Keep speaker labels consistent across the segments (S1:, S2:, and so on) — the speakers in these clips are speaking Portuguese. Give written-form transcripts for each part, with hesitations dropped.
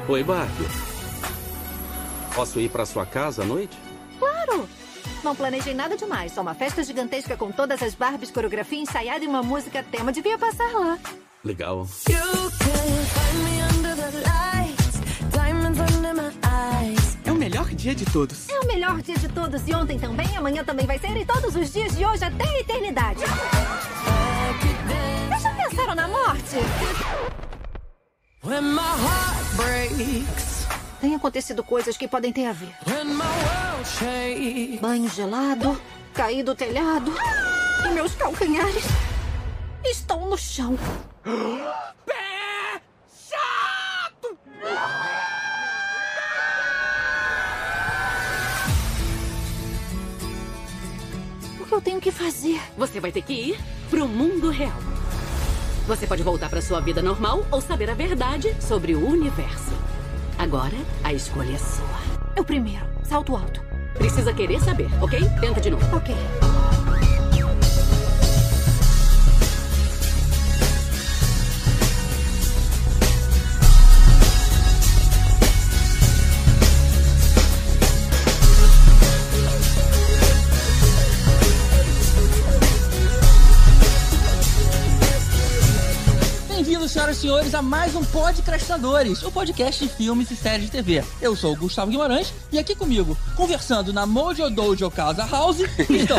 S1: Oi, Barbie. Posso ir pra sua casa à noite?
S2: Claro! Não planejei nada demais. Só uma festa gigantesca com todas as Barbies, coreografia ensaiada e uma música tema. Devia passar lá.
S1: Legal.
S3: É o melhor dia de todos.
S2: É o melhor dia de todos. E ontem também, amanhã também vai ser. E todos os dias de hoje até a eternidade. Vocês já pensaram na morte?
S4: When my heart breaks,
S2: Tem acontecido coisas que podem ter a ver.
S4: when my world shakes.
S2: Banho gelado, caí do telhado e meus calcanhares estão no chão.
S4: Pé chato!
S2: O que eu tenho que fazer?
S5: Você vai ter que ir pro mundo real. Você pode voltar pra sua vida normal ou saber a verdade sobre o universo. Agora, a escolha é sua.
S2: É o primeiro. Salto alto.
S5: Precisa querer saber, ok? Tenta de novo.
S2: Ok.
S6: Bem-vindos, senhoras e senhores, a mais um Podcastadores, o podcast de filmes e séries de TV. Eu sou o Gustavo Guimarães e aqui comigo, conversando na Mojo Dojo Casa House, estão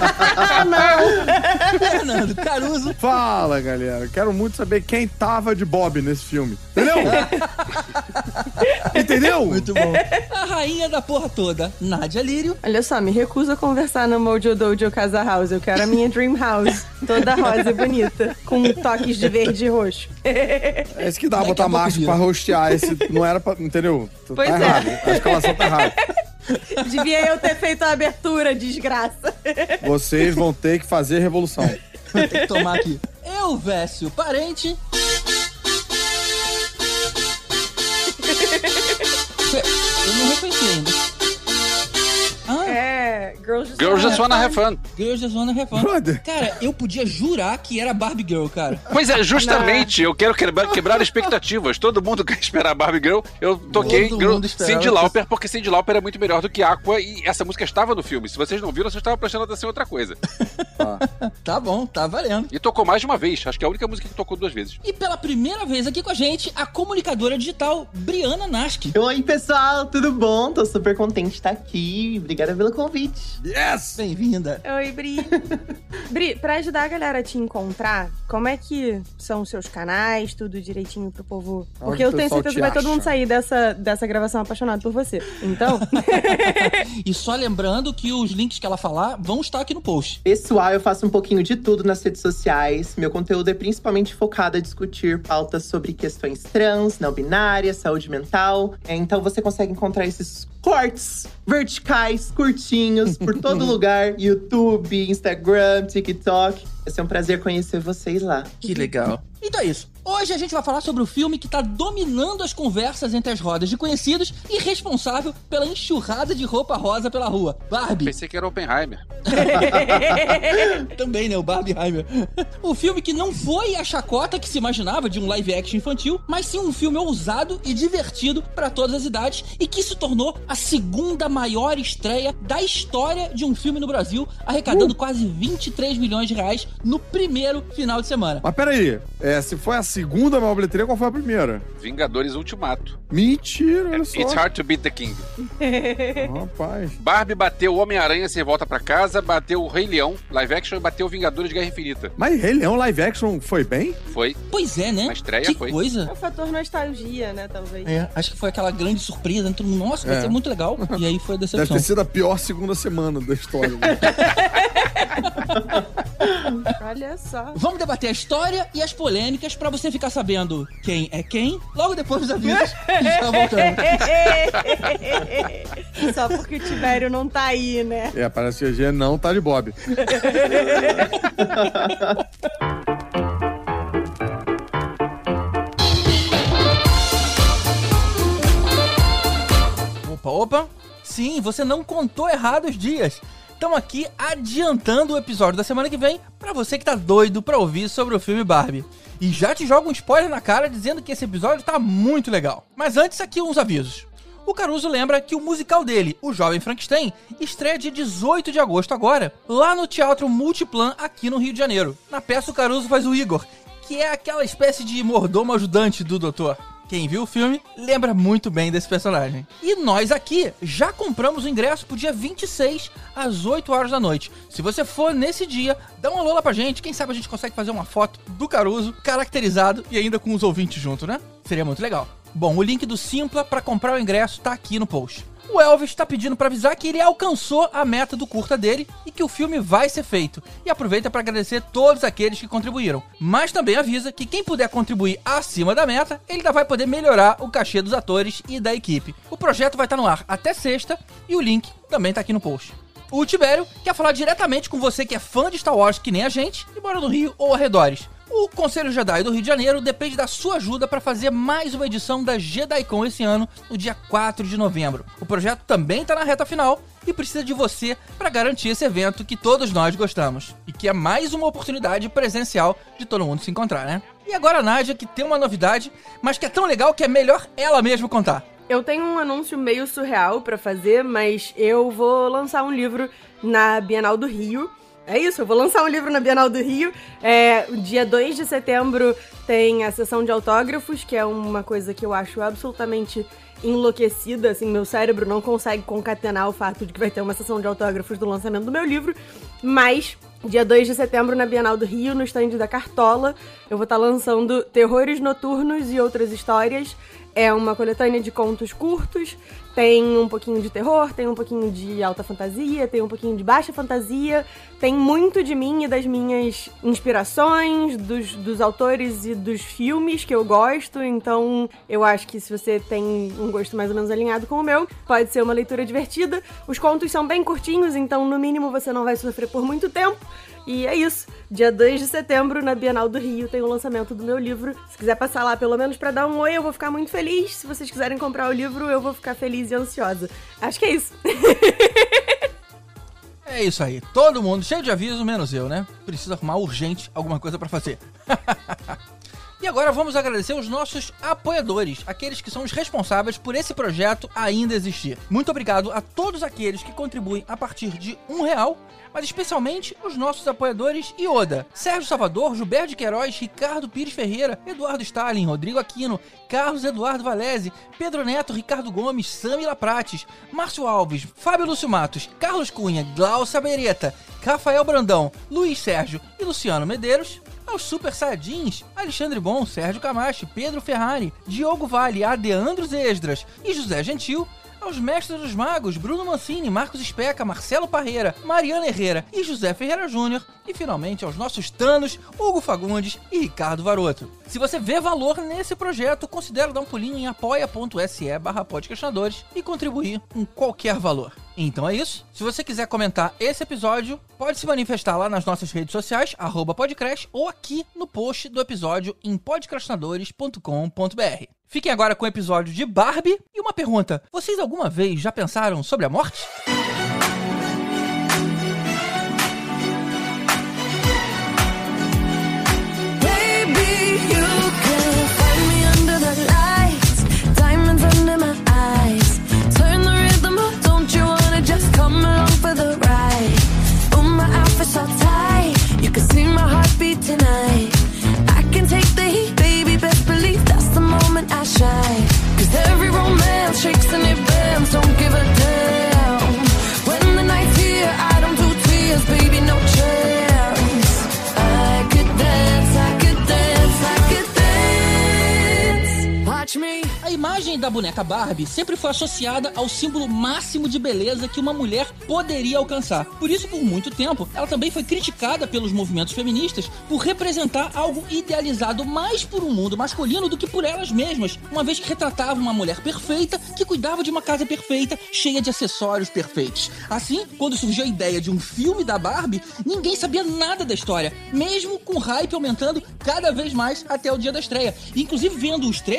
S6: Fernando Caruso.
S7: Fala, galera. Quero muito saber quem tava de Bob nesse filme. Entendeu? Entendeu?
S6: Muito bom. A rainha da porra toda, Nádia Lírio.
S8: Olha só, me recuso a conversar no Mojo Dojo Casa House. Eu quero a minha Dream House, toda rosa e bonita, com toques de verde e roxo.
S7: É isso que dá, botar marketing pra rostear. Esse não era pra... Entendeu?
S8: Pois
S7: tá
S8: é.
S7: errado. A escalação tá errada.
S8: Devia eu ter feito a abertura, desgraça.
S7: Vocês vão ter que fazer revolução.
S6: Tem que tomar aqui. Elvésio Parente. Eu não reconheci ainda.
S8: É,
S9: Girls Just Wanna Have Fun.
S6: Girls Just Wanna Have Fun.
S7: Brother.
S6: Cara, eu podia jurar que era Barbie Girl, cara.
S9: Pois é, justamente, eu quero quebrar expectativas. Todo mundo quer esperar Barbie Girl. Eu toquei
S6: Todo
S9: Girl,
S6: mundo esperava
S9: Cyndi Lauper, porque Cyndi Lauper é muito melhor do que Aqua e essa música estava no filme. Se vocês não viram, vocês estavam prestando atenção em outra coisa.
S6: Tá bom, tá valendo.
S9: E tocou mais de uma vez. Acho que é a única música que tocou 2 vezes.
S6: E pela primeira vez aqui com a gente, a comunicadora digital Briana Nasky.
S10: Oi, pessoal, tudo bom? Tô super contente de estar aqui. Obrigada pelo convite.
S7: Yes!
S6: Bem-vinda.
S8: Oi, Bri. Bri, pra ajudar a galera a te encontrar, como é que são os seus canais, tudo direitinho pro povo?
S7: Onde
S8: Porque eu
S7: o
S8: tenho
S7: pessoal
S8: certeza
S7: te
S8: que vai todo mundo
S7: acha?
S8: sair dessa gravação apaixonado por você. Então,
S6: E só lembrando que os links que ela falar vão estar aqui no post.
S10: Pessoal, eu faço um pouquinho de tudo nas redes sociais. Meu conteúdo é principalmente focado a discutir pautas sobre questões trans, não binárias, saúde mental. Então você consegue encontrar esses cortes verticais, curtinhos, por todo lugar. YouTube, Instagram, TikTok. Vai ser um prazer conhecer vocês lá.
S6: Que legal. Então é isso. Hoje a gente vai falar sobre o filme que tá dominando as conversas entre as rodas de conhecidos e responsável pela enxurrada de roupa rosa pela rua. Barbie.
S9: Pensei que era Oppenheimer.
S6: Também, né? O Barbieheimer. O filme que não foi a chacota que se imaginava de um live action infantil, mas sim um filme ousado e divertido pra todas as idades e que se tornou a segunda maior estreia da história de um filme no Brasil, arrecadando quase 23 milhões de reais no primeiro final de semana.
S7: Mas peraí, se foi a segunda maior bilheteria, qual foi a primeira?
S9: Vingadores Ultimato.
S7: Mentira, olha só.
S9: It's hard to beat the king.
S7: Rapaz.
S9: Barbie bateu o Homem-Aranha sem volta pra casa, bateu o Rei Leão, live action, e bateu o Vingadores Guerra Infinita.
S7: Mas Rei Leão live action foi bem?
S9: Foi.
S6: Pois é, né?
S9: Na estreia
S6: que
S9: foi.
S6: coisa.
S8: é o fator nostalgia, né, talvez.
S6: É, acho que foi aquela grande surpresa, né? Todo mundo, nossa, vai ser muito legal. E aí foi a
S7: Deve
S6: decepção.
S7: ter sido a pior segunda semana da história. Né?
S8: Olha só.
S6: Vamos debater a história e as polêmicas pra você ficar sabendo quem é quem, logo depois dos avisos. E já voltamos.
S8: Só porque o Tibério não tá aí, né?
S7: Parece que a G não tá de Bob.
S6: Opa. Sim, você não contou errado os dias. estamos aqui adiantando o episódio da semana que vem pra você que tá doido pra ouvir sobre o filme Barbie. E já te jogo um spoiler na cara dizendo que esse episódio tá muito legal. Mas antes, aqui uns avisos. O Caruso lembra que o musical dele, O Jovem Frankenstein, estreia dia 18 de agosto agora, lá no Teatro Multiplan, aqui no Rio de Janeiro. Na peça, o Caruso faz o Igor, que é aquela espécie de mordomo ajudante do doutor. Quem viu o filme lembra muito bem desse personagem. E nós aqui já compramos o ingresso pro dia 26, às 8 horas da noite. Se você for nesse dia, dá um alô lá pra gente. Quem sabe a gente consegue fazer uma foto do Caruso, caracterizado e ainda com os ouvintes junto, né? Seria muito legal. Bom, o link do Simpla pra comprar o ingresso tá aqui no post. O Elvis tá pedindo pra avisar que ele alcançou a meta do curta dele e que o filme vai ser feito. E aproveita pra agradecer todos aqueles que contribuíram. Mas também avisa que quem puder contribuir acima da meta, ele ainda vai poder melhorar o cachê dos atores e da equipe. O projeto vai estar no ar até sexta e o link também tá aqui no post. O Tibério quer falar diretamente com você que é fã de Star Wars que nem a gente e mora no Rio ou arredores. O Conselho Jedi do Rio de Janeiro depende da sua ajuda para fazer mais uma edição da JediCon esse ano, no dia 4 de novembro. O projeto também está na reta final e precisa de você para garantir esse evento que todos nós gostamos. E que é mais uma oportunidade presencial de todo mundo se encontrar, né? E agora a Nádia, que tem uma novidade, mas que é tão legal que é melhor ela mesma contar.
S8: Eu tenho um anúncio meio surreal pra fazer, mas eu vou lançar um livro na Bienal do Rio. É isso, eu vou lançar um livro na Bienal do Rio. Dia 2 de setembro tem a sessão de autógrafos, que é uma coisa que eu acho absolutamente enlouquecida, assim, meu cérebro não consegue concatenar o fato de que vai ter uma sessão de autógrafos do lançamento do meu livro, mas dia 2 de setembro na Bienal do Rio, no stand da Cartola, eu vou estar lançando Terrores Noturnos e Outras Histórias. É uma coletânea de contos curtos, tem um pouquinho de terror, tem um pouquinho de alta fantasia, tem um pouquinho de baixa fantasia, tem muito de mim e das minhas inspirações, dos autores e dos filmes que eu gosto, então eu acho que se você tem um gosto mais ou menos alinhado com o meu, pode ser uma leitura divertida. Os contos são bem curtinhos, então no mínimo você não vai sofrer por muito tempo. E é isso, dia 2 de setembro na Bienal do Rio tem o lançamento do meu livro. Se quiser passar lá pelo menos pra dar um oi, eu vou ficar muito feliz. Se vocês quiserem comprar o livro, eu vou ficar feliz e ansiosa. Acho que é isso.
S6: É isso aí, todo mundo cheio de aviso, menos eu, né? Preciso arrumar urgente alguma coisa pra fazer. E agora vamos agradecer os nossos apoiadores, aqueles que são os responsáveis por esse projeto ainda existir. Muito obrigado a todos aqueles que contribuem a partir de R$1, mas especialmente os nossos apoiadores Ioda, Sérgio Salvador, Gilberto de Queiroz, Ricardo Pires Ferreira, Eduardo Stalin, Rodrigo Aquino, Carlos Eduardo Valese, Pedro Neto, Ricardo Gomes, Samila Prates, Márcio Alves, Fábio Lúcio Matos, Carlos Cunha, Glaucia Beretta, Rafael Brandão, Luiz Sérgio e Luciano Medeiros. Aos Super Saiyajins, Alexandre Bon, Sérgio Camacho, Pedro Ferrari, Diogo Vale, Adeandros Esdras e José Gentil. Aos Mestres dos Magos, Bruno Mancini, Marcos Especa, Marcelo Parreira, Mariana Herrera e José Ferreira Júnior. E finalmente aos nossos Thanos, Hugo Fagundes e Ricardo Varoto. Se você vê valor nesse projeto, considere dar um pulinho em apoia.se/podcastinadores e contribuir com qualquer valor. Então é isso. Se você quiser comentar esse episódio, pode se manifestar lá nas nossas redes sociais, @podcrash, ou aqui no post do episódio em podcastinadores.com.br. Fiquem agora com o episódio de Barbie. E uma pergunta, vocês alguma vez já pensaram sobre a morte? A imagem da boneca Barbie sempre foi associada ao símbolo máximo de beleza que uma mulher poderia alcançar. Por isso, por muito tempo, ela também foi criticada pelos movimentos feministas por representar algo idealizado mais por um mundo masculino do que por elas mesmas, uma vez que retratava uma mulher perfeita que cuidava de uma casa perfeita, cheia de acessórios perfeitos. Assim, quando surgiu a ideia de um filme da Barbie, ninguém sabia nada da história, mesmo com o hype aumentando cada vez mais até o dia da estreia. Inclusive, vendo os trailers,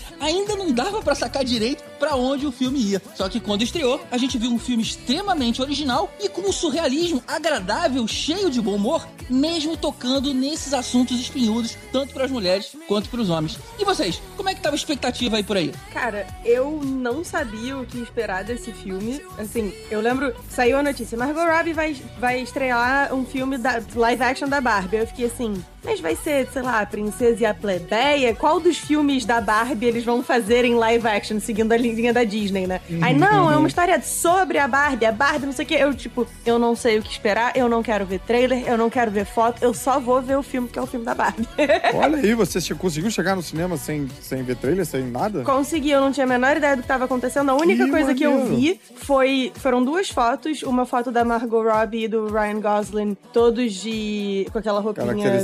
S6: ainda não dava pra sacar direito pra onde o filme ia. Só que quando estreou, a gente viu um filme extremamente original e com um surrealismo agradável, cheio de bom humor, mesmo tocando nesses assuntos espinhudos, tanto pras mulheres quanto pros homens. E vocês, como é que tava a expectativa aí por aí?
S8: Cara, eu não sabia o que esperar desse filme. Assim, eu lembro, saiu a notícia, Margot Robbie vai estrear um filme da live action da Barbie. Eu fiquei assim, mas vai ser, sei lá, a Princesa e a Plebeia? Qual dos filmes da Barbie eles vão fazer em live action, seguindo a linha da Disney, né? Aí, não, é uma história sobre a Barbie não sei o quê. Eu não sei o que esperar, eu não quero ver trailer, eu não quero ver foto, eu só vou ver o filme, que é o filme da Barbie.
S7: Olha aí, você conseguiu chegar no cinema sem ver trailer, sem nada?
S8: Consegui, eu não tinha a menor ideia do que estava acontecendo. A única coisa que eu vi foram 2 fotos, uma foto da Margot Robbie e do Ryan Gosling, todos com aquela roupinha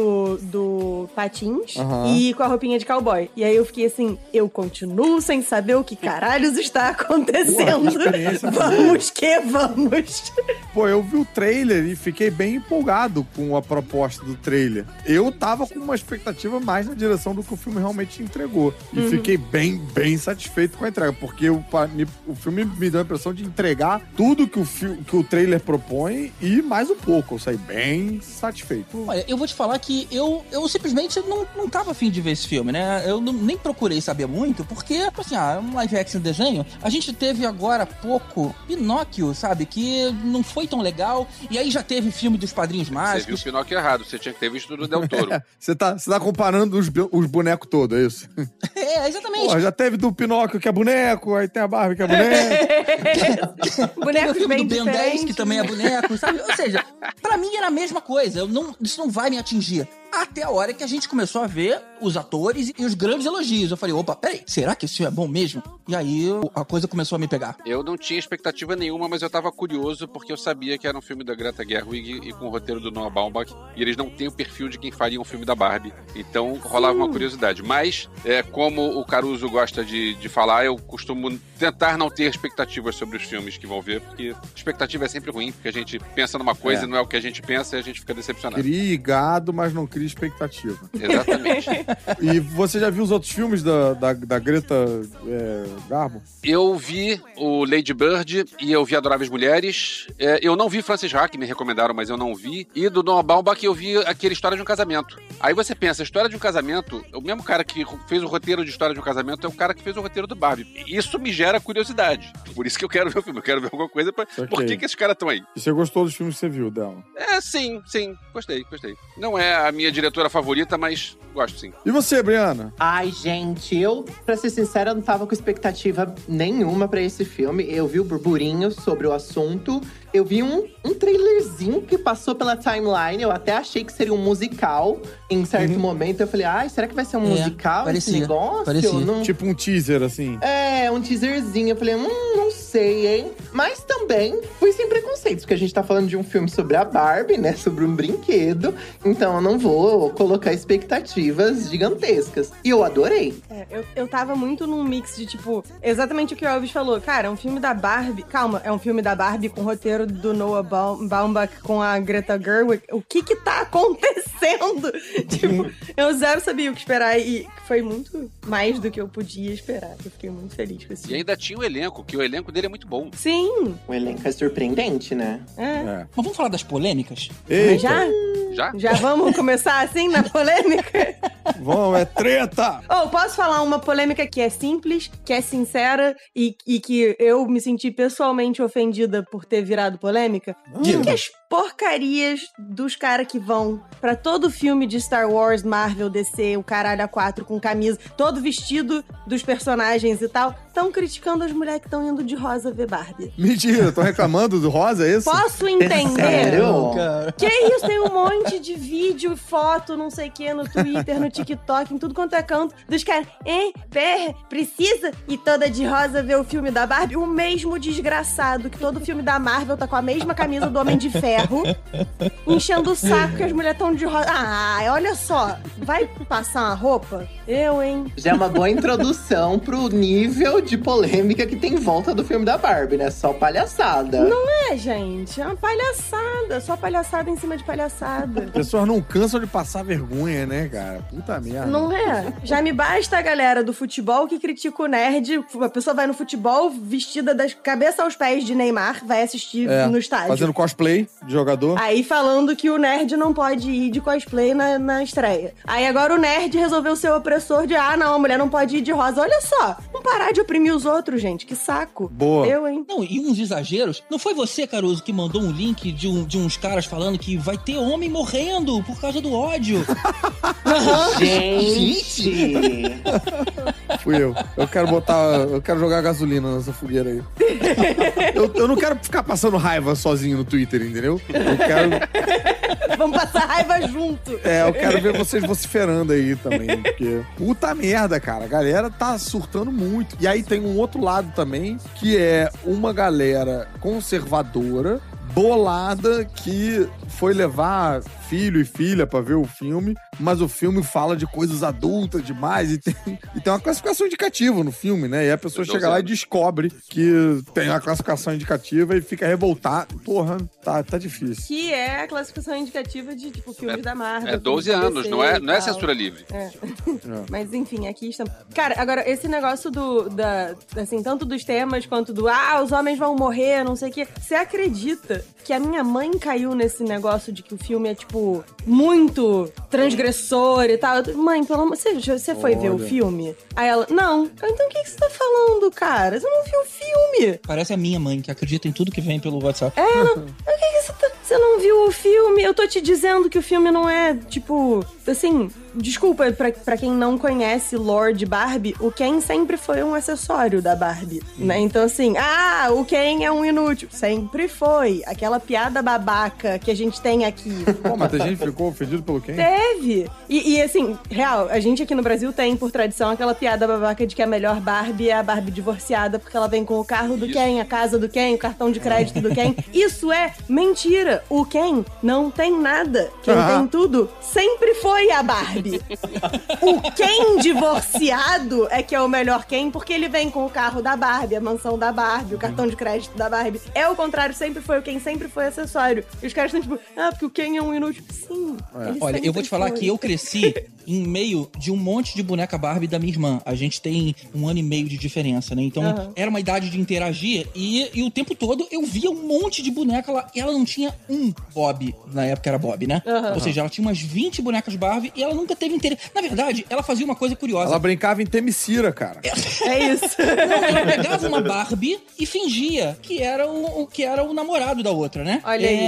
S8: do Patins e com a roupinha de cowboy. E aí eu fiquei assim, eu continuo sem saber o que caralhos está acontecendo. Vamos que vamos.
S7: Pô, eu vi o trailer e fiquei bem empolgado com a proposta do trailer. Eu tava com uma expectativa mais na direção do que o filme realmente entregou. E fiquei bem satisfeito com a entrega, porque o filme me deu a impressão de entregar tudo que o trailer propõe e mais um pouco. Eu saí bem satisfeito.
S6: Olha, eu vou te falar que eu simplesmente não tava afim de ver esse filme, né? Eu nem procurei saber muito, porque, assim, um live action desenho, a gente teve agora há pouco Pinóquio, sabe? Que não foi tão legal, e aí já teve filme dos Padrinhos Mágicos.
S9: Você viu o Pinóquio errado, você tinha que ter visto do Del Toro.
S7: Você tá comparando os bonecos todos, é isso?
S6: É, exatamente.
S7: Pô, já teve do Pinóquio que é boneco, aí tem a Barbie que é boneco.
S6: Tem o filme do Ben 10 que também é boneco, sabe? Ou seja, pra mim era a mesma coisa, isso não vai me atingir. Até a hora que a gente começou a ver os atores e os grandes elogios. Eu falei, opa, peraí, será que esse filme é bom mesmo? E aí a coisa começou a me pegar.
S9: Eu não tinha expectativa nenhuma, mas eu tava curioso porque eu sabia que era um filme da Greta Gerwig e com o roteiro do Noah Baumbach, e eles não têm o perfil de quem faria um filme da Barbie. Então rolava uma curiosidade. Mas, como o Caruso gosta de falar, eu costumo tentar não ter expectativas sobre os filmes que vão ver, porque expectativa é sempre ruim, porque a gente pensa numa coisa e não é o que a gente pensa e a gente fica decepcionado.
S7: Cria mas não cria expectativa.
S9: Exatamente.
S7: E você já viu os outros filmes da Greta Garbo?
S9: Eu vi o Lady Bird e eu vi Adoráveis Mulheres. Eu não vi Frances Ha, que me recomendaram, mas eu não vi. E do Noah Baumbach eu vi aquele História de um Casamento. Aí você pensa, História de um Casamento, o mesmo cara que fez o roteiro de História de um Casamento é o cara que fez o roteiro do Barbie. Isso me gera curiosidade. Por isso que eu quero ver o filme. Eu quero ver alguma coisa pra... Okay. Por que esses caras estão aí?
S7: E você gostou dos filmes que você viu dela?
S9: Sim. Gostei. Não é a minha diretora favorita, mas gosto sim.
S7: E você, Briana?
S10: Ai, gente, pra ser sincera, eu não tava com expectativa nenhuma pra esse filme. Eu vi o burburinho sobre o assunto. Eu vi um trailerzinho que passou pela timeline. Eu até achei que seria um musical. Em certo momento, eu falei, será que vai ser um musical esse negócio?
S7: Não... Tipo um teaser, assim.
S10: Um teaserzinho. Eu falei, não sei, hein? Mas também fui sem preconceitos, porque a gente tá falando de um filme sobre a Barbie, né? Sobre um brinquedo. Então eu não vou colocar expectativas gigantescas. E eu adorei.
S8: Eu tava muito num mix de, tipo, exatamente o que o Elvis falou. Cara, é um filme da Barbie. Calma, é um filme da Barbie com roteiro do Noah Baumbach com a Greta Gerwig. O que tá acontecendo? Tipo, eu zero sabia o que esperar e foi muito mais do que eu podia esperar. Eu fiquei muito feliz com isso.
S9: E ainda tinha o elenco, que o elenco dele é muito bom.
S8: Sim.
S10: O elenco é surpreendente, né?
S6: Mas vamos falar das polêmicas?
S8: Já vamos começar assim na polêmica?
S7: Vamos, é treta!
S8: Posso falar uma polêmica que é simples, que é sincera e que eu me senti pessoalmente ofendida por ter virado polêmica? Que as porcarias dos caras que vão pra todo filme de Star Wars, Marvel, DC, o caralho A4 com camisa, todo vestido dos personagens e tal, estão criticando as mulheres que estão indo de rosa ver Barbie.
S7: Mentira, estão reclamando do rosa, é isso?
S8: Posso entender?
S10: Sério?
S8: Que isso, tem um monte de vídeo, foto, não sei o que, no Twitter, no TikTok, em tudo quanto é canto, dos caras, precisa ir toda de rosa ver o filme da Barbie? O mesmo desgraçado que todo filme da Marvel tá com a mesma camisa do Homem de Ferro, enchendo o saco que as mulheres estão de rosa. Olha só, vai passar uma roupa? Eu, hein?
S10: Já é uma boa introdução pro nível de polêmica que tem em volta do filme da Barbie, né? Só palhaçada.
S8: Não é, gente. É uma palhaçada. Só palhaçada em cima de palhaçada.
S7: As pessoas não cansam de passar vergonha, né, cara? Puta merda.
S8: Não é? Já me basta a galera do futebol que critica o nerd. A pessoa vai no futebol vestida das cabeça aos pés de Neymar, vai assistir no estádio.
S7: Fazendo cosplay de jogador.
S8: Aí falando que o nerd não pode ir de cosplay na estreia. Aí agora o nerd resolveu ser o opressor de, não, a mulher não pode ir de rosa. Olha só, vamos parar de oprimir os outros, gente. Que saco.
S7: Boa.
S8: Eu, hein?
S6: Não, e uns exageros. Não foi você, Caruso, que mandou um link de uns caras falando que vai ter homem morrendo por causa do ódio?
S10: Gente!
S7: Fui eu. Eu quero jogar gasolina nessa fogueira aí. Eu não quero ficar passando raiva sozinho no Twitter, entendeu? Eu quero...
S8: Vamos passar raiva junto.
S7: Eu quero ver vocês vociferando aí também, porque... Puta merda, cara. A galera tá surtando muito. E aí tem um outro lado também, que é uma galera conservadora, bolada, que foi levar filho e filha pra ver o filme, mas o filme fala de coisas adultas demais e tem uma classificação indicativa no filme, né? E a pessoa chega lá e descobre que tem a classificação indicativa e fica revoltada. Porra, tá difícil.
S8: Que é a classificação indicativa de, tipo, filmes da Marvel.
S9: É 12 anos, não é censura livre.
S8: Mas, enfim, aqui estamos. Cara, agora, esse negócio assim, tanto dos temas quanto do os homens vão morrer, não sei o quê. Você acredita que a minha mãe caiu nesse negócio de que o filme é, tipo, muito transgressor e tal? Mãe, pelo amor, você foi ver o filme? Aí ela, não. Então o que você tá falando, cara? Você não viu o filme?
S6: Parece a minha mãe, que acredita em tudo que vem pelo WhatsApp.
S8: Você não viu o filme? Eu tô te dizendo que o filme não é, tipo, assim... Desculpa, pra quem não conhece lore de Barbie, o Ken sempre foi um acessório da Barbie, né? Então, assim, o Ken é um inútil. Sempre foi. Aquela piada babaca que a gente tem aqui.
S7: Pô, mas a gente ficou ofendido pelo Ken?
S8: Teve! E, assim, real, a gente aqui no Brasil tem, por tradição, aquela piada babaca de que a melhor Barbie é a Barbie divorciada, porque ela vem com o carro do Ken, a casa do Ken, o cartão de crédito do Ken. Isso é mentira! O Ken não tem nada. Quem tem tudo sempre foi a Barbie. O Ken divorciado é que é o melhor Ken, porque ele vem com o carro da Barbie, a mansão da Barbie, o cartão de crédito da Barbie. É o contrário, sempre foi o Ken, sempre foi acessório. E os caras estão tipo, porque o Ken é um inútil. Sim.
S6: Olha, eu vou te falar que eu cresci em meio de um monte de boneca Barbie da minha irmã. A gente tem 1 ano e meio de diferença, né? Então, era uma idade de interagir e o tempo todo eu via um monte de boneca lá. E ela não tinha um Bob, na época era Bob, né? Ou seja, ela tinha umas 20 bonecas Barbie e ela nunca teve interesse. Na verdade, ela fazia uma coisa curiosa.
S7: Ela brincava em Temicira, cara.
S8: É isso.
S6: Não, ela pegava uma Barbie e fingia que era o namorado da outra, né?
S8: Olha aí.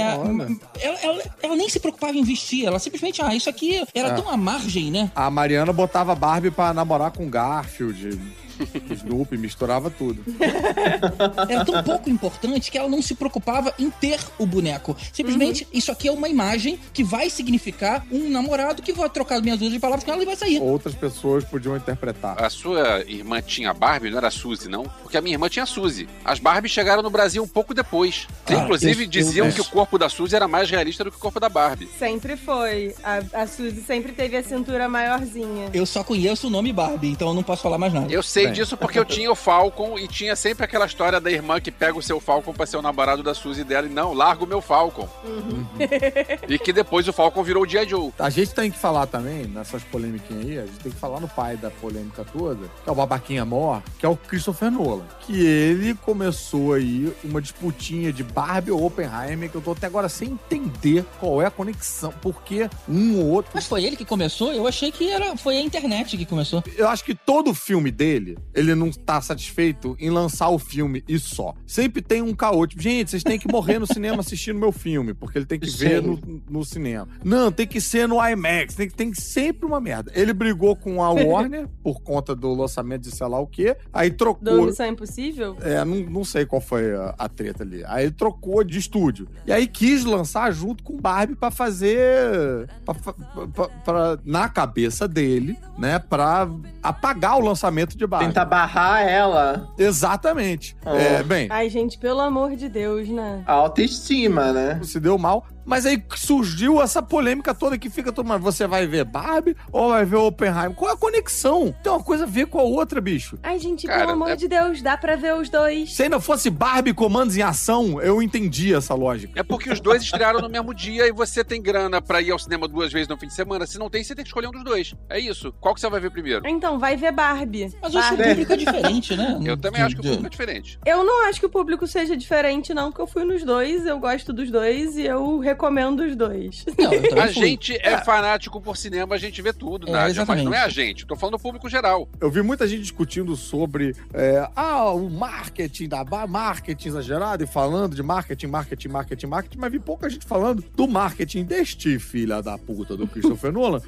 S6: Ela nem se preocupava em vestir, ela simplesmente, isso aqui era tão à margem, né?
S7: A Mariana botava Barbie pra namorar com Garfield, Snoopy, misturava tudo.
S6: Era tão pouco importante que ela não se preocupava em ter o boneco. Simplesmente, isso aqui é uma imagem que vai significar um namorado que vai trocar minhas dúvidas de palavras com ela e vai sair.
S7: Outras pessoas podiam interpretar.
S9: A sua irmã tinha Barbie, não era a Suzy, não? Porque a minha irmã tinha a Suzy. As Barbies chegaram no Brasil um pouco depois. Inclusive, diziam que o corpo da Suzy era mais realista do que o corpo da Barbie.
S8: Sempre foi. A Suzy sempre teve a cintura maiorzinha.
S6: Eu só conheço o nome Barbie, então eu não posso falar mais nada.
S9: Eu sei disso porque eu tinha o Falcon e tinha sempre aquela história da irmã que pega o seu Falcon pra ser o namorado da Suzy dela e não, larga o meu Falcon. E que depois o Falcon virou o G.I. Joe.
S7: A gente tem que falar também, nessas polêmicas aí, a gente tem que falar no pai da polêmica toda, que é o babaquinha mor, que é o Christopher Nolan. Que ele começou aí uma disputinha de Barbie ou Oppenheimer, que eu tô até agora sem entender qual é a conexão, porque um ou outro...
S6: Mas foi ele que começou? Eu achei que foi a internet que começou.
S7: Eu acho que todo filme dele, ele não tá satisfeito em lançar o filme e só. Sempre tem um caô, tipo, gente, vocês têm que morrer no cinema assistindo meu filme, porque ele tem que ver no cinema. Não, tem que ser no IMAX, tem sempre uma merda. Ele brigou com a Warner por conta do lançamento de sei lá o quê, aí trocou...
S8: Do Missão Impossível?
S7: Não sei qual foi a treta ali. Aí ele trocou de estúdio. E aí quis lançar junto com Barbie pra fazer... na cabeça dele, né, pra apagar o lançamento de Barbie.
S10: Tentar barrar ela.
S7: Exatamente. Bem...
S8: Ai, gente, pelo amor de Deus, né?
S10: A autoestima, né?
S7: Se deu mal. Mas aí surgiu essa polêmica toda que fica todo mundo, você vai ver Barbie ou vai ver Oppenheimer? Qual é a conexão? Tem uma coisa a ver com a outra, bicho.
S8: Ai, gente,
S9: Cara,
S8: pelo amor de Deus, dá pra ver os dois.
S7: Se ainda fosse Barbie Comandos em Ação, eu entendi essa lógica.
S9: É porque os dois estrearam no mesmo dia e você tem grana pra ir ao cinema 2 vezes no fim de semana. Se não tem, você tem que escolher um dos dois. É isso. Qual que você vai ver primeiro?
S8: Então, vai ver Barbie.
S6: Mas eu acho que o público é diferente, né?
S9: Eu também acho que o público é diferente.
S8: Eu não acho que o público seja diferente, não, porque eu fui nos dois, eu gosto dos dois e eu recomendo os dois.
S6: Não, eu também
S9: A
S6: fui.
S9: gente é fanático por cinema, a gente vê tudo, Nádia, mas
S6: exatamente.
S9: não é a gente. Tô falando do público geral.
S7: Eu vi muita gente discutindo sobre o marketing da marketing exagerado e falando de marketing, mas vi pouca gente falando do marketing deste filho da puta do Christopher Nolan,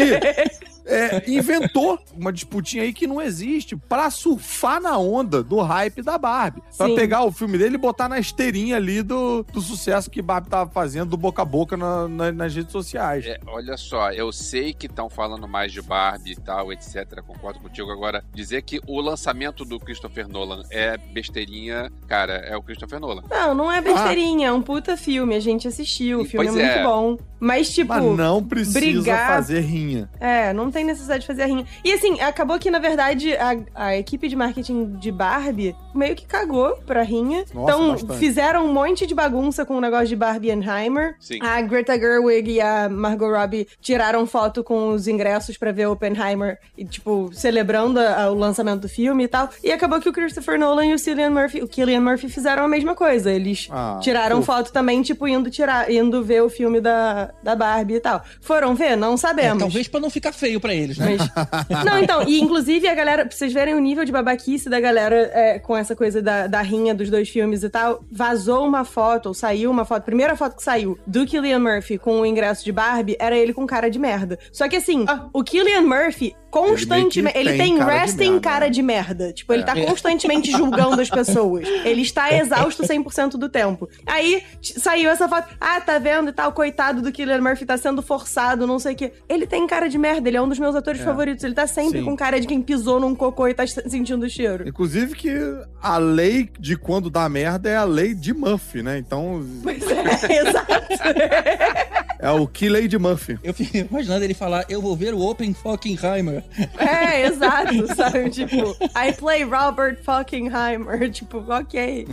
S7: que inventou uma disputinha aí que não existe pra surfar na onda do hype da Barbie. Pra
S8: Sim.
S7: pegar o filme dele e botar na esteirinha ali do sucesso que Barbie tava fazendo, do boca a boca nas redes sociais.
S9: Olha só, eu sei que estão falando mais de Barbie e tal, etc. Concordo contigo. Agora, dizer que o lançamento do Christopher Nolan é besteirinha, cara, é o Christopher Nolan.
S8: Não é besteirinha, é um puta filme, a gente assistiu, o filme é muito bom. Mas, tipo,
S7: Mas não precisa
S8: brigar...
S7: fazer rinha.
S8: Não tem necessidade de fazer a rinha. E assim, acabou que, na verdade, a equipe de marketing de Barbie meio que cagou pra rinha.
S7: Nossa,
S8: então,
S7: bastante.
S8: fizeram um monte de bagunça com o negócio de Barbie Oppenheimer.
S9: Sim.
S8: A Greta Gerwig e a Margot Robbie tiraram foto com os ingressos pra ver Oppenheimer e, tipo, celebrando o lançamento do filme e tal. E acabou que o Christopher Nolan e o Cillian Murphy fizeram a mesma coisa. Eles tiraram foto também, tipo, indo ver o filme da Barbie e tal. Foram ver? Não sabemos.
S6: Talvez pra não ficar feio pra eles, né?
S8: Não, então, e inclusive a galera, pra vocês verem o nível de babaquice da galera com essa coisa da rinha dos dois filmes e tal, vazou uma foto, ou saiu uma foto, a primeira foto que saiu do Cillian Murphy com o ingresso de Barbie era ele com cara de merda. Só que assim, o Cillian Murphy constantemente, ele tem resting cara de merda. Tipo, ele tá constantemente julgando as pessoas. Ele está exausto 100% do tempo. Aí, saiu essa foto, tá vendo e tal, coitado do Cillian Murphy, tá sendo forçado, não sei o quê. Ele tem cara de merda, ele é um dos meus atores favoritos. Ele tá sempre com cara de quem pisou num cocô e tá sentindo o cheiro.
S7: Inclusive que a lei de quando dá merda é a lei de Murphy, né? Então...
S8: Pois exato.
S7: É o Key de Murphy.
S6: Eu fico imaginando ele falar, eu vou ver o Oppenheimer.
S8: Exato, sabe? Tipo, I play Robert Oppenheimer. Tipo, ok.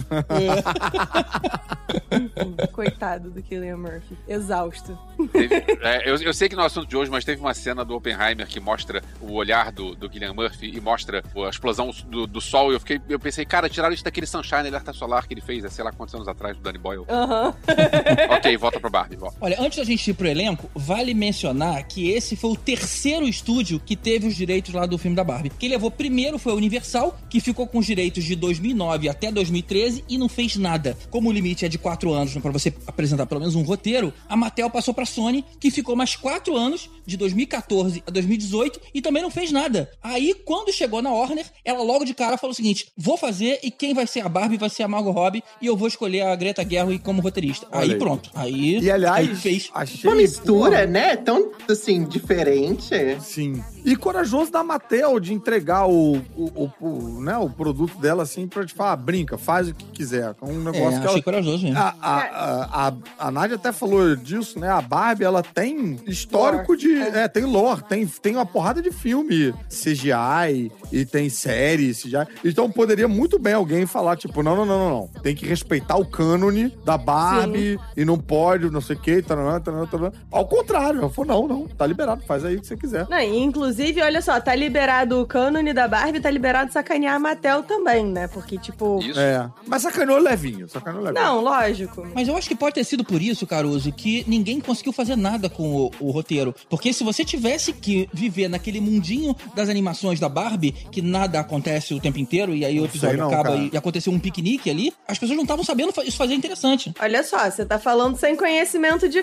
S8: Coitado do Cillian Murphy. Exausto.
S9: Eu sei que não é o assunto de hoje, mas teve uma cena do Oppenheimer que mostra o olhar do Cillian Murphy e mostra a explosão do sol. E eu pensei, cara, tiraram isso daquele Sunshine Alerta Solar que ele fez, sei lá quantos anos atrás, do Danny Boyle. Ok, volta pra Barbie, volta.
S6: Olha, antes da gente ir pro elenco, vale mencionar que esse foi o terceiro estúdio que teve os direitos lá do filme da Barbie. Quem levou primeiro foi a Universal, que ficou com os direitos de 2009 até 2013 e não fez nada. Como o limite é de 4 anos pra você apresentar pelo menos um roteiro, a Mattel passou pra Sony, que ficou mais 4 anos, de 2014 a 2018, e também não fez nada. Aí, quando chegou na Warner, ela logo de cara falou o seguinte, vou fazer e quem vai ser a Barbie vai ser a Margot Robbie e eu vou escolher a Greta Gerwig como roteirista. Aí pronto.
S7: E aliás,
S6: aí fez.
S7: achei
S10: uma mistura, né? Tão, assim, diferente.
S7: Sim. E corajoso da Mattel de entregar o produto dela, assim, pra te falar, brinca, faz o que quiser. É um negócio que
S6: achei corajoso mesmo.
S7: A Nádia até falou disso, né? A Barbie, ela tem histórico de... tem lore, tem uma porrada de filme CGI e tem série CGI. Então poderia muito bem alguém falar, tipo, não. Tem que respeitar o cânone da Barbie e não pode, não sei o que, Ao contrário, ela falou, não, tá liberado, faz aí o que você quiser.
S8: Não, inclusive, olha só, tá liberado o cânone da Barbie, tá liberado sacanear a Mattel também, né? Porque, tipo...
S9: Isso.
S7: Mas sacaneou levinho.
S8: Não, lógico.
S6: Mas eu acho que pode ter sido por isso, Caruso, que ninguém conseguiu fazer nada com o roteiro. Porque se você tivesse que viver naquele mundinho das animações da Barbie, que nada acontece o tempo inteiro, e aí o episódio acaba e aconteceu um piquenique ali, as pessoas não estavam sabendo isso fazer interessante.
S8: Olha só, você tá falando sem conhecimento de causa,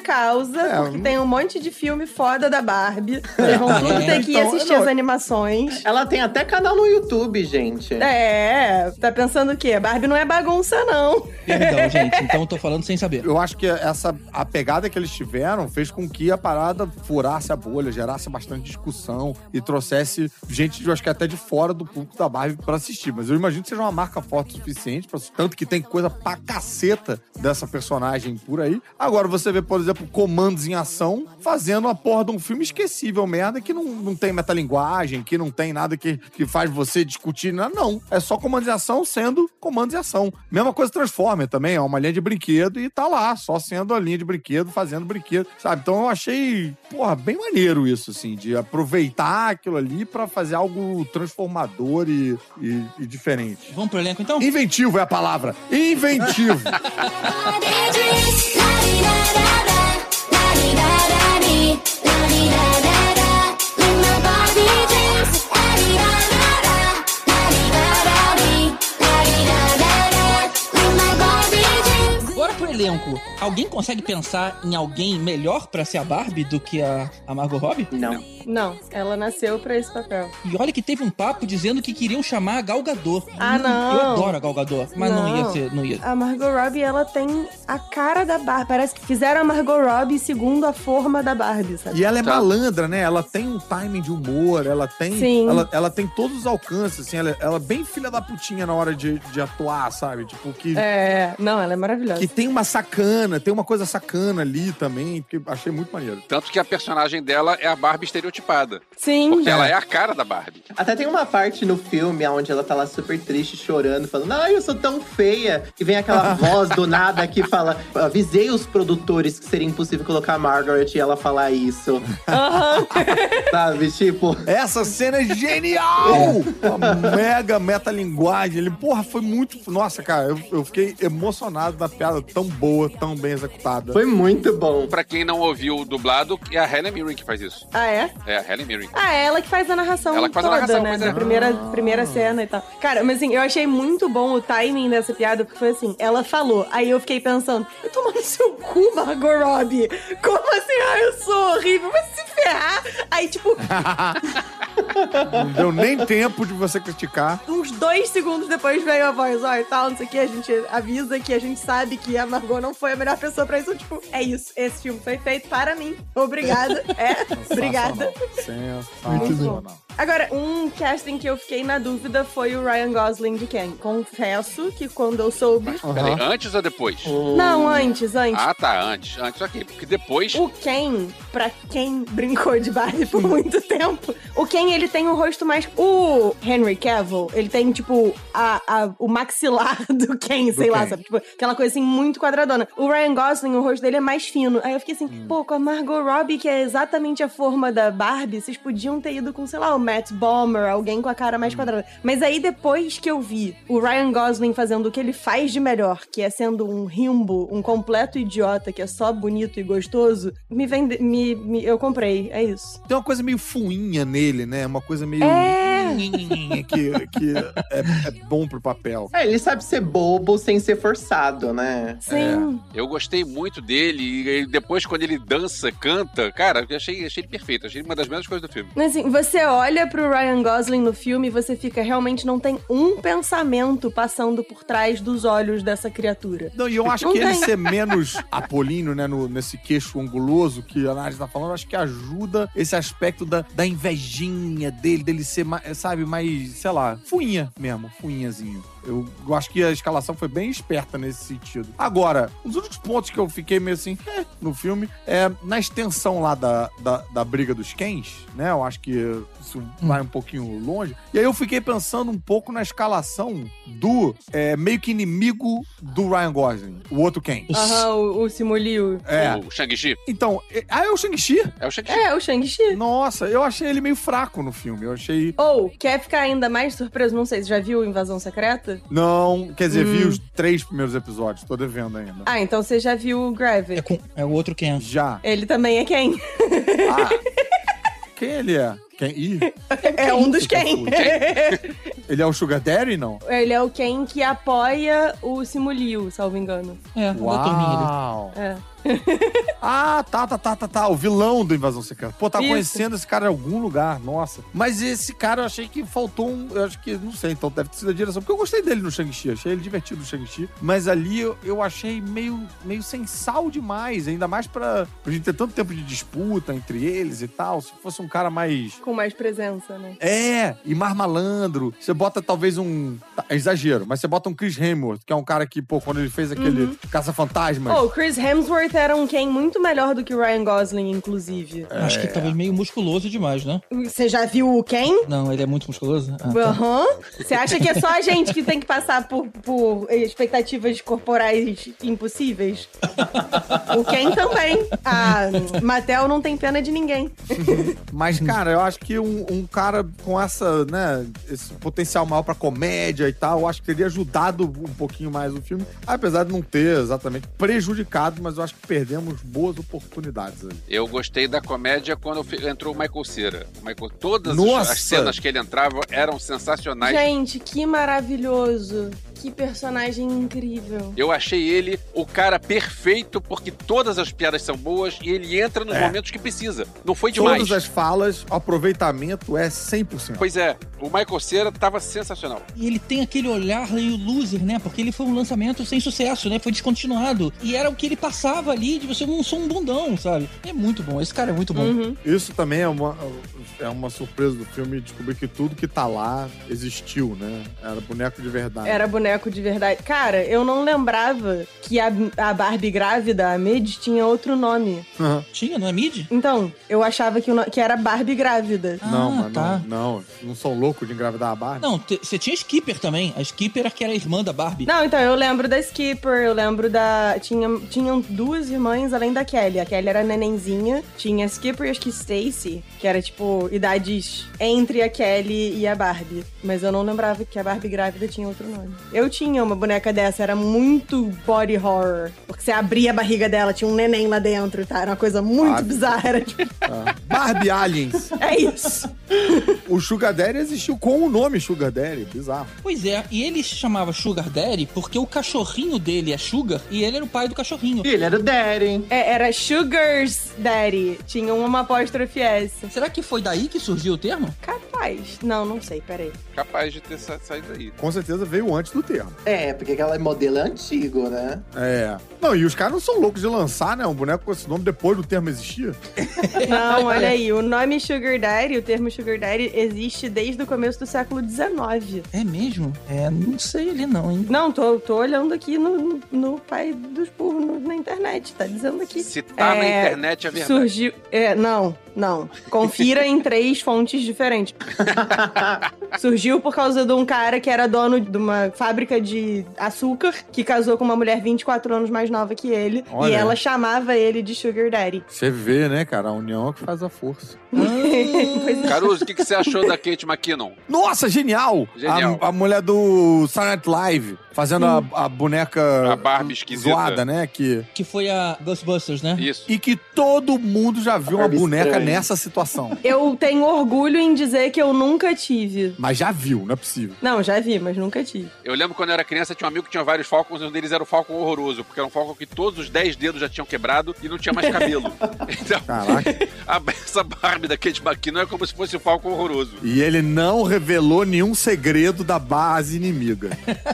S8: pausa, porque tem um monte de filme foda da Barbie. Vocês vão tudo ter que ir assistir as animações.
S10: Ela tem até canal no YouTube, gente.
S8: Tá pensando o quê? Barbie não é bagunça, não.
S6: Perdão, gente. Então eu tô falando sem saber.
S7: Eu acho que a pegada que eles tiveram fez com que a parada furasse a bolha, gerasse bastante discussão e trouxesse gente, eu acho que até de fora do público da Barbie pra assistir. Mas eu imagino que seja uma marca forte o suficiente, tanto que tem coisa pra caceta dessa personagem por aí. Agora você vê, por exemplo, Comandos em Ação fazendo a porra de um filme esquecível, merda, que não tem metalinguagem, que não tem nada que faz você discutir, não. É só Comandos em Ação sendo Comandos em Ação. Mesma coisa Transformer também, é uma linha de brinquedo e tá lá, só sendo a linha de brinquedo, fazendo brinquedo, sabe? Então eu achei, porra, bem maneiro isso, assim, de aproveitar aquilo ali pra fazer algo transformador e diferente.
S6: Vamos pro elenco, então?
S7: Inventivo é a palavra. Inventivo.
S6: Bora pro elenco. Alguém consegue pensar em alguém melhor pra ser a Barbie do que a Margot Robbie?
S8: Não, ela nasceu pra esse papel.
S6: E olha que teve um papo dizendo que queriam chamar a Gal Gadot.
S8: Não.
S6: Eu adoro a Gal Gadot, mas não ia.
S8: A Margot Robbie, ela tem a cara da Barbie. Parece que fizeram a Margot Robbie segundo a forma da Barbie, sabe?
S7: E ela é malandra, né? Ela tem um timing de humor, ela tem...
S8: Sim.
S7: Ela tem todos os alcances, assim. Ela é bem filha da putinha na hora de atuar, sabe? Tipo, que...
S8: Não, ela é maravilhosa.
S7: Que tem uma sacana, tem uma coisa sacana ali também, que achei muito maneiro.
S9: Tanto que a personagem dela é a Barbie estereotipada.
S8: Sim.
S9: Porque ela é a cara da Barbie.
S10: Até tem uma parte no filme onde ela tá lá super triste, chorando, falando, eu sou tão feia. E vem aquela voz do nada que fala, avisei os produtores que seria impossível colocar a Margaret e ela falar isso. Sabe, tipo...
S7: Essa cena é genial! Uma mega metalinguagem. Ele, porra, foi muito... Nossa, cara, eu fiquei emocionado da piada tão boa, tão bem executada.
S10: Foi muito bom.
S9: Pra quem não ouviu o dublado, é a Helen Mirren que faz isso.
S8: Ah, é?
S9: É a Helen Mirren.
S8: É ela que faz a narração
S9: ela que faz
S8: toda,
S9: a narração,
S8: né?
S9: da
S8: primeira cena e tal. Cara, mas assim, eu achei muito bom o timing dessa piada, porque foi assim, ela falou, aí eu fiquei pensando, toma no seu cu, Margot Robbie. Como assim? Eu sou horrível, mas se ferrar. Aí, tipo...
S7: Não deu nem tempo de você criticar.
S8: Uns 2 segundos depois veio a voz, e tal, não sei o que, a gente avisa que a gente sabe que a Margot não foi a melhor pessoa pra isso. Tipo, é isso, esse filme foi feito para mim. Obrigada. Obrigada.
S7: Sensacional.
S8: Agora, um casting que eu fiquei na dúvida foi o Ryan Gosling de Ken. Confesso que quando eu soube...
S9: Peraí, antes ou depois?
S8: Não, antes.
S9: Ah, tá, antes, ok. Porque depois...
S8: O Ken, pra quem brincou de Barbie por muito tempo, o Ken, ele tem um rosto mais... O Henry Cavill, ele tem, tipo, o maxilar do Ken, sei lá, sabe? Tipo, aquela coisa, assim, muito quadradona. O Ryan Gosling, o rosto dele é mais fino. Aí eu fiquei assim, pô, com a Margot Robbie, que é exatamente a forma da Barbie, vocês podiam ter ido com, sei lá, o Matt Bomer, alguém com a cara mais quadrada. Mas aí, depois que eu vi o Ryan Gosling fazendo o que ele faz de melhor, que é sendo um rimbo, um completo idiota, que é só bonito e gostoso, eu comprei, é isso.
S7: Tem uma coisa meio fuinha nele, né? Uma coisa meio... que é bom pro papel.
S10: Ele sabe ser bobo sem ser forçado, né?
S8: Sim.
S9: Eu gostei muito dele e depois quando ele dança, canta, cara, eu achei ele perfeito. Achei uma das melhores coisas do filme.
S8: Mas assim, você olha pro Ryan Gosling no filme e você fica, realmente não tem um pensamento passando por trás dos olhos dessa criatura.
S7: Não, e eu acho que ele ser menos apolíneo, né, nesse queixo anguloso que a Nádia tá falando, eu acho que ajuda esse aspecto da invejinha dele ser, sabe, mais, sei lá, fuinhazinho. Eu acho que a escalação foi bem esperta nesse sentido. Agora, os únicos pontos que eu fiquei meio assim, no filme, é na extensão lá da briga dos Kens, né? Eu acho que isso vai um pouquinho longe. E aí eu fiquei pensando um pouco na escalação do meio que inimigo do Ryan Gosling, o outro Ken.
S8: O Simu Liu.
S9: O Shang-Chi.
S7: Então, é o Shang-Chi?
S9: É o Shang-Chi.
S8: É o Shang-Chi.
S7: Nossa, eu achei ele meio fraco no filme. Eu achei...
S8: Quer ficar ainda mais surpreso? Não sei, você já viu Invasão Secreta?
S7: Não, quer dizer, vi os 3 primeiros episódios, tô devendo ainda.
S8: Ah, então você já viu o Gravity.
S6: É o outro Ken.
S7: Já.
S8: Ele também é Ken.
S7: Quem ele é? Quem?
S8: É um dos Ken.
S7: Ele é o Sugar Daddy, não?
S8: Ele é o Ken que apoia o Simu Liu, salvo engano.
S6: Da turminha ali.
S7: Ah, tá. O vilão do Invasão Secreta. Pô, tava conhecendo esse cara em algum lugar, nossa. Mas esse cara eu achei que faltou eu acho que, não sei, então deve ter sido a direção. Porque eu gostei dele no Shang-Chi, achei ele divertido no Shang-Chi. Mas ali eu achei meio sem sal demais, ainda mais pra gente ter tanto tempo de disputa entre eles e tal. Se fosse um cara mais...
S8: Com mais presença, né?
S7: E mais malandro. Você bota talvez é exagero, mas você bota um Chris Hemsworth, que é um cara que, pô, quando ele fez aquele Caça-Fantasmas...
S8: O Chris Hemsworth era um Ken muito melhor do que o Ryan Gosling, inclusive.
S6: Acho que talvez meio musculoso demais, né?
S8: Você já viu o Ken?
S6: Não, ele é muito musculoso.
S8: Você acha que é só a gente que tem que passar por expectativas corporais impossíveis? O Ken também. A Mattel não tem pena de ninguém.
S7: Mas, cara, eu acho que um cara com essa, né, esse potencial maior pra comédia e tal, eu acho que teria ajudado um pouquinho mais o filme, apesar de não ter exatamente prejudicado, mas eu acho que perdemos boas oportunidades ali.
S9: Eu gostei da comédia quando entrou o Michael Cera. Todas as cenas que ele entrava eram sensacionais.
S8: Gente, que maravilhoso. Que personagem incrível.
S9: Eu achei ele o cara perfeito, porque todas as piadas são boas e ele entra nos momentos que precisa. Não foi demais.
S7: Todas as falas, o aproveitamento é 100%.
S9: Pois é, o Michael Cera tava sensacional.
S6: E ele tem aquele olhar meio loser, né? Porque ele foi um lançamento sem sucesso, né? Foi descontinuado. E era o que ele passava ali, de você não sou um bundão, sabe? É muito bom, esse cara é muito bom.
S7: Isso também é uma surpresa do filme, descobrir que tudo que tá lá existiu, né? Era boneco de verdade.
S8: Era boneco de verdade. Cara, eu não lembrava que a Barbie grávida, a Mid, tinha outro nome.
S6: Tinha, não é Mid?
S8: Então, eu achava que era Barbie grávida.
S7: Não são loucos de engravidar a Barbie?
S6: Não, você tinha Skipper também. A Skipper que era a irmã da Barbie.
S8: Não, então, eu lembro da Skipper, eu lembro da... Tinham duas irmãs além da Kelly. A Kelly era nenenzinha. Tinha a Skipper e acho que Stacy, que era, tipo, idades entre a Kelly e a Barbie. Mas eu não lembrava que a Barbie grávida tinha outro nome. Eu tinha uma boneca dessa, era muito body horror. Porque você abria a barriga dela, tinha um neném lá dentro, tá? Era uma coisa muito bizarra. Era, tipo...
S7: Barbie Aliens.
S8: É isso.
S7: O Sugar Daddy existiu com o nome Sugar Daddy, bizarro.
S6: Pois é, e ele se chamava Sugar Daddy porque o cachorrinho dele é Sugar e ele era o pai do cachorrinho.
S10: E ele era o Daddy.
S8: Era Sugar's Daddy. Tinha uma apóstrofe S.
S6: Será que foi daí que surgiu o termo?
S8: Capaz. Não sei, peraí.
S9: Capaz de ter saído daí.
S7: Com certeza veio antes do termo.
S10: Porque aquela modelo é antigo, né?
S7: Não, e os caras não são loucos de lançar, né? Um boneco com esse nome depois do termo existir.
S8: Não, olha aí. O nome Sugar Daddy, o termo Sugar Daddy, existe desde o começo do século XIX.
S6: É mesmo? Não sei ali não, hein?
S8: Não, tô olhando aqui no Pai dos Burros na internet. Tá dizendo aqui.
S9: Se tá na internet é verdade.
S8: Surgiu... Não. Confira em 3 fontes diferentes. Surgiu por causa de um cara que era dono de uma fábrica de açúcar, que casou com uma mulher 24 anos mais nova que ele.
S7: Olha.
S8: E ela chamava ele de Sugar Daddy.
S7: Você vê, né, cara? A união é que faz a força.
S9: Caruso, o que você achou da Kate McKinnon?
S7: Nossa, genial! A mulher do Saturday Night Live, fazendo a boneca...
S9: A Barbie esquisita.
S7: Zoada, né?
S6: Que foi a Ghostbusters, né?
S9: Isso.
S7: E que todo mundo já viu uma boneca nessa situação.
S8: Eu tenho orgulho em dizer que eu nunca tive.
S7: Mas já viu, não é possível.
S8: Não, já vi, mas nunca tive.
S9: Eu lembro quando eu era criança, tinha um amigo que tinha vários Falcons, e um deles era o Falcon horroroso, porque era um Falcon que todos os 10 dedos já tinham quebrado e não tinha mais cabelo. Então,
S7: caraca.
S9: Essa Barbie da Kate McKinnon é como se fosse o Falcon horroroso.
S7: E ele não revelou nenhum segredo da base inimiga.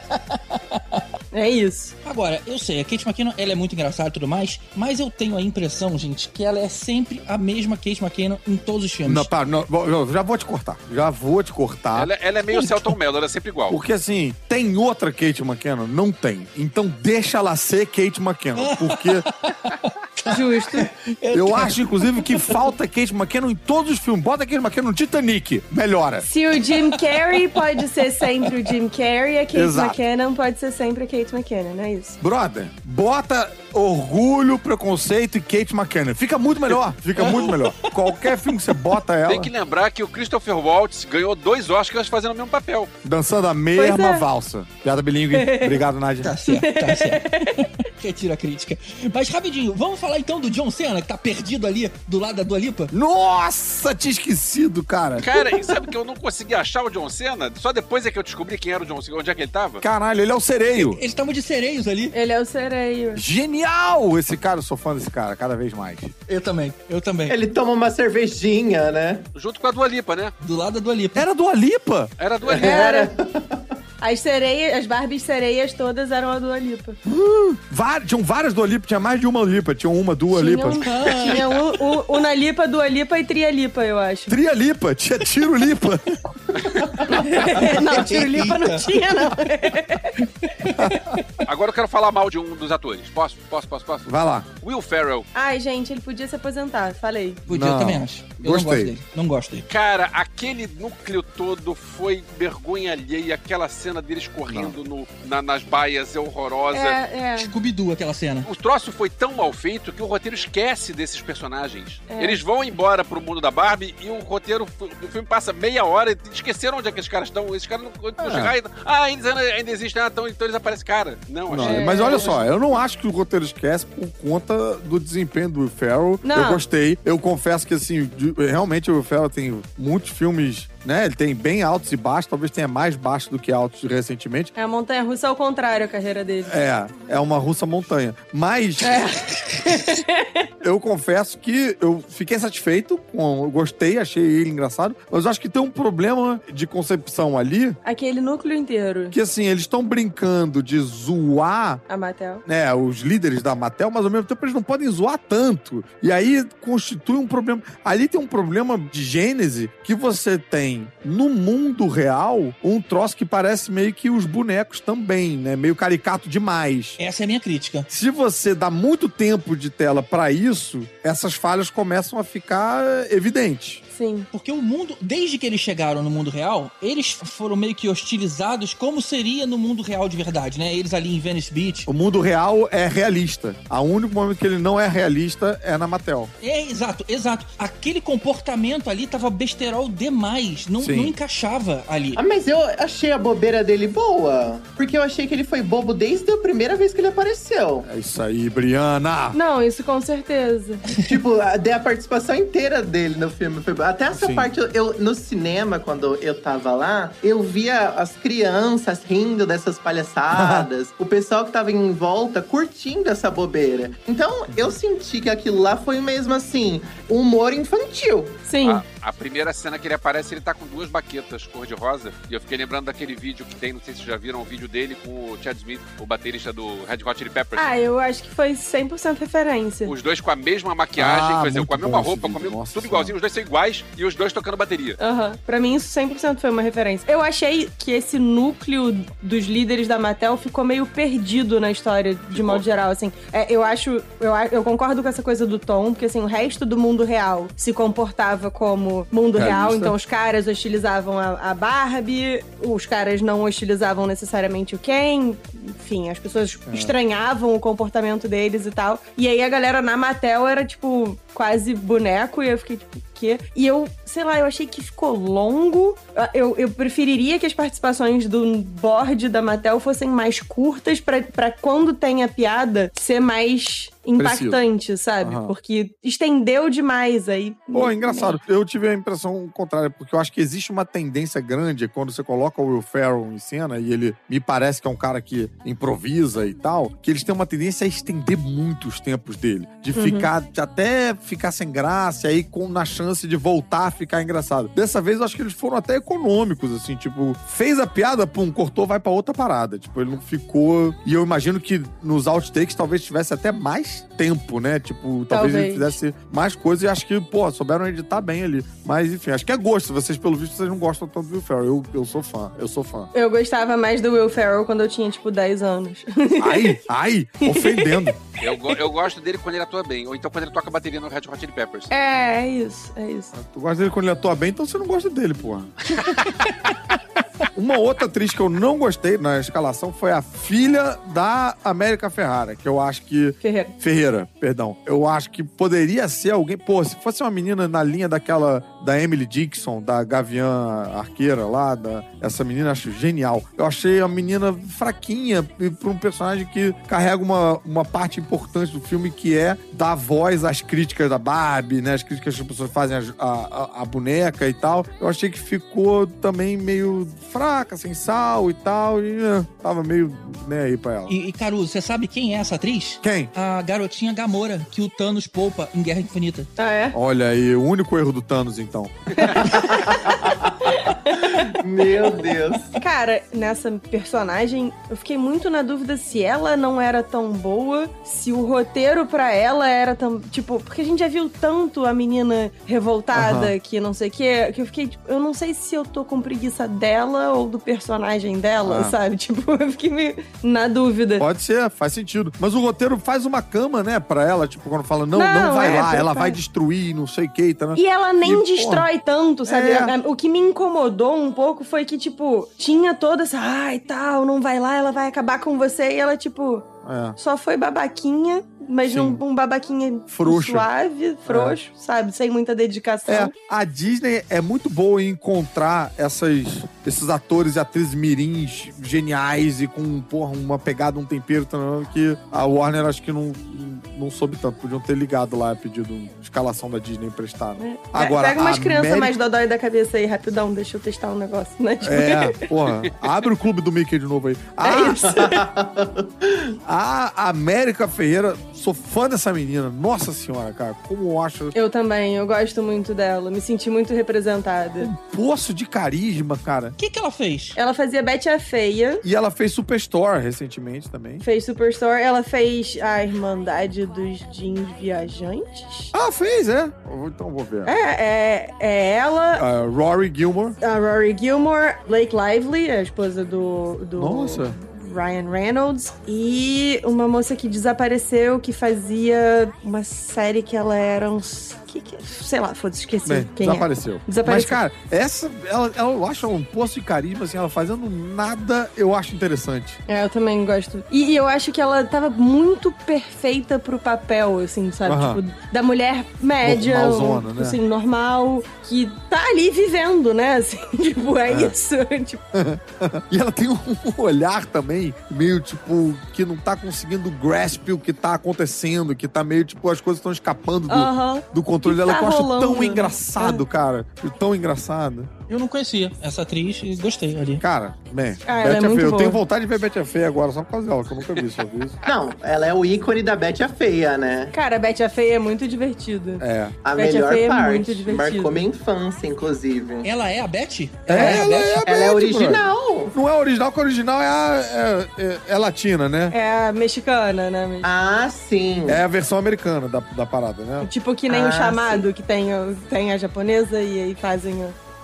S8: É isso.
S6: Agora, eu sei, a Kate McKinnon, ela é muito engraçada e tudo mais, mas eu tenho a impressão, gente, que ela é sempre a mesma Kate McKinnon em todos os filmes.
S7: Não, já vou te cortar.
S9: Ela é meio Celton Mello, ela é sempre igual.
S7: Porque assim, tem outra Kate McKinnon? Não tem. Então deixa ela ser Kate McKinnon, porque...
S8: Justo.
S7: Eu acho, inclusive, que falta Kate McKinnon em todos os filmes. Bota a Kate McKinnon no Titanic. Melhora.
S8: Se o Jim Carrey pode ser sempre o Jim Carrey, a Kate McKinnon pode ser sempre a Kate McKinnon, não é isso?
S7: Brother, bota Orgulho, Preconceito e Kate McKinnon. Fica muito melhor. Qualquer filme que você bota ela...
S9: Tem que lembrar que o Christopher Waltz ganhou 2 Oscars fazendo o mesmo papel.
S7: Dançando a mesma valsa. Piada bilíngue. Obrigado, Nádia.
S6: Tá certo. retiro a crítica. Mas rapidinho, vamos falar então do John Cena, que tá perdido ali do lado da Dua Lipa?
S7: Nossa, tinha esquecido, cara.
S9: Cara, e sabe que eu não consegui achar o John Cena? Só depois é que eu descobri quem era o John Cena, onde é que ele tava?
S7: Caralho, ele é o sereio.
S6: Eles estavam de sereios ali.
S8: Ele é o sereio.
S7: Genial esse cara, eu sou fã desse cara, cada vez mais.
S6: Eu também.
S10: Ele toma uma cervejinha, né?
S9: Junto com a Dua Lipa, né?
S6: Do lado da Dua Lipa.
S7: Era a Dua Lipa?
S9: Era a Dua Lipa.
S8: Era. As sereias, as Barbies sereias todas eram a Dua Lipa.
S7: Tinham várias Dua Lipa, tinha mais de uma Lipa. Tinha uma Dua Lipa.
S8: Tinha Una Lipa, Dua Lipa e Tria Lipa, eu acho.
S7: Tria Lipa, tinha Tiro Lipa.
S8: Não, Tiro Lipa não tinha, não.
S9: Agora eu quero falar mal de um dos atores. Posso?
S7: Vai lá.
S9: Will Ferrell.
S8: Ai, gente, ele podia se aposentar, falei.
S6: Podia, eu também acho. Eu
S7: Gostei.
S6: não gosto dele.
S9: Cara, aquele núcleo todo foi vergonha alheia. Aquela cena deles correndo nas baias é horrorosa.
S6: Scooby-Doo, aquela cena.
S9: O troço foi tão mal feito que o roteiro esquece desses personagens. Eles vão embora pro mundo da Barbie e o roteiro do filme passa meia hora e esqueceram onde é que esses caras estão. Esses caras não chegaram. Eles ainda existem, então eles aparecem. Cara, não, achei.
S7: Mas olha só, eu não acho que o roteiro esquece por conta do desempenho do Will Ferrell.
S8: Não.
S7: Eu gostei. Eu confesso que, assim, realmente o Will Ferrell tem muitos filmes, né? Ele tem bem altos e baixos, talvez tenha mais baixos do que altos recentemente.
S8: É a montanha-russa ao contrário, a carreira dele.
S7: É uma russa montanha. Mas eu confesso que eu fiquei satisfeito, eu gostei, achei ele engraçado, mas eu acho que tem um problema de concepção ali.
S8: Aquele núcleo inteiro.
S7: Que, assim, eles estão brincando de zoar
S8: a Mattel,
S7: os líderes da Mattel, mas ao mesmo tempo eles não podem zoar tanto. E aí constitui um problema. Ali tem um problema de gênese que você tem no mundo real um troço que parece meio que os bonecos também, né? Meio caricato demais.
S6: Essa é a minha crítica.
S7: Se você dá muito tempo de tela pra isso, essas falhas começam a ficar evidentes.
S8: Sim.
S6: Porque o mundo, desde que eles chegaram no mundo real, eles foram meio que hostilizados como seria no mundo real de verdade, né? Eles ali em Venice Beach.
S7: O mundo real é realista. O único momento que ele não é realista é na Mattel.
S6: Exato. Aquele comportamento ali tava besterol demais. Não encaixava ali.
S10: Mas eu achei a bobeira dele boa. Porque eu achei que ele foi bobo desde a primeira vez que ele apareceu.
S7: É isso aí, Briana!
S8: Não, isso com certeza.
S10: Tipo, a participação inteira dele no filme foi boa. Até essa parte, no cinema, quando eu tava lá, eu via as crianças rindo dessas palhaçadas, o pessoal que tava em volta curtindo essa bobeira. Então, eu senti que aquilo lá foi mesmo, assim, humor infantil.
S8: Sim.
S9: A primeira cena que ele aparece, ele tá com 2 baquetas cor-de-rosa. E eu fiquei lembrando daquele vídeo que tem, não sei se vocês já viram, o vídeo dele com o Chad Smith, o baterista do Red Hot Chili Peppers.
S8: Eu acho que foi 100% referência.
S9: Os dois com a mesma maquiagem, quer dizer, com a mesma roupa, tudo igualzinho, os dois são iguais e os dois tocando bateria.
S8: Pra mim, isso 100% foi uma referência. Eu achei que esse núcleo dos líderes da Mattel ficou meio perdido na história, de modo geral, assim. Eu concordo com essa coisa do Tom, porque, assim, o resto do mundo real se comportava como mundo real, então os caras hostilizavam a Barbie, os caras não hostilizavam necessariamente o Ken, enfim, as pessoas estranhavam o comportamento deles e tal. E aí a galera na Mattel era, tipo, quase boneco, e eu fiquei, tipo, o quê? E eu, sei lá, eu achei que ficou longo. Eu preferiria que as participações do board da Mattel fossem mais curtas pra quando tem a piada ser mais impactante, sabe? Porque estendeu demais aí.
S7: Pô, engraçado. Eu tive a impressão contrária, porque eu acho que existe uma tendência grande quando você coloca o Will Ferrell em cena, e ele me parece que é um cara que improvisa e tal, que eles têm uma tendência a estender muito os tempos dele. De até ficar sem graça, e aí na chance de voltar a ficar engraçado. Dessa vez, eu acho que eles foram até econômicos, assim, tipo, fez a piada, pum, cortou, vai pra outra parada. Tipo, ele não ficou... E eu imagino que nos outtakes talvez tivesse até mais tempo, né? Tipo, talvez ele fizesse mais coisas, e acho que, pô, souberam editar bem ali. Mas, enfim, acho que é gosto. Vocês, pelo visto, vocês não gostam tanto do Will Ferrell. Eu sou fã.
S8: Eu gostava mais do Will Ferrell quando eu tinha, tipo, 10 anos.
S7: Ai, ofendendo.
S9: Eu gosto dele quando ele atua bem, ou então quando ele toca bateria no Red Hot Chili Peppers.
S8: É isso.
S7: Tu gosta dele quando ele atua bem, então você não gosta dele, porra. Uma outra atriz que eu não gostei na escalação foi a filha da América Ferrara, que eu acho que... Ferreira, perdão. Eu acho que poderia ser alguém... Pô, se fosse uma menina na linha daquela da Emily Dickinson, da Gavião Arqueira lá, essa menina, acho genial. Eu achei a menina fraquinha pra um personagem que carrega uma parte importante do filme, que é dar voz às críticas da Barbie, né? As críticas que as pessoas fazem a boneca e tal. Eu achei que ficou também meio fraca, sem sal e tal, e tava meio nem aí pra ela.
S6: E Caruso, você sabe quem é essa atriz?
S7: Quem?
S6: A garotinha Gamora, que o Thanos poupa em Guerra Infinita.
S8: Ah, é?
S7: Olha aí, o único erro do Thanos, então.
S10: Meu Deus.
S8: Cara, nessa personagem, eu fiquei muito na dúvida se ela não era tão boa, se o roteiro pra ela era tão... Tipo, porque a gente já viu tanto a menina revoltada, que não sei o quê, que eu fiquei, tipo, eu não sei se eu tô com preguiça dela ou do personagem dela, sabe? Tipo, eu fiquei meio na dúvida.
S7: Pode ser, faz sentido. Mas o roteiro faz uma cama, né, pra ela, tipo, quando fala, não vai lá, ela vai destruir, não sei o que, tá, né?
S8: E ela nem destrói tanto, sabe? O que me incomodou um pouco foi que, tipo, tinha toda essa, tal, não vai lá, ela vai acabar com você, e ela, tipo, só foi babaquinha, mas um babaquinha
S7: frouxo.
S8: Suave, frouxo, sabe? Sem muita dedicação.
S7: A Disney é muito boa em encontrar esses atores e atrizes mirins geniais e com, uma pegada, um tempero também, que a Warner acho que não soube tanto. Podiam ter ligado lá, pedido escalação da Disney emprestada. Agora,
S8: pega umas crianças mais dodói da cabeça aí, rapidão, deixa eu testar um negócio, né? Tipo...
S7: abre o clube do Mickey de novo aí.
S8: Isso.
S7: A América Ferreira, sou fã dessa menina. Nossa senhora, cara, como eu acho...
S8: Eu também, eu gosto muito dela, me senti muito representada.
S7: Um poço de carisma, cara.
S6: O que ela fez?
S8: Ela fazia Betty a Feia.
S7: E ela fez Superstore recentemente também.
S8: Fez Superstore, ela fez a Irmandade dos Jeans Viajantes.
S7: Ah, fez, então vou ver.
S8: É ela...
S7: Rory Gilmore.
S8: A Rory Gilmore, Blake Lively, a esposa do
S7: Nossa...
S8: Ryan Reynolds, e uma moça que desapareceu, que fazia uma série que ela era uns... sei lá, foda-se, esqueci quem
S7: desapareceu. Mas, cara, ela eu acho um poço de carisma, assim, ela fazendo nada, eu acho interessante.
S8: Eu também gosto. E eu acho que ela tava muito perfeita pro papel, assim, sabe? Tipo, da mulher média,
S7: normalzona, né?
S8: Assim, normal, que tá ali vivendo, né? Assim, tipo, isso. Tipo...
S7: E ela tem um olhar também, meio, tipo, que não tá conseguindo grasp o que tá acontecendo, que tá meio, tipo, as coisas estão escapando do controle dela, que eu acho tão engraçado, cara. Tão engraçado.
S6: Eu não conhecia essa atriz e gostei ali.
S7: Cara,
S8: Betty a Feia.
S7: Eu tenho vontade de ver Betty a Feia agora, só por causa dela, que eu nunca vi isso.
S10: Não, ela é o ícone da Betty a Feia, né?
S8: Cara, a Betty a Feia é muito divertida.
S10: A
S8: Betty
S10: melhor
S8: a Feia
S10: parte.
S8: É muito divertida.
S10: Marcou minha infância, inclusive.
S6: Ela é a Betty?
S10: Ela é original.
S7: Não é original, porque a original é latina, né?
S8: É a mexicana, né?
S10: Ah, sim.
S7: É a versão americana da parada, né?
S8: Tipo que nem o Chamado, que tem a japonesa e aí fazem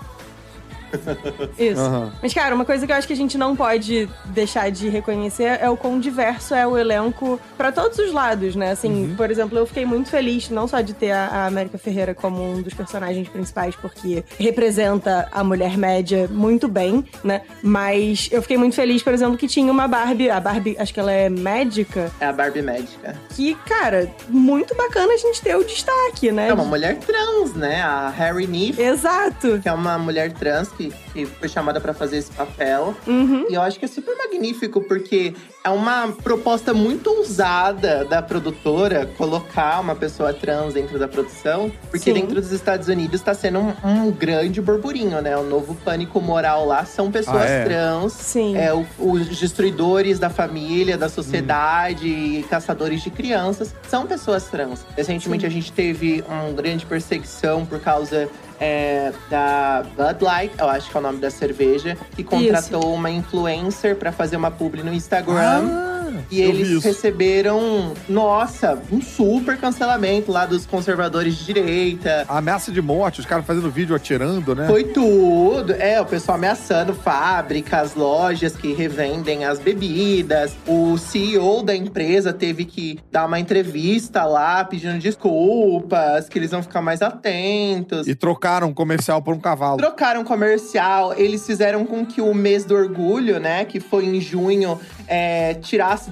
S8: Isso. Mas, cara, uma coisa que eu acho que a gente não pode deixar de reconhecer é o quão diverso é o elenco pra todos os lados, né? Assim, por exemplo, eu fiquei muito feliz não só de ter a América Ferreira como um dos personagens principais, porque representa a mulher média muito bem, né? Mas eu fiquei muito feliz, por exemplo, que tinha uma Barbie. A Barbie, acho que ela é médica.
S10: É a Barbie médica.
S8: Que, cara, muito bacana a gente ter o destaque, né?
S10: É uma mulher trans, né? A Harry Neef.
S8: Exato.
S10: Que é uma mulher trans que foi chamada pra fazer esse papel. E eu acho que é super magnífico, porque é uma proposta muito ousada da produtora colocar uma pessoa trans dentro da produção. Porque dentro dos Estados Unidos tá sendo um grande burburinho, né? O novo pânico moral lá são pessoas trans.
S8: Sim.
S10: Os destruidores da família, da sociedade, caçadores de crianças, são pessoas trans. Recentemente a gente teve uma grande perseguição por causa da Bud Light, eu acho que é o nome da cerveja, que contratou uma influencer pra fazer uma publi no Instagram. E eles receberam, um super cancelamento lá dos conservadores de direita.
S7: A ameaça de morte, os caras fazendo vídeo atirando, né?
S10: Foi tudo. O pessoal ameaçando fábricas, lojas que revendem as bebidas. O CEO da empresa teve que dar uma entrevista lá, pedindo desculpas, que eles vão ficar mais atentos.
S7: E trocaram um comercial por um cavalo.
S10: Trocaram comercial. Eles fizeram com que o mês do orgulho, né, que foi em junho, tirasse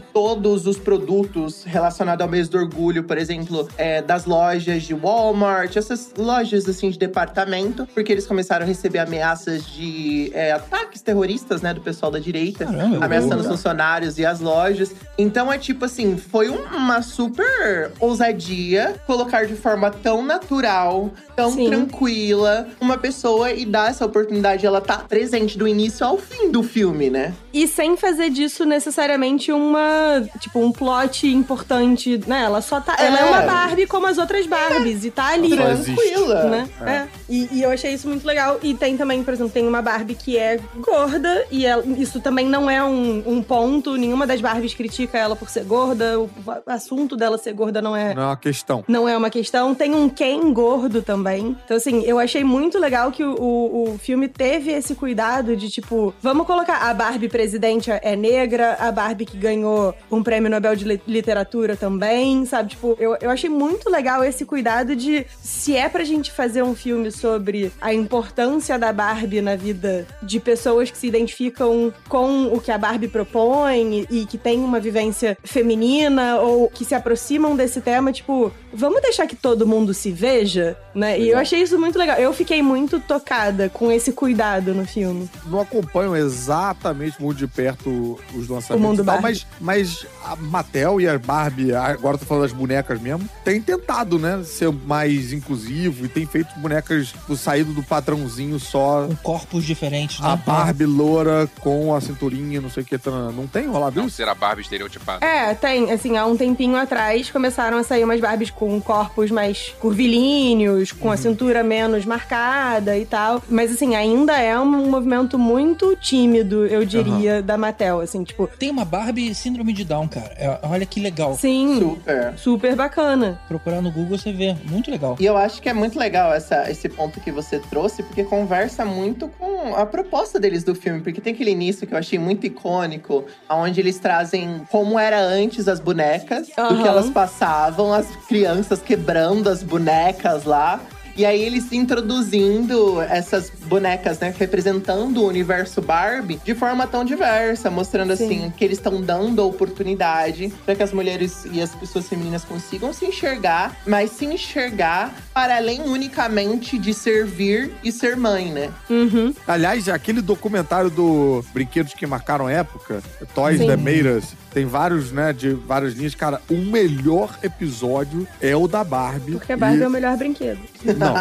S10: todos os produtos relacionados ao mês do orgulho, por exemplo, das lojas de Walmart, essas lojas, assim, de departamento, porque eles começaram a receber ameaças de ataques terroristas, né, do pessoal da direita, ameaçando os funcionários e as lojas. Então, tipo assim, foi uma super ousadia colocar de forma tão natural, tão tranquila, uma pessoa e dar essa oportunidade, ela tá presente do início ao fim do filme, né?
S8: E sem fazer disso necessariamente um plot importante, né? Ela só tá. Ela é uma Barbie como as outras Barbies. E tá ali.
S10: Tranquila.
S8: Né? E eu achei isso muito legal. E tem também, por exemplo, tem uma Barbie que é gorda. E isso também não é um ponto. Nenhuma das Barbies critica ela por ser gorda. O assunto dela ser gorda não é uma questão. Não é uma questão. Tem um Ken gordo também. Então, assim, eu achei muito legal que o filme teve esse cuidado de, tipo, vamos colocar a Barbie presidente é negra, a Barbie que ganhou um prêmio Nobel de literatura também, sabe? Tipo, eu achei muito legal esse cuidado de, se é pra gente fazer um filme sobre a importância da Barbie na vida de pessoas que se identificam com o que a Barbie propõe e que tem uma vivência feminina ou que se aproximam desse tema, tipo, vamos deixar que todo mundo se veja, né? E eu achei isso muito legal. Eu fiquei muito tocada com esse cuidado no filme.
S7: Não acompanho exatamente muito de perto os lançamentos e tal, mas a Mattel e a Barbie, agora eu tô falando das bonecas mesmo, tem tentado, né, ser mais inclusivo e tem feito bonecas saído do padrãozinho só.
S6: Com corpos diferentes, né?
S7: A Barbie loura com a cinturinha, não sei o que. Não tem rolado isso?
S9: Não ser a Barbie estereotipada.
S8: Tem. Assim, há um tempinho atrás começaram a sair umas Barbies com corpos mais curvilíneos, com a cintura menos marcada e tal. Mas, assim, ainda é um movimento muito tímido, eu diria, da Mattel, assim, tipo...
S6: Tem uma Barbie síndrome de Down, cara. Olha que legal.
S8: Sim. Super bacana.
S6: Procurar no Google, você vê. Muito legal.
S10: E eu acho que é muito legal esse ponto que você trouxe, porque conversa muito com a proposta deles do filme. Porque tem aquele início que eu achei muito icônico, onde eles trazem como era antes as bonecas, do que elas passavam, as crianças quebrando as bonecas lá. E aí eles introduzindo essas bonecas, né, representando o universo Barbie de forma tão diversa, mostrando assim que eles estão dando a oportunidade para que as mulheres e as pessoas femininas consigam se enxergar, mas se enxergar para além unicamente de servir e ser mãe, né?
S7: Aliás, aquele documentário do Brinquedos que Marcaram Época, Toys That Made Us, tem vários, né, de várias linhas. Cara, o melhor episódio é o da Barbie.
S8: Porque a Barbie é o melhor brinquedo.
S7: Não.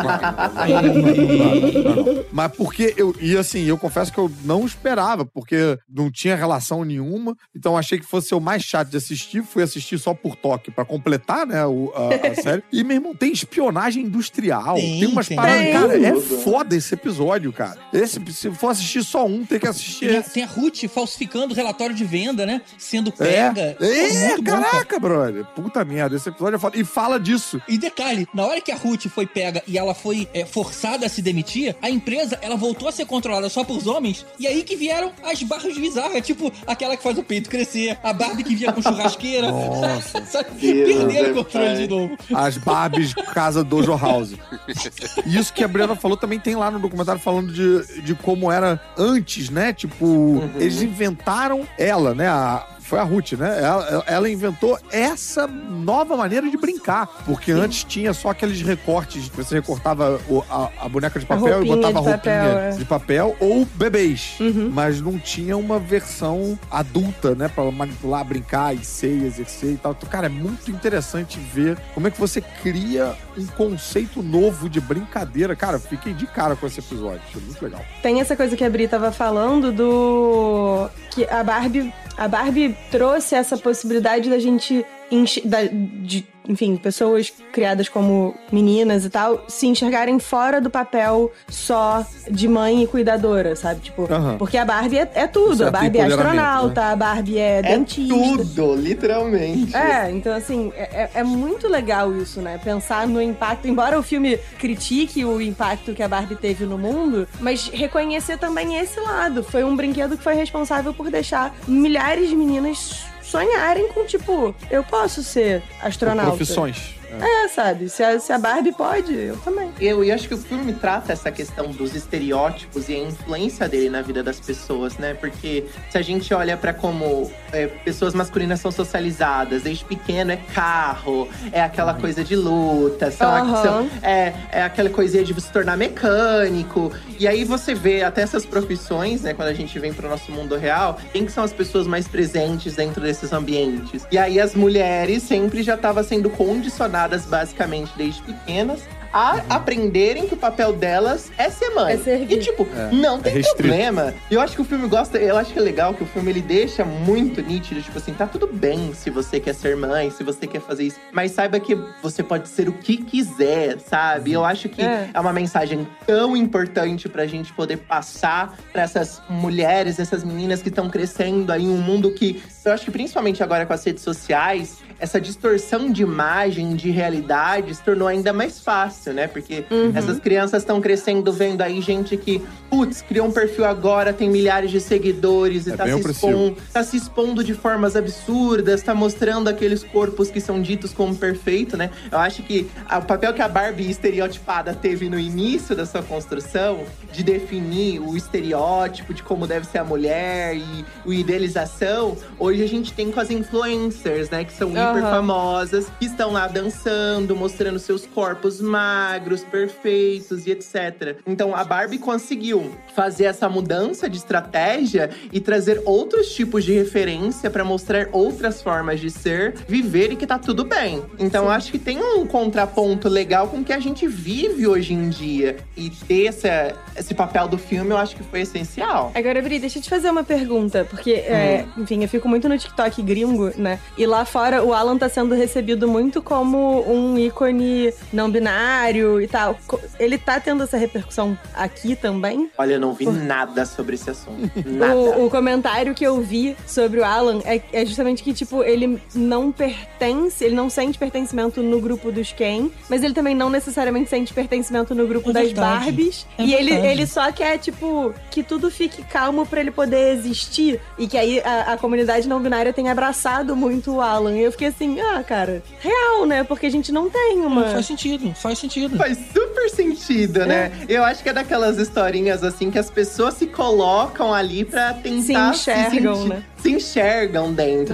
S7: Mas porque eu confesso que eu não esperava, porque não tinha relação nenhuma. Então achei que fosse o mais chato de assistir. Fui assistir só por toque, pra completar, né, a série. E, meu irmão, tem espionagem industrial. Tem umas paradas. Cara, é foda esse episódio, cara. Se for assistir só um, tem que assistir.
S6: Tem a Ruth falsificando o relatório de venda, né? Sendo pega. Muito
S7: caraca, bom, brother. Puta merda, esse episódio é foda. E fala disso.
S6: E detalhe, na hora que a Ruth foi pega e ela foi forçada a se demitir, a empresa, ela voltou a ser controlada só por homens, e aí que vieram as Barbies bizarras, tipo aquela que faz o peito crescer, a Barbie que vinha com churrasqueira.
S7: Nossa.
S6: Perderam o controle de novo.
S7: As Barbies Casa Dojo House. Isso que a Briana falou também tem lá no documentário, falando de como era antes, né? Tipo, eles inventaram ela, né? Foi a Ruth, né? Ela inventou essa nova maneira de brincar. Porque antes tinha só aqueles recortes. Você recortava a boneca de papel e botava a roupinha de papel. Ou bebês. Mas não tinha uma versão adulta, né? Pra manipular, brincar e ser, exercer e tal. Então, cara, é muito interessante ver como é que você cria um conceito novo de brincadeira. Cara, fiquei de cara com esse episódio. Achei muito legal.
S8: Tem essa coisa que a Bri tava falando que a Barbie trouxe essa possibilidade da gente enfim, pessoas criadas como meninas e tal, se enxergarem fora do papel só de mãe e cuidadora, sabe? Tipo, porque a Barbie é tudo. A Barbie é astronauta, né? A Barbie é dentista.
S10: Tudo, literalmente.
S8: Então assim, é muito legal isso, né? Pensar no impacto, embora o filme critique o impacto que a Barbie teve no mundo, mas reconhecer também esse lado. Foi um brinquedo que foi responsável por deixar milhares de meninas sonharem com, tipo, eu posso ser astronauta.
S7: Profissões.
S8: Sabe? Se a Barbie pode, eu também.
S10: eu acho que o filme trata essa questão dos estereótipos e a influência dele na vida das pessoas, né? Porque se a gente olha pra como pessoas masculinas são socializadas, desde pequeno é carro, é aquela coisa de luta, é aquela coisinha de se tornar mecânico. E aí você vê até essas profissões, né? Quando a gente vem pro nosso mundo real, quem que são as pessoas mais presentes dentro desses ambientes? E aí as mulheres sempre já estavam sendo condicionadas, basicamente, desde pequenas, a aprenderem que o papel delas é ser mãe.
S8: É servir.
S10: E tipo, não tem problema. Eu acho que o filme eu acho que é legal que o filme ele deixa muito nítido, tipo assim, tá tudo bem se você quer ser mãe, se você quer fazer isso, mas saiba que você pode ser o que quiser, sabe? Eu acho que é uma mensagem tão importante pra gente poder passar pra essas mulheres, essas meninas que estão crescendo aí em um mundo que, eu acho que principalmente agora com as redes sociais, essa distorção de imagem, de realidade, se tornou ainda mais fácil, né? Porque essas crianças estão crescendo vendo aí gente que, criou um perfil agora, tem milhares de seguidores e tá se expondo de formas absurdas, tá mostrando aqueles corpos que são ditos como perfeito, né? Eu acho que o papel que a Barbie estereotipada teve no início da sua construção, de definir o estereótipo de como deve ser a mulher e a idealização, hoje a gente tem com as influencers, né? Que são hiper famosas, que estão lá dançando, mostrando seus corpos magros, perfeitos e etc. Então a Barbie conseguiu fazer essa mudança de estratégia e trazer outros tipos de referência pra mostrar outras formas de ser, viver e que tá tudo bem. Então eu acho que tem um contraponto legal com o que a gente vive hoje em dia. E ter esse papel do filme, eu acho que foi essencial.
S8: Agora, Bri, deixa eu te fazer uma pergunta. Porque, enfim, eu fico muito no TikTok gringo, né? E lá fora, o Alan tá sendo recebido muito como um ícone não binário e tal. Ele tá tendo essa repercussão aqui também?
S10: Olha, eu não vi nada sobre esse assunto. Nada.
S8: O comentário que eu vi sobre o Alan é justamente que, tipo, ele não pertence, ele não sente pertencimento no grupo dos Ken, mas ele também não necessariamente sente pertencimento no grupo das Barbies. E ele só quer, tipo, que tudo fique calmo pra ele poder existir. E que aí a comunidade não binária tem abraçado muito o Alan. E eu fiquei assim, cara, real, né? Porque a gente não tem uma…
S6: Faz sentido.
S10: Faz super sentido, né? Eu acho que é daquelas historinhas, assim, que as pessoas se colocam ali pra tentar se enxergam dentro.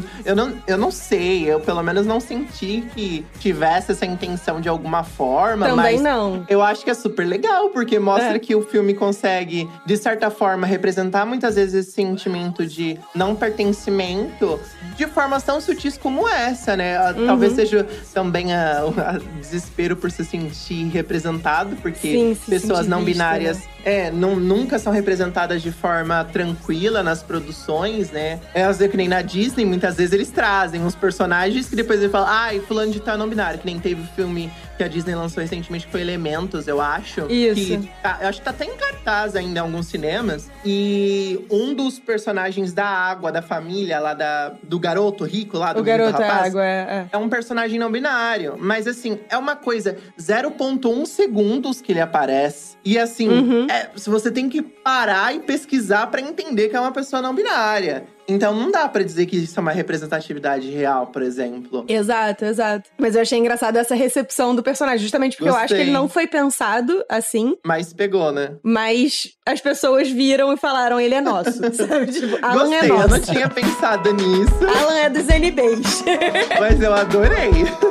S10: Eu não sei, eu pelo menos não senti que tivesse essa intenção de alguma forma.
S8: Também
S10: mas
S8: não.
S10: Eu acho que é super legal, porque mostra que o filme consegue, de certa forma, representar muitas vezes esse sentimento de não pertencimento de formas tão sutis como essa, né? Talvez seja também o desespero por se sentir representado, porque pessoas não binárias nunca são representadas de forma tranquila nas produções, né? Que nem na Disney, muitas vezes eles trazem uns personagens que depois ele fala, fulano de tal não binário, que nem teve o filme que a Disney lançou recentemente, que foi Elementos, eu acho.
S8: Isso.
S10: Eu acho que tá até em cartaz ainda em alguns cinemas. E um dos personagens da água, da família lá do garoto rico lá, do
S8: garoto
S10: rapaz,
S8: água,
S10: é um personagem não binário. Mas assim, é uma coisa, 0,1 segundos que ele aparece. E assim, você tem que parar e pesquisar pra entender que é uma pessoa não binária. Então não dá pra dizer que isso é uma representatividade real, por exemplo.
S8: Exato. Mas eu achei engraçado essa recepção do personagem, justamente porque eu acho que ele não foi pensado assim.
S10: Mas pegou, né?
S8: Mas as pessoas viram e falaram, ele é nosso, sabe? Tipo, Alan
S10: Gostei,
S8: é nosso.
S10: Eu não tinha pensado nisso.
S8: Alan é dos NBs.
S10: Mas eu adorei.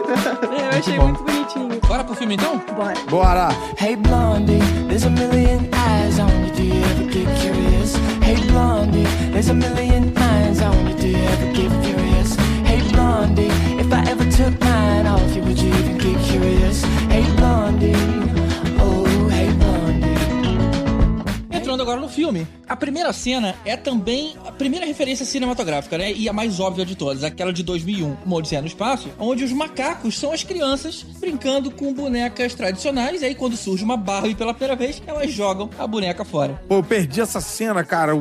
S8: Eu achei muito bonitinho.
S6: Bora pro filme, então?
S7: Bora!
S4: Hey Blondie, there's a million eyes on you, do you ever get curious? Hey Blondie, there's a million eyes on you, do you ever get furious? Hey Blondie, if I ever took mine off you, would you even get curious? Hey Blondie, oh hey Blondie.
S6: Entrando agora no filme. A primeira cena é também a primeira referência cinematográfica, né? E a mais óbvia de todas, aquela de 2001, Uma Odisseia no Espaço, onde os macacos são as crianças brincando com bonecas tradicionais. E aí, quando surge uma Barbie pela primeira vez, elas jogam a boneca fora.
S7: Pô, eu perdi essa cena, cara.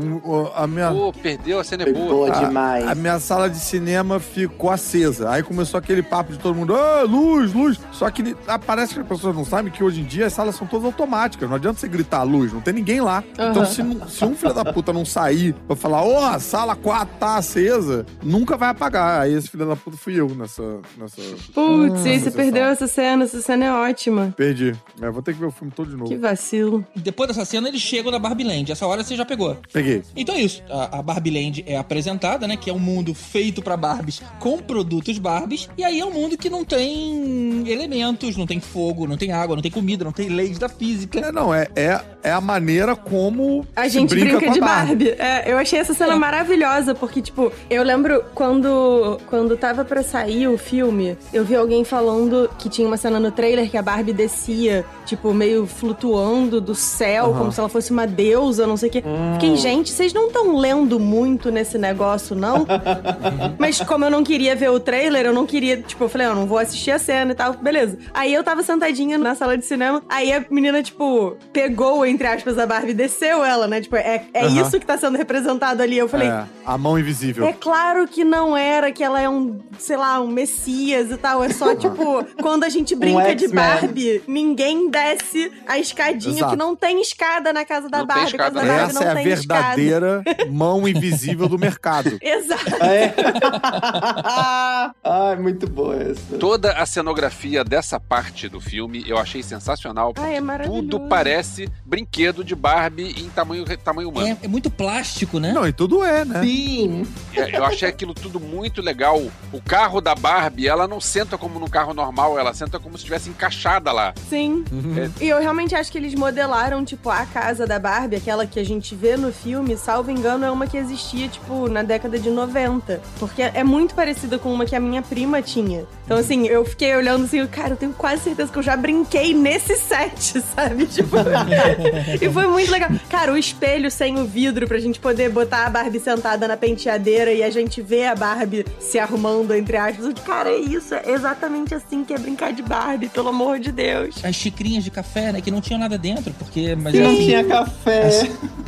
S9: Perdeu, a cena é boa.
S10: Demais.
S7: A minha sala de cinema ficou acesa. Aí começou aquele papo de todo mundo, luz. Só que parece que as pessoas não sabem que hoje em dia as salas são todas automáticas. Não adianta você gritar luz, não tem ninguém lá. Então, se um filho da puta não sair pra falar, a sala 4 tá acesa, nunca vai apagar. Aí esse filho da puta fui eu nessa
S8: Putz, aí você perdeu essa cena é ótima.
S7: Perdi. Vou ter que ver o filme todo de novo.
S8: Que vacilo.
S6: Depois dessa cena, eles chegam na Barbie Land. Essa hora você já pegou.
S7: Peguei.
S6: Então é isso. A Barbie Land é apresentada, né? Que é um mundo feito pra Barbies com produtos Barbies. E aí é um mundo que não tem elementos, não tem fogo, não tem água, não tem comida, não tem leis da física.
S7: É a maneira como
S8: a gente brinca de Barbie. Eu achei essa cena maravilhosa, porque, tipo, eu lembro quando tava pra sair o filme, eu vi alguém falando que tinha uma cena no trailer que a Barbie descia, tipo, meio flutuando do céu, como se ela fosse uma deusa, não sei o quê. Fiquei, gente, vocês não estão lendo muito nesse negócio, não? Mas como eu não queria ver o trailer, eu não queria, tipo, eu falei, eu não vou assistir a cena e tal, beleza. Aí eu tava sentadinha na sala de cinema, aí a menina, tipo, pegou, entre aspas, a Barbie e desceu ela, né? Tipo, isso que tá sendo representado ali. Eu falei...
S7: a mão invisível.
S8: É claro que não era, que ela é um messias e tal. É só, tipo, quando a gente brinca de Barbie, ninguém desce a escadinha, que não tem escada na casa da
S9: Não
S8: Barbie.
S9: tem escada,
S8: Casa da Barbie
S7: Essa é a verdadeira mão invisível do mercado.
S8: Exato.
S10: Ai, muito boa essa.
S9: Toda a cenografia dessa parte do filme eu achei sensacional. Porque
S8: é maravilhoso.
S9: tudo parece brinquedo de Barbie em tamanho humano.
S6: É muito plástico, né?
S7: Não, e tudo né?
S10: Sim.
S9: Eu achei aquilo tudo muito legal. O carro da Barbie, ela não senta como num carro normal, ela senta como se estivesse encaixada lá.
S8: Sim. E eu realmente acho que eles modelaram, tipo, a casa da Barbie, aquela que a gente vê no filme, salvo engano, é uma que existia, tipo, na década de 90. Porque é muito parecida com uma que a minha prima tinha. Então, assim, eu fiquei olhando assim, cara, eu tenho quase certeza que eu já brinquei nesse set, sabe? Tipo, e foi muito legal. Cara, o espelho sem o vidro pra gente poder botar a Barbie sentada na penteadeira e a gente vê a Barbie se arrumando, entre aspas. Cara, é isso, é exatamente assim que é brincar de Barbie, pelo amor de Deus.
S6: As xicrinhas de café, né, que não tinham nada dentro, porque... Mas
S10: não tinha café.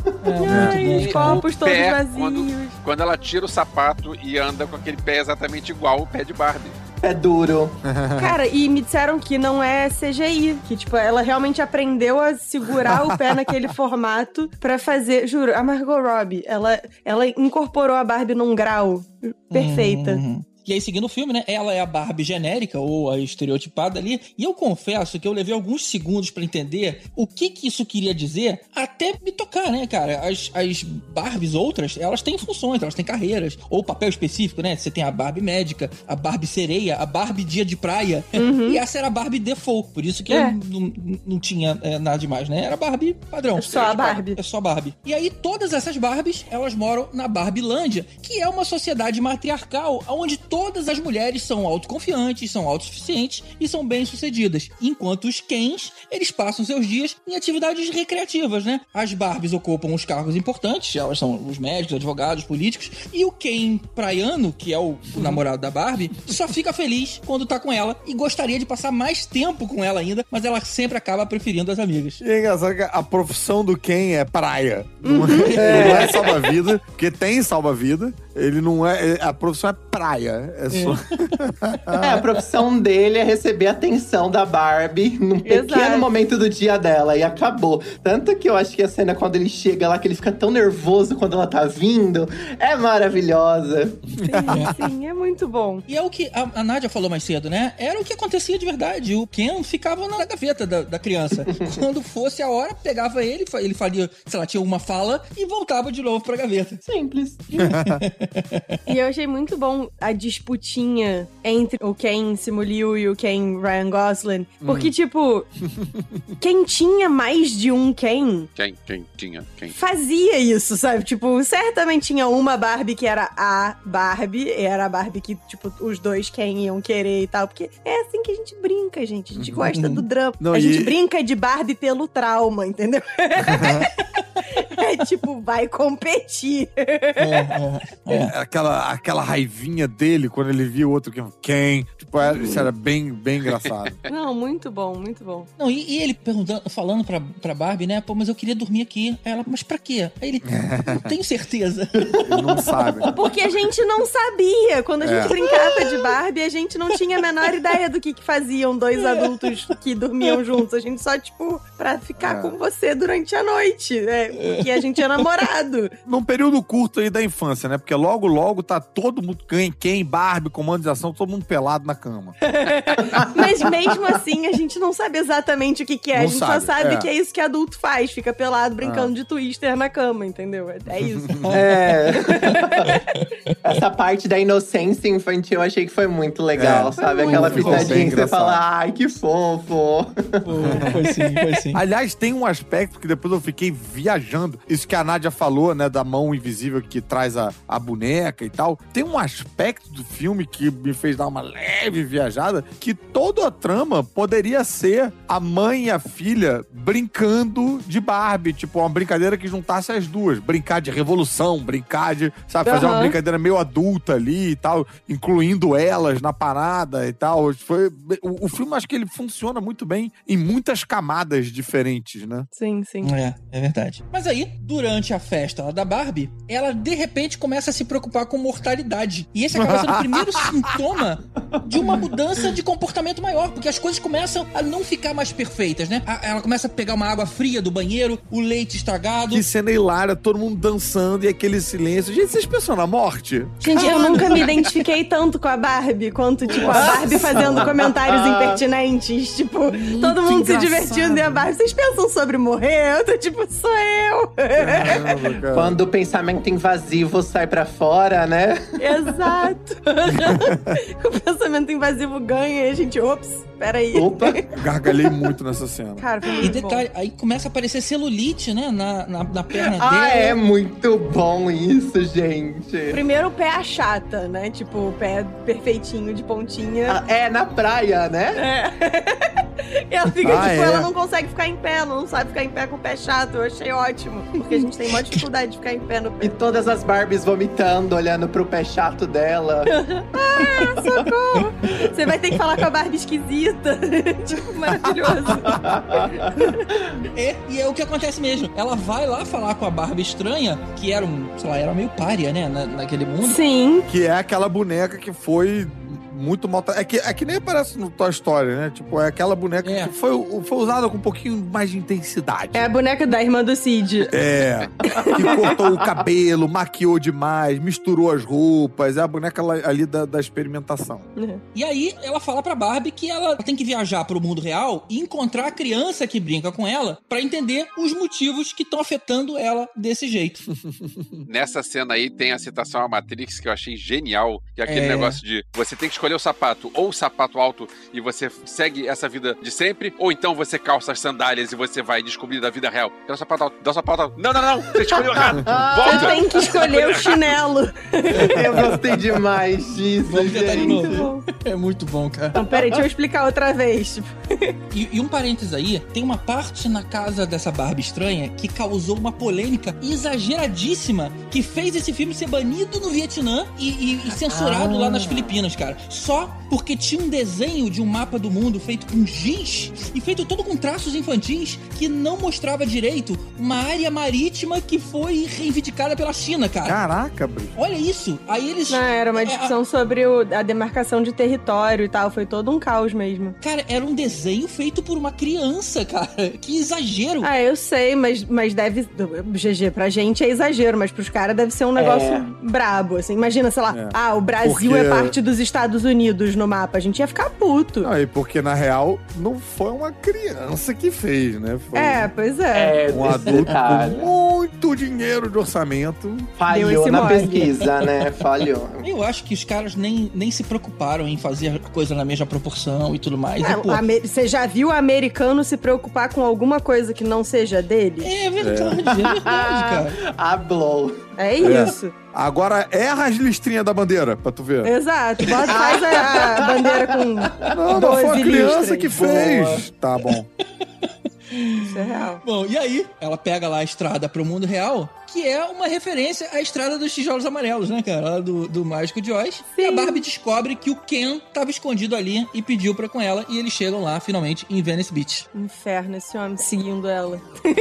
S8: Os copos todos vazios.
S9: Quando ela tira o sapato e anda com aquele pé exatamente igual o pé de Barbie.
S10: É duro.
S8: Cara, e me disseram que não é CGI, que, tipo, ela realmente aprendeu a segurar o pé naquele formato pra fazer... Juro, a Margot Robbie, ela incorporou a Barbie num grau perfeita.
S6: E aí, seguindo o filme, né? Ela é a Barbie genérica, ou a estereotipada ali. E eu confesso que eu levei alguns segundos pra entender o que isso queria dizer, até me tocar, né, cara? As Barbies outras, elas têm funções, elas têm carreiras. Ou papel específico, né? Você tem a Barbie médica, a Barbie sereia, a Barbie dia de praia. E essa era a Barbie default. Por isso que não tinha nada demais, né? Era a Barbie padrão.
S8: É só a Barbie.
S6: É só a Barbie. E aí, todas essas Barbies, elas moram na Barbilândia, que é uma sociedade matriarcal, onde todas as mulheres são autoconfiantes, são autossuficientes e são bem-sucedidas. Enquanto os Kens, eles passam seus dias em atividades recreativas, né? As Barbies ocupam os cargos importantes, elas são os médicos, advogados, políticos, e o Ken praiano, que é o namorado da Barbie, só fica feliz quando tá com ela e gostaria de passar mais tempo com ela ainda, mas ela sempre acaba preferindo as amigas.
S7: E é engraçado que a profissão do Ken é praia. Não é salva-vida, porque tem salva-vida. Ele não é... A profissão é praia. É só...
S10: a profissão dele é receber a atenção da Barbie num pequeno momento do dia dela. E acabou. Tanto que eu acho que a cena quando ele chega lá, que ele fica tão nervoso quando ela tá vindo, é maravilhosa.
S8: Sim, é muito bom.
S6: E é o que a Nádia falou mais cedo, né? Era o que acontecia de verdade. O Ken ficava na gaveta da criança. Quando fosse a hora, pegava ele faria, sei lá, tinha uma fala e voltava de novo pra gaveta.
S10: Simples.
S8: E eu achei muito bom a disputinha entre o Ken Simu Liu e o Ken Ryan Gosling. Porque, tipo, quem tinha mais de um Ken...
S9: Quem tinha?
S8: Fazia isso, sabe? Tipo, certamente tinha uma Barbie que era a Barbie. Era a Barbie que, tipo, os dois Ken iam querer e tal. Porque é assim que a gente brinca, gente. A gente gosta do drama. A gente brinca de Barbie pelo trauma, entendeu? É tipo, vai competir.
S7: Aquela raivinha dele quando ele viu o outro Ken. Tipo, isso era bem engraçado.
S8: Não, muito bom, muito bom.
S6: Não, e ele falando pra Barbie, né? Pô, mas eu queria dormir aqui. Aí ela, mas pra quê? Aí ele, não tenho certeza.
S7: Ele não sabe.
S8: Porque a gente não sabia. Quando a gente brincava de Barbie, a gente não tinha a menor ideia do que faziam dois adultos que dormiam juntos. A gente só, tipo, pra ficar com você durante a noite. que a gente é namorado.
S7: Num período curto aí da infância, né? Porque logo tá todo mundo, Ken, Barbie, comando de ação, todo mundo pelado na cama.
S8: Mas mesmo assim, a gente não sabe exatamente o que é.
S7: Não
S8: a gente
S7: sabe,
S8: só sabe que é isso que adulto faz. Fica pelado brincando de Twister na cama, entendeu? É isso.
S10: Essa parte da inocência infantil eu achei que foi muito legal, sabe? Aquela
S7: ficou
S10: pitadinha
S7: bem
S10: que você
S7: engraçado.
S10: fala, ai, que fofo.
S6: Foi sim.
S7: Aliás, tem um aspecto que depois eu fiquei viajando. Isso que a Nádia falou, né? Da mão invisível que traz a boneca e tal. Tem um aspecto do filme que me fez dar uma leve viajada, que toda a trama poderia ser a mãe e a filha brincando de Barbie. Tipo, uma brincadeira que juntasse as duas. Brincar de revolução, brincar de, sabe, fazer uma brincadeira meio adulta ali e tal, incluindo elas na parada e tal. O filme, acho que ele funciona muito bem em muitas camadas diferentes, né?
S8: Sim.
S6: É verdade. Mas aí, durante a festa lá da Barbie, ela de repente começa a se preocupar com mortalidade. E esse acaba sendo o primeiro sintoma de uma mudança de comportamento maior, porque as coisas começam a não ficar mais perfeitas, né? Ela começa a pegar uma água fria do banheiro, o leite estragado.
S7: Que cena hilária, todo mundo dançando e aquele silêncio. Gente, vocês pensam na morte?
S8: Gente, eu nunca me identifiquei tanto com a Barbie quanto, tipo, a Barbie fazendo comentários impertinentes. Tipo, todo mundo se divertindo e a Barbie. Vocês pensam sobre morrer? Eu tô tipo, sou eu.
S7: Caramba, cara.
S10: Quando o pensamento invasivo sai pra fora, né?
S8: Exato. O pensamento invasivo ganha e a gente, ops, peraí.
S10: Opa.
S7: Gargalhei muito nessa cena.
S8: Cara, foi
S6: E
S8: muito
S6: detalhe, aí começa a aparecer celulite, né? Na perna
S10: Ah,
S6: dela.
S10: é muito bom isso, gente.
S8: Primeiro o pé achata, né? Tipo, o pé perfeitinho, de pontinha.
S10: É, na praia, né?
S8: E ela fica, ela não consegue ficar em pé, ela não sabe ficar em pé com o pé chato. Eu achei ótimo. Porque a gente tem maior dificuldade de ficar em pé no pé.
S10: E todas as Barbies vomitando, olhando pro pé chato dela.
S8: Socorro! Você vai ter que falar com a Barbie esquisita. Tipo, maravilhoso.
S6: E é o que acontece mesmo. Ela vai lá falar com a Barbie estranha, que era era meio pária, né? Naquele mundo.
S8: Sim.
S7: Que é aquela boneca que foi muito maltratada. É que nem aparece no Toy Story, né? Tipo, é aquela boneca que foi usada com um pouquinho mais de intensidade.
S8: É a boneca da irmã do Cid.
S7: É. Que cortou o cabelo, maquiou demais, misturou as roupas. É a boneca ali da experimentação.
S6: E aí, ela fala pra Barbie que ela tem que viajar pro mundo real e encontrar a criança que brinca com ela pra entender os motivos que estão afetando ela desse jeito.
S9: Nessa cena aí tem a citação à Matrix que eu achei genial, que é aquele negócio de você tem que escolher o sapato, ou o sapato alto e você segue essa vida de sempre, ou então você calça as sandálias e você vai descobrir da vida real. Dá o sapato alto, dá o sapato alto. Não, você escolheu errado. Volta.
S8: Você tem que escolher o chinelo.
S10: Eu gostei demais disso,
S6: Vamos tentar de novo.
S8: Bom.
S6: É muito bom, cara.
S8: Então, peraí, deixa eu explicar outra vez.
S6: E um parênteses aí, tem uma parte na casa dessa Barbie estranha que causou uma polêmica exageradíssima que fez esse filme ser banido no Vietnã e censurado lá nas Filipinas, cara. Só porque tinha um desenho de um mapa do mundo feito com giz e feito todo com traços infantis que não mostrava direito uma área marítima que foi reivindicada pela China, cara.
S7: Caraca, Bri.
S6: Olha isso. Aí eles...
S8: Não, era uma discussão sobre a demarcação de território e tal. Foi todo um caos mesmo.
S6: Cara, era um desenho feito por uma criança, cara. Que exagero.
S8: Ah, eu sei, mas deve... GG, pra gente é exagero, mas pros caras deve ser um negócio brabo, assim. Imagina, sei lá, o Brasil é parte dos Estados Unidos no mapa. A gente ia ficar puto.
S7: Não, e porque, na real, não foi uma criança que fez, né? Foi
S8: pois é.
S7: um adulto com muito dinheiro de orçamento.
S10: Falhou na pesquisa, né? Falhou.
S6: Eu acho que os caras nem se preocuparam em fazer a coisa na mesma proporção e tudo mais.
S8: Você já viu o americano se preocupar com alguma coisa que não seja dele?
S6: É verdade, cara.
S10: Hablou.
S8: É isso.
S7: Agora erra as listrinhas da bandeira, pra tu ver.
S8: Exato. Faz a bandeira com
S7: Não, foi a criança que fez. Tá bom.
S8: Isso é real.
S6: Bom, e aí, ela pega lá a estrada pro mundo real, que é uma referência à Estrada dos Tijolos Amarelos, né, cara? Lá do Mágico de Oz.
S8: Sim.
S6: E a Barbie descobre que o Ken tava escondido ali e pediu pra com ela, e eles chegam lá, finalmente, em Venice Beach.
S8: Inferno, esse homem seguindo ela.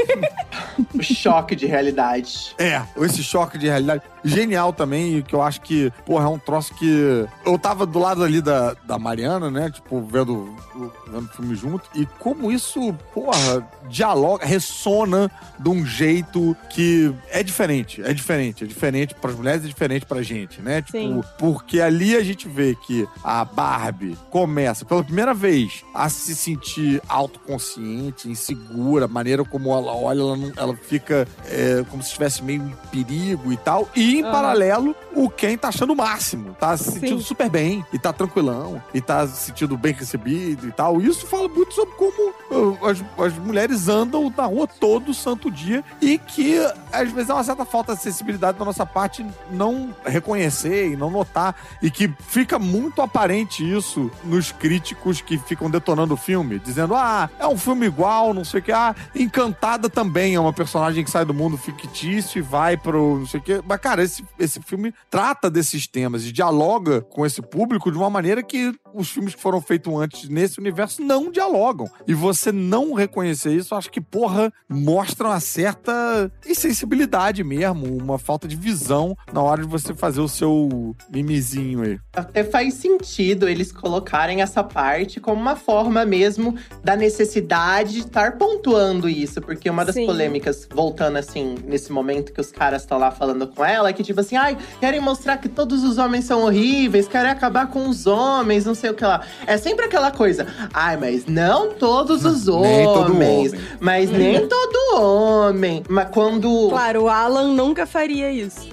S10: O choque de realidade.
S7: Esse choque de realidade. Genial também, que eu acho que, porra, é um troço que... Eu tava do lado ali da Mariana, né? Tipo, vendo o filme junto. E como isso, porra, dialoga, ressona de um jeito que é diferente. É diferente pras mulheres, é diferente pra gente, né? Tipo,
S8: Sim.
S7: Porque ali a gente vê que a Barbie começa, pela primeira vez, a se sentir autoconsciente, insegura, a maneira como ela olha, ela fica como se estivesse meio em perigo e tal. E, em paralelo, o Ken tá achando o máximo. Tá se sentindo super bem. E tá tranquilão. E tá se sentindo bem recebido e tal. Isso fala muito sobre como as mulheres andam na rua todo santo dia. E que, às vezes, é uma certa falta de sensibilidade da nossa parte não reconhecer e não notar. E que fica muito aparente isso nos críticos que ficam detonando o filme. Dizendo, é um filme igual, não sei o que. Encantada também é uma personagem que sai do mundo fictício e vai pro não sei o que. Mas, cara, esse filme trata desses temas e dialoga com esse público de uma maneira que os filmes que foram feitos antes nesse universo não dialogam. E você não reconhecer isso, acho que, porra, mostra uma certa insensibilidade mesmo, uma falta de visão na hora de você fazer o seu mimizinho aí.
S10: Até faz sentido eles colocarem essa parte como uma forma mesmo da necessidade de estar pontuando isso, porque uma das polêmicas, voltando assim, nesse momento que os caras estão lá falando com ela, é que tipo assim, querem mostrar que todos os homens são horríveis, querem acabar com os homens, não sei o que lá. É sempre aquela coisa, mas não todos os homens, mas nem todo homem. Mas quando...
S8: Claro, o Alan nunca faria isso.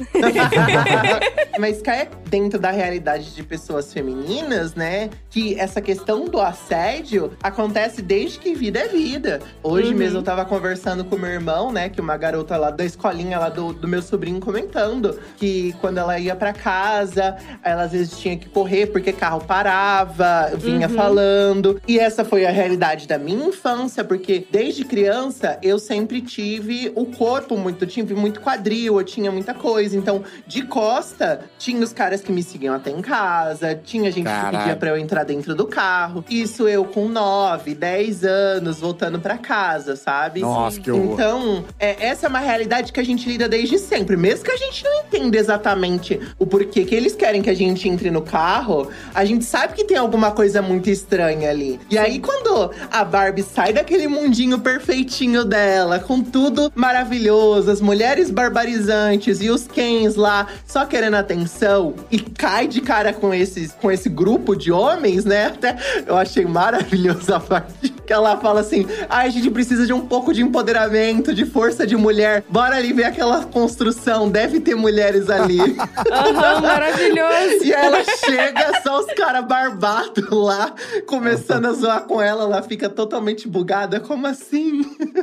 S10: Mas cai dentro da realidade de pessoas femininas, né? Que essa questão do assédio acontece desde que vida é vida. Hoje mesmo eu tava conversando com meu irmão, né? Que uma garota lá da escolinha lá do meu sobrinho comentando que quando ela ia pra casa, ela às vezes tinha que correr porque carro parava, vinha falando. E essa foi a realidade da minha infância, porque desde criança eu sempre tive o corpo tive muito quadril, eu tinha muita coisa. Então, de costa, tinha os caras que me seguiam até em casa, tinha gente que pedia pra eu entrar dentro do carro. Isso eu com 9, 10 anos, voltando pra casa, sabe?
S7: Nossa, que horror.
S10: Então, essa é uma realidade que a gente lida desde sempre. Mesmo que a gente não entenda exatamente o porquê que eles querem que a gente entre no carro, a gente sabe que tem alguma coisa muito estranha ali. E aí, quando a Barbie sai daquele mundinho perfeitinho dela, com tudo maravilhoso, as mulheres barbarizantes e os Kens lá só querendo atenção, e cai de cara com esse grupo de homens, né? Até eu achei maravilhosa a parte que ela fala assim, a gente precisa de um pouco de empoderamento, de força de mulher. Bora ali ver aquela construção, deve ter mulheres ali.
S8: Maravilhoso.
S10: E ela chega, só os caras barbados lá, começando a zoar com ela, ela fica totalmente bugada. Como assim?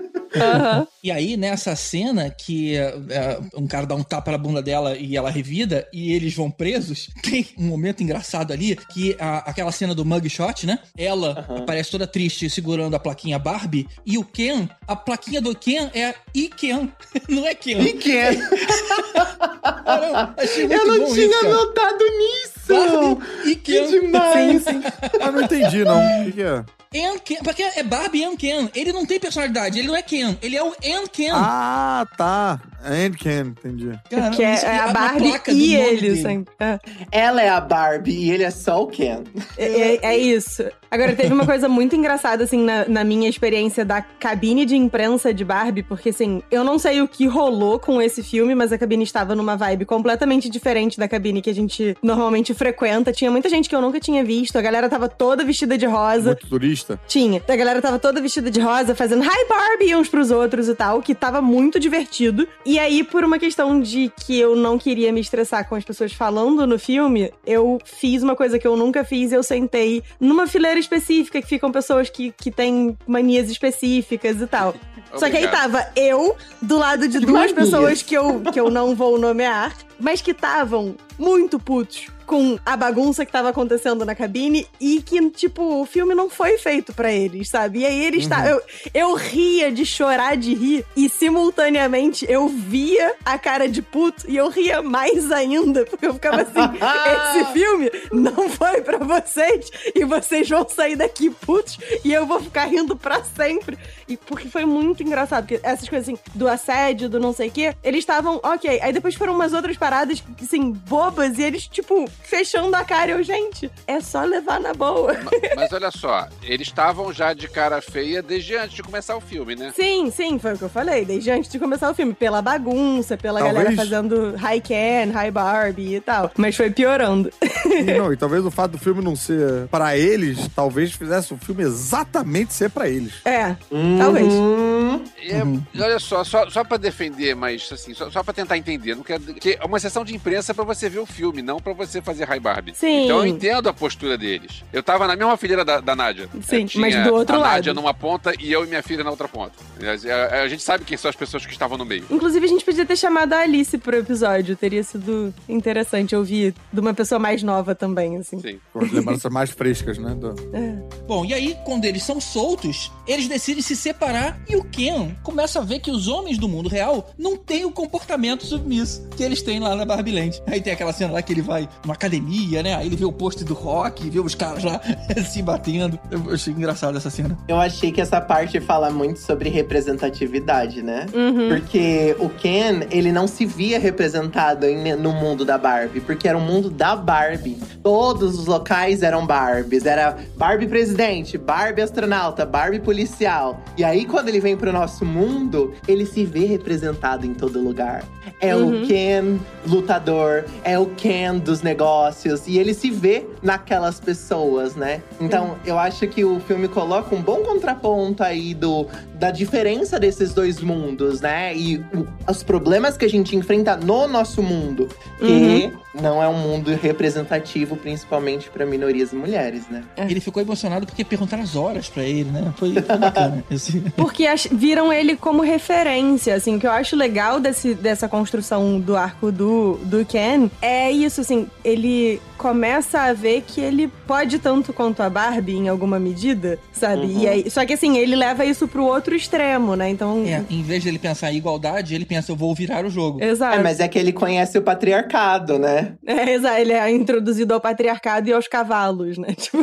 S6: E aí, nessa cena que um cara dá um tapa na bunda dela e ela revida, e eles vão presos, tem um momento engraçado ali, que aquela cena do mugshot, né? Ela aparece toda triste, segurando a plaquinha Barbie, e o Ken, a plaquinha do Ken é I-Ken, não é Ken.
S10: I-Ken.
S6: Achei muito
S10: eu não
S6: bom
S10: tinha
S6: isso,
S10: notado nisso.
S6: Barbie e Ken.
S10: Que demais.
S7: Eu não entendi, não. O que é?
S6: Ken, porque é Barbie and Ken. Ele não tem personalidade, ele não é Ken. Ele é o and Ken.
S7: Ah, tá. And Ken, entendi.
S6: Cara,
S8: que é a Barbie e ele sempre.
S10: Ela é a Barbie e ele é só o Ken.
S8: É isso. Agora, teve uma coisa muito engraçada, assim, na minha experiência da cabine de imprensa de Barbie, porque, assim, eu não sei o que rolou com esse filme, mas a cabine estava numa vibe completamente diferente da cabine que a gente normalmente frequenta. Tinha muita gente que eu nunca tinha visto, a galera tava toda vestida de rosa.
S7: Muito turista?
S8: Tinha. A galera tava toda vestida de rosa, fazendo Hi Barbie uns pros outros e tal, que tava muito divertido. E aí, por uma questão de que eu não queria me estressar com as pessoas falando no filme, eu fiz uma coisa que eu nunca fiz, eu sentei numa fileira específica, que ficam pessoas que têm manias específicas e tal. Só que aí tava eu, do lado de duas pessoas que eu não vou nomear, mas que estavam muito putos com a bagunça que tava acontecendo na cabine e que, tipo, o filme não foi feito pra eles, sabe? E aí eles eu ria de chorar de rir e simultaneamente eu via a cara de puto e eu ria mais ainda, porque eu ficava assim, esse filme não foi pra vocês e vocês vão sair daqui putos e eu vou ficar rindo pra sempre. E porque foi muito engraçado, porque essas coisas assim, do assédio, do não sei o quê, eles estavam, ok. Aí depois foram umas outras paradas, assim, bobas, e eles, tipo, fechando a cara. Eu, gente, é só levar na boa.
S9: Mas olha só, eles estavam já de cara feia desde antes de começar o filme, né?
S8: Sim, foi o que eu falei, desde antes de começar o filme. Pela bagunça, pela galera fazendo Hi Ken, Hi Barbie e tal. Mas foi piorando.
S7: E talvez o fato do filme não ser pra eles, talvez fizesse o filme exatamente ser pra eles.
S8: Talvez.
S9: Olha só pra defender, mas assim, só pra tentar entender, não quero, que é uma sessão de imprensa pra você ver o filme, não pra você fazer Hi Barbie.
S8: Sim.
S9: Então eu entendo a postura deles. Eu tava na mesma fileira da Nádia.
S8: Sim, mas do outro lado.
S9: A Nádia numa ponta e eu e minha filha na outra ponta. A gente sabe quem são as pessoas que estavam no meio.
S8: Inclusive, a gente podia ter chamado a Alice pro episódio. Teria sido interessante ouvir de uma pessoa mais nova também, assim.
S9: Sim.
S7: Com as lembranças mais frescas, né?
S6: Bom, e aí, quando eles são soltos, eles decidem se separar e o Ken começa a ver que os homens do mundo real não têm o comportamento submisso que eles têm lá na Barbie Land. Aí tem aquela cena lá que ele vai numa academia, né? Aí ele vê o post do rock, vê os caras lá se batendo. Eu achei engraçado essa cena.
S10: Eu achei que essa parte fala muito sobre representatividade, né? Porque o Ken, ele não se via representado no mundo da Barbie, porque era o mundo da Barbie. Todos os locais eram Barbies. Era Barbie presidente, Barbie astronauta, Barbie policial. E aí, quando ele vem pro nosso mundo, ele se vê representado em todo lugar. É o Ken lutador, é o Ken dos negócios. E ele se vê naquelas pessoas, né? Então, eu acho que o filme coloca um bom contraponto aí da diferença desses dois mundos, né? E os problemas que a gente enfrenta no nosso mundo. Que não é um mundo representativo, principalmente para minorias e mulheres, né?
S6: Ele ficou emocionado porque perguntaram as horas pra ele, né? Foi bacana.
S8: Porque viram ele como referência, assim. O que eu acho legal dessa construção do arco do Ken é isso, assim. Ele começa a ver que ele pode tanto quanto a Barbie, em alguma medida, sabe? E aí, só que assim, ele leva isso pro outro extremo, né? Então...
S6: em vez de ele pensar em igualdade, ele pensa, eu vou virar o jogo.
S8: Exato.
S10: Mas é que ele conhece o patriarcado, né?
S8: Exato. Ele é introduzido ao patriarcado e aos cavalos, né? Tipo...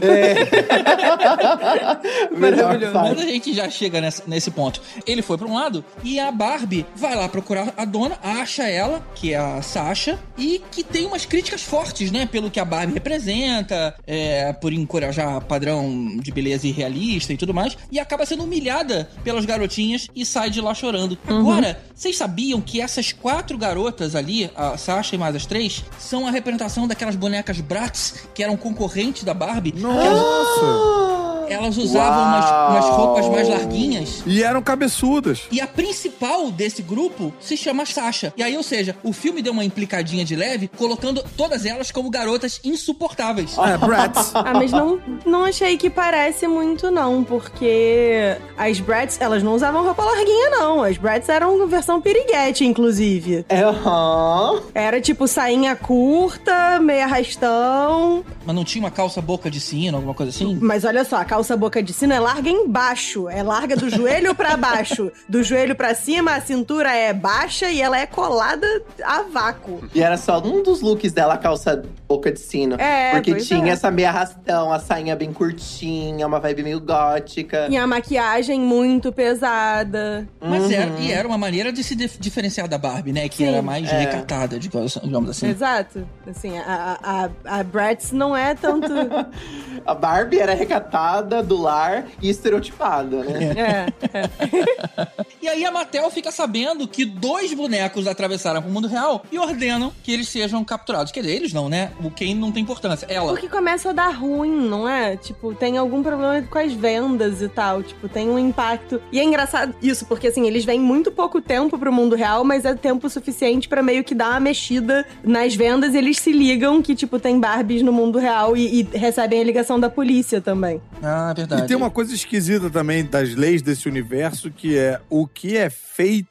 S6: Maravilhoso. Mas a gente já chega nesse ponto. Ele foi pra um lado e a Barbie vai lá procurar a dona, acha ela, que é a Sasha, e que tem umas críticas fortes, né? Pelo que a Barbie representa, por encorajar padrão de beleza irrealista e tudo mais, e acaba sendo humilhada pelas garotinhas e sai de lá chorando. Agora, vocês sabiam que essas 4 garotas ali, a Sasha e mais as 3, são a representação daquelas bonecas Bratz que eram concorrentes da Barbie?
S7: Nossa!
S6: Elas usavam umas roupas mais larguinhas.
S7: E eram cabeçudas.
S6: E a principal desse grupo se chama Sasha. E aí, ou seja, o filme deu uma implicadinha de leve, colocando todas elas como garotas insuportáveis.
S7: Bratz.
S8: Mas não achei que parece muito, não. Porque as Bratz, elas não usavam roupa larguinha, não. As Bratz eram versão piriguete, inclusive. Era tipo sainha curta, meio arrastão.
S6: Mas não tinha uma calça boca de sino, alguma coisa assim?
S8: Mas olha só, a calça boca de sino é larga embaixo. É larga do joelho pra baixo. Do joelho pra cima, a cintura é baixa e ela é colada a vácuo.
S10: E era só um dos looks dela, a calça boca de sino. Porque tinha essa meia arrastão, a sainha bem curtinha, uma vibe meio gótica.
S8: E a maquiagem muito pesada.
S6: Mas era uma maneira de se diferenciar da Barbie, né? Que era mais recatada, digamos assim.
S8: Exato. Assim, a Bratz não é tanto...
S10: A Barbie era recatada, do lar e estereotipada, né?
S6: E aí a Mattel fica sabendo que 2 bonecos atravessaram pro mundo real e ordenam que eles sejam capturados. Quer dizer, eles não, né? O Ken não tem importância. Ela.
S8: Porque começa a dar ruim, não é? Tipo, tem algum problema com as vendas e tal. Tipo, tem um impacto. E é engraçado isso, porque assim, eles vêm muito pouco tempo pro mundo real, mas é tempo suficiente pra meio que dar uma mexida nas vendas e eles se ligam que, tipo, tem Barbies no mundo real e recebem a ligação da polícia também.
S6: Ah, verdade.
S7: E tem uma coisa esquisita também das leis desse universo, que é o que é feito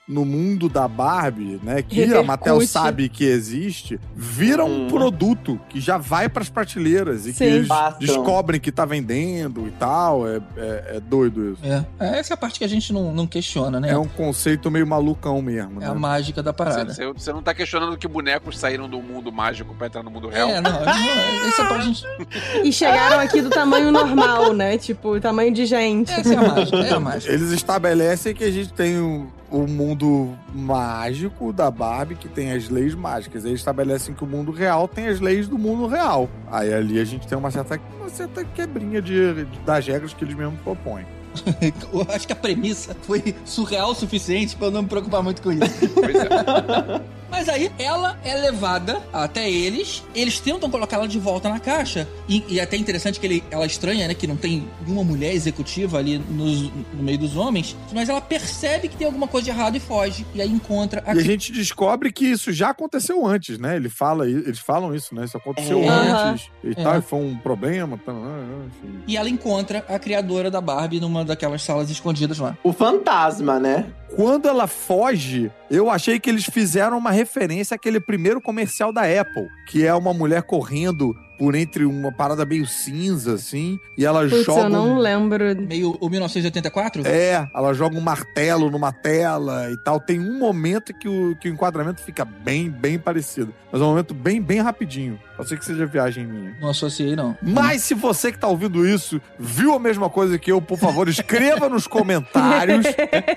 S7: no mundo da Barbie, né, que
S8: Repercute.
S7: a Mattel sabe que existe, vira um produto que já vai pras prateleiras e que eles descobrem que tá vendendo e tal. É doido isso.
S6: Essa é a parte que a gente não questiona, né?
S7: É um conceito meio malucão mesmo, né?
S6: É a mágica da parada.
S9: Você não tá questionando que bonecos saíram do mundo mágico pra entrar no mundo real?
S6: Essa parte a gente...
S8: E chegaram aqui do tamanho normal, né? Tipo, tamanho de gente.
S6: Essa é a mágica, é a mágica.
S7: Eles estabelecem que a gente tem o mundo mágico da Barbie, que tem as leis mágicas. Eles estabelecem que o mundo real tem as leis do mundo real. Aí ali a gente tem uma certa quebrinha das regras que eles mesmos propõem.
S6: Eu acho que a premissa foi surreal o suficiente pra eu não me preocupar muito com isso.
S9: Pois é.
S6: Mas aí, ela é levada até eles tentam colocar ela de volta na caixa, e é até interessante que ela estranha, né, que não tem nenhuma mulher executiva ali no meio dos homens, mas ela percebe que tem alguma coisa de errado e foge, e aí encontra...
S7: E a gente descobre que isso já aconteceu antes, né? Eles falam isso, né? Isso aconteceu antes e tal, e foi um problema. Enfim.
S6: E ela encontra a criadora da Barbie numa daquelas salas escondidas lá.
S10: O fantasma, né?
S7: Quando ela foge, eu achei que eles fizeram uma referência àquele primeiro comercial da Apple, que é uma mulher correndo por entre uma parada meio cinza, assim, e ela joga...
S8: eu não lembro.
S6: Meio o 1984?
S7: Ela joga um martelo numa tela e tal. Tem um momento que o enquadramento fica bem, bem parecido. Mas é um momento bem, bem rapidinho. Pode ser que seja viagem minha.
S6: Não associei, não.
S7: Mas se você que tá ouvindo isso viu a mesma coisa que eu, por favor, escreva nos comentários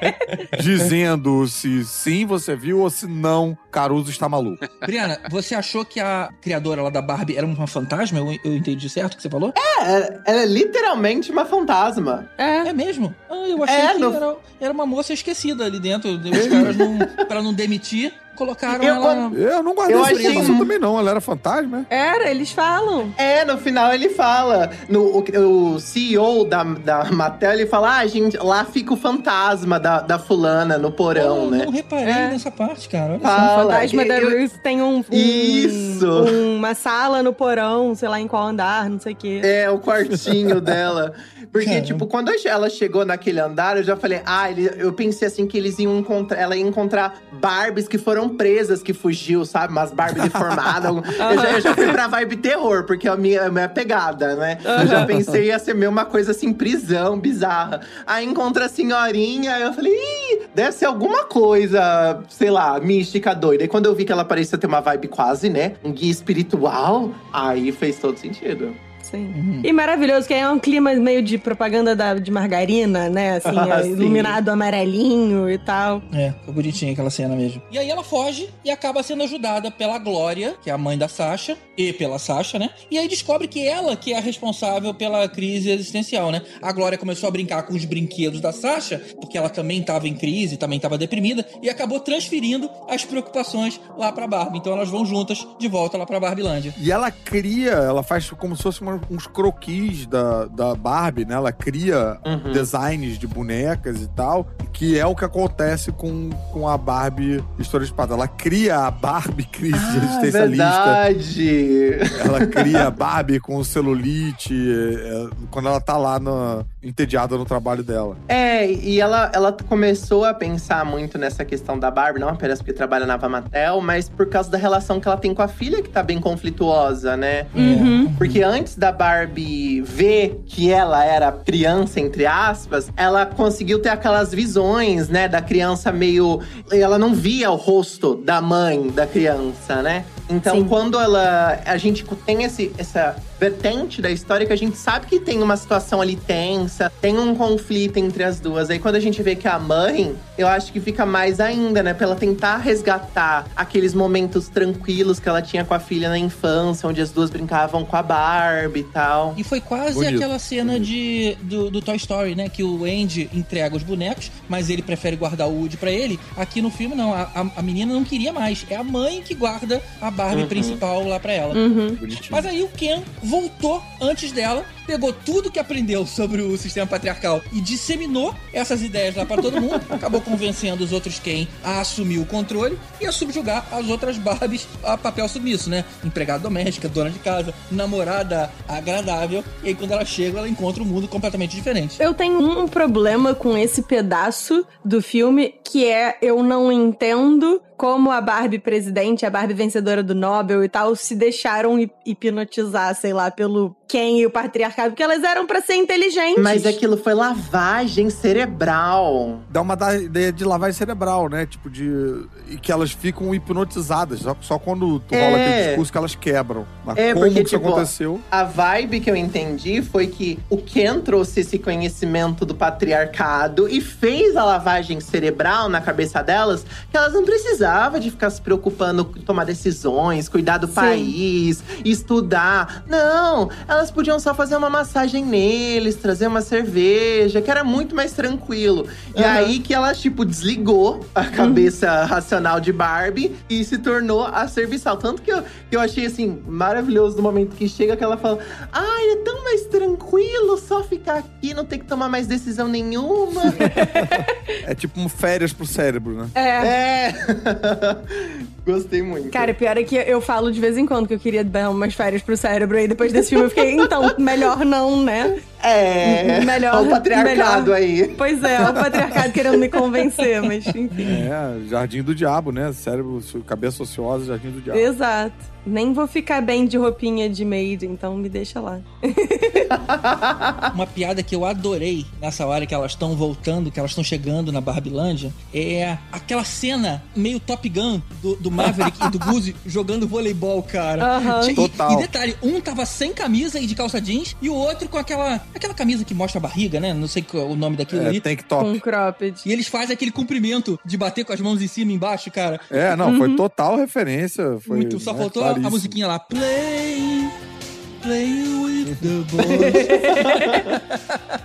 S7: dizendo se sim você viu ou se não, Caruso está maluco.
S6: Briana, você achou que a criadora lá da Barbie era uma fantasma? Eu entendi certo o que você falou?
S10: Ela é literalmente uma fantasma.
S6: É mesmo? Eu achei que era uma moça esquecida ali dentro. Os caras, pra não demitir, colocaram ela...
S7: Eu não guardei essa informação também, não. Ela era fantasma,
S8: Eles falam.
S10: No final ele fala. O CEO da Mattel, ele fala, gente, lá fica o fantasma da fulana no porão, né?
S6: Eu não reparei nessa parte, cara. Olha
S8: só. O fantasma da Ruth tem
S10: Isso!
S8: Uma sala no porão, sei lá em qual andar, não sei o quê.
S10: O quartinho dela. Porque, tipo, quando ela chegou naquele andar, eu já falei, eu pensei assim que ela ia encontrar Barbies que foram presas, que fugiu, sabe? Umas Barbie deformadas. Eu já fui pra vibe terror, porque é a minha pegada, né? Eu já pensei ia ser meio uma coisa assim, prisão, bizarra. Aí encontra a senhorinha, eu falei, deve ser alguma coisa, sei lá, mística, doida. E quando eu vi que ela parecia ter uma vibe quase, né? Um guia espiritual, aí fez todo sentido.
S8: Sim. E maravilhoso, que é um clima meio de propaganda de margarina, né? Assim, iluminado amarelinho e tal.
S6: Foi bonitinha aquela cena mesmo. E aí ela foge e acaba sendo ajudada pela Glória, que é a mãe da Sasha, e pela Sasha, né? E aí descobre que ela que é a responsável pela crise existencial, né? A Glória começou a brincar com os brinquedos da Sasha, porque ela também estava em crise, também estava deprimida, e acabou transferindo as preocupações lá pra Barbie. Então elas vão juntas de volta lá pra Barbilândia.
S7: E ela faz como se fosse uns croquis da Barbie, né? Ela cria designs de bonecas e tal, que é o que acontece com a Barbie História de Espada. Ela cria a Barbie crise existencialista.
S10: Verdade!
S7: Ela cria a Barbie com celulite, quando ela tá lá entediada no trabalho dela.
S10: E ela começou a pensar muito nessa questão da Barbie, não apenas porque trabalha na Mattel, mas por causa da relação que ela tem com a filha, que tá bem conflituosa, né? Porque antes da Barbie ver que ela era criança, entre aspas, ela conseguiu ter aquelas visões, né? Da criança meio... Ela não via o rosto da mãe da criança, né? Então, quando a gente tem essa vertente da história que a gente sabe que tem uma situação ali tensa, tem um conflito entre as duas. Aí quando a gente vê que a mãe, eu acho que fica mais ainda, né? Pra ela tentar resgatar aqueles momentos tranquilos que ela tinha com a filha na infância, onde as duas brincavam com a Barbie e tal.
S6: E foi quase aquela cena do Toy Story, né? Que o Andy entrega os bonecos, mas ele prefere guardar o Woody pra ele. Aqui no filme, não. A menina não queria mais. É a mãe que guarda a Barbie principal lá pra ela. Mas aí o Ken voltou antes dela pegou tudo que aprendeu sobre o sistema patriarcal e disseminou essas ideias lá pra todo mundo, acabou convencendo os outros Ken a assumir o controle e a subjugar as outras Barbies a papel submisso, né? Empregada doméstica, dona de casa, namorada agradável. E aí, quando ela chega, ela encontra um mundo completamente diferente.
S8: Eu tenho um problema com esse pedaço do filme, que é eu não entendo como a Barbie presidente, a Barbie vencedora do Nobel e tal, se deixaram hipnotizar, sei lá, pelo Ken e o patriarcado, porque elas eram pra ser inteligentes.
S10: Mas aquilo foi lavagem cerebral.
S7: Dá uma ideia de lavagem cerebral, né? Tipo, e que elas ficam hipnotizadas. Só quando tu rola aquele discurso que elas quebram. Mas como
S10: porque,
S7: que isso aconteceu?
S10: A vibe que eu entendi foi que o Ken trouxe esse conhecimento do patriarcado e fez a lavagem cerebral na cabeça delas, que elas não precisavam de ficar se preocupando com tomar decisões, cuidar do país, estudar. Não, elas podiam só fazer uma massagem neles, trazer uma cerveja, que era muito mais tranquilo. E aí que ela, tipo, desligou a cabeça racional de Barbie e se tornou a serviçal. Tanto que eu achei, assim, maravilhoso no momento que chega, que ela fala: ai, é tão mais tranquilo só ficar aqui, não ter que tomar mais decisão nenhuma.
S7: É tipo férias pro cérebro, né?
S10: Gostei muito.
S8: Cara, pior é que eu falo de vez em quando que eu queria dar umas férias pro cérebro. E depois desse filme eu fiquei, então, melhor não, né? Melhor,
S10: o patriarcado aí.
S8: Pois é, o patriarcado querendo me convencer, mas enfim.
S7: Jardim do diabo, né? Cérebro, cabeça ociosa, jardim do diabo.
S8: Exato. Nem vou ficar bem de roupinha de maid, então me deixa lá.
S6: Uma piada que eu adorei nessa hora que elas estão voltando, que elas estão chegando na Barbilândia, é aquela cena meio Top Gun do Maverick e do Goose jogando voleibol, cara.
S7: Total.
S6: E detalhe, um tava sem camisa e de calça jeans, e o outro com aquela camisa que mostra a barriga, né? Não sei o nome daquilo ali.
S7: Tank top.
S8: Com cropped.
S6: E eles fazem aquele cumprimento de bater com as mãos em cima e embaixo, cara.
S7: Foi total referência. Foi,
S6: muito, só faltou a musiquinha lá. Play with the boys.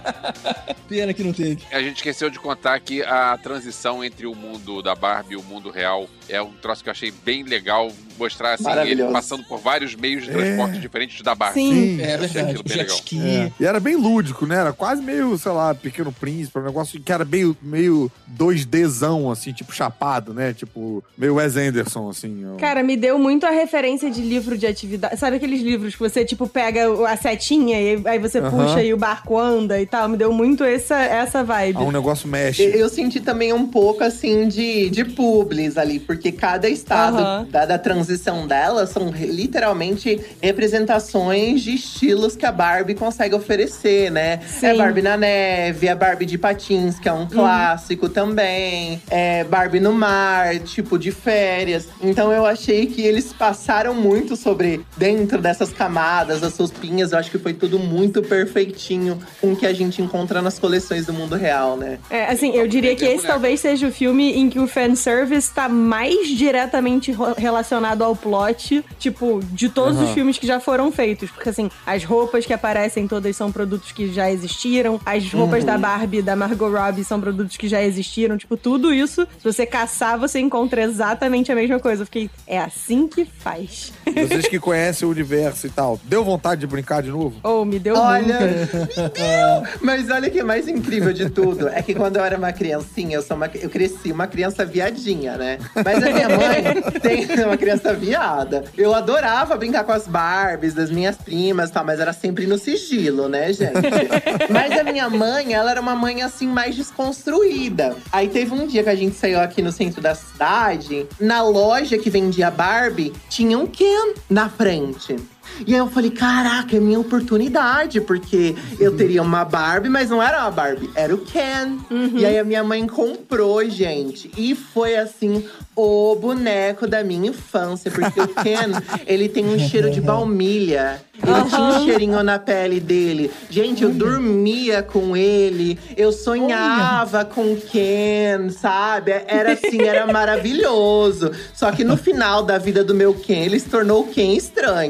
S6: Pena que não teve.
S9: A gente esqueceu de contar que a transição entre o mundo da Barbie e o mundo real é um troço que eu achei bem legal. Mostrar, assim, ele passando por vários meios de transporte diferentes da Barbie.
S8: Sim,
S6: é verdade.
S9: Bem legal.
S7: E era bem lúdico, né? Era quase meio, sei lá, Pequeno Príncipe, um negócio que era meio 2Dzão, assim, tipo chapado, né? Tipo, meio Wes Anderson, assim.
S8: Cara, me deu muito a referência de livro de atividade. Sabe aqueles livros que você, tipo, pega a setinha e aí você puxa e o barco anda e tal? Me deu muito essa vibe.
S7: Um negócio mexe.
S10: Eu senti também um pouco, assim, de publis ali, porque cada estado da transição dela são literalmente representações de estilos que a Barbie consegue oferecer, né?
S8: Sim.
S10: É Barbie na neve, é Barbie de patins, que é um clássico também. É Barbie no mar, tipo, de férias. Então eu achei que eles passaram muito sobre dentro dessas camadas, as roupinhas. Eu acho que foi tudo muito perfeitinho com o que a gente encontra nas coleções do mundo real, né?
S8: Assim, eu diria que esse talvez seja o filme em que o fanservice tá mais diretamente relacionado ao plot, tipo, de todos os filmes que já foram feitos. Porque, assim, as roupas que aparecem todas são produtos que já existiram. As roupas da Barbie, da Margot Robbie, são produtos que já existiram. Tipo, tudo isso, se você caçar, você encontra exatamente a mesma coisa. Eu fiquei, é assim que faz.
S7: Vocês que conhecem o universo e tal, deu vontade de brincar de novo?
S8: Me deu
S10: Olha,
S8: muito.
S10: me deu! Mas olha o que é mais incrível de tudo. É que quando eu era uma criancinha, eu cresci uma criança viadinha, né? Mas a minha mãe tem uma criança viada. Eu adorava brincar com as Barbies das minhas primas e tal, mas era sempre no sigilo, né, gente? Mas a minha mãe, ela era uma mãe, assim, mais desconstruída. Aí teve um dia que a gente saiu aqui no centro da cidade, na loja que vendia Barbie, tinha um Ken na frente. E aí eu falei, caraca, é minha oportunidade, porque eu teria uma Barbie, mas não era uma Barbie, era o Ken. E aí a minha mãe comprou, gente. E foi assim, o boneco da minha infância. Porque o Ken, ele tem um cheiro de baunilha. Ele tinha um cheirinho na pele dele. Gente, eu dormia com ele. Eu sonhava com o Ken, sabe? Era assim, era maravilhoso. Só que no final da vida do meu Ken, ele se tornou o Ken estranho, sabe?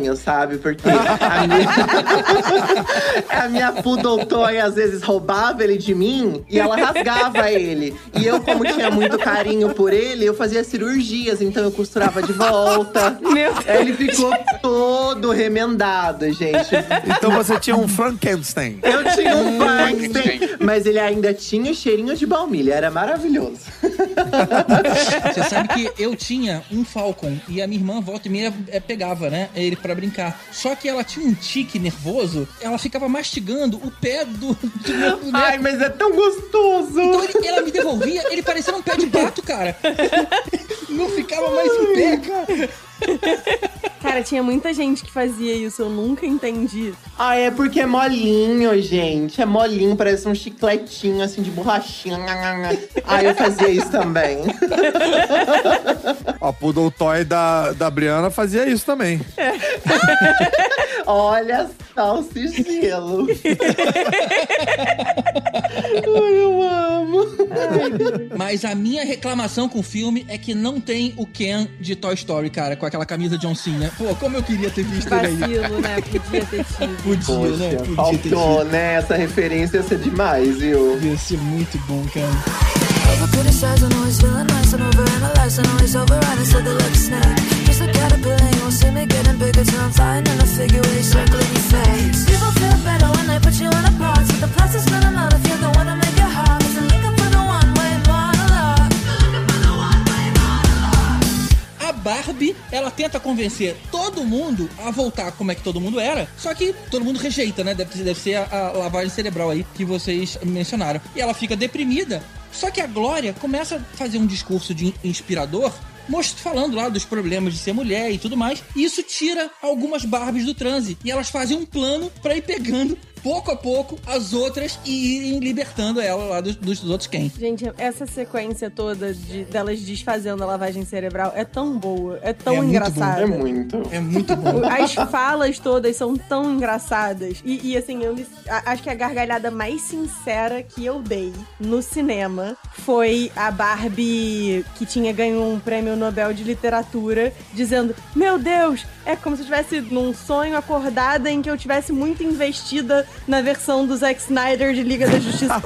S10: sabe? Porque a minha Poodle Toy às vezes roubava ele de mim e ela rasgava ele. E eu, como tinha muito carinho por ele, eu fazia cirurgias, então eu costurava de volta. Aí ele ficou todo remendado, gente.
S7: Então você tinha um Frankenstein.
S10: Eu tinha um Frankenstein, mas ele ainda tinha o cheirinho de baunilha, era maravilhoso.
S6: Você sabe que eu tinha um Falcon e a minha irmã, volta e meia, pegava, né, ele pra brincar. Só que ela tinha um tique nervoso, ela ficava mastigando o pé do meu boneco.
S10: Ai, mas é tão gostoso!
S6: Então ela me devolvia, ele parecia um pé de pato, cara. Não ficava mais em pé, cara.
S8: Cara, tinha muita gente que fazia isso, eu nunca entendi.
S10: Ah, é porque é molinho, gente. É molinho, parece um chicletinho, assim, de borrachinha. Ah, eu fazia isso também.
S7: A Poodle Toy da Briana fazia isso também.
S10: Olha só o sigilo. Ai, eu amo.
S6: Mas a minha reclamação com o filme é que não tem o Ken de Toy Story, cara, com aquela camisa de oncinha. Pô, como eu queria ter visto ele aí.
S8: Vacilo, né? Podia ter tido.
S6: Podia,
S10: Poxa,
S6: né? Podia
S10: faltou,
S6: ter tido.
S10: né? Essa referência ia ser demais, viu?
S6: Ia ser muito bom, cara.
S11: Over criticizing, always feeling nice and overanalyzing, always overriding, so they look snake. Just a caterpillar, you won't see me getting bigger till I'm flying in a figure eight, circling your face. People feel better when they put you on a box, but the process gonna know if you're the one to make it hard. Cause I'm looking for the one-way monologue.
S6: A Barbie, ela tenta convencer todo mundo a voltar como é que todo mundo era, só que todo mundo rejeita, né? Deve ser a lavagem cerebral aí que vocês mencionaram. E ela fica deprimida, só que a Glória começa a fazer um discurso de inspirador, falando lá dos problemas de ser mulher e tudo mais, e isso tira algumas Barbies do transe. E elas fazem um plano pra ir pegando, pouco a pouco, as outras e irem libertando ela lá dos outros Ken.
S8: Gente, essa sequência toda delas desfazendo a lavagem cerebral é tão boa, é tão engraçada.
S10: É muito.
S6: É muito bom.
S8: As falas todas são tão engraçadas. E assim, acho que a gargalhada mais sincera que eu dei no cinema foi a Barbie que tinha ganho um prêmio Nobel de Literatura, dizendo: meu Deus, é como se eu estivesse num sonho acordada em que eu tivesse muito investida na versão do Zack Snyder de Liga da Justiça.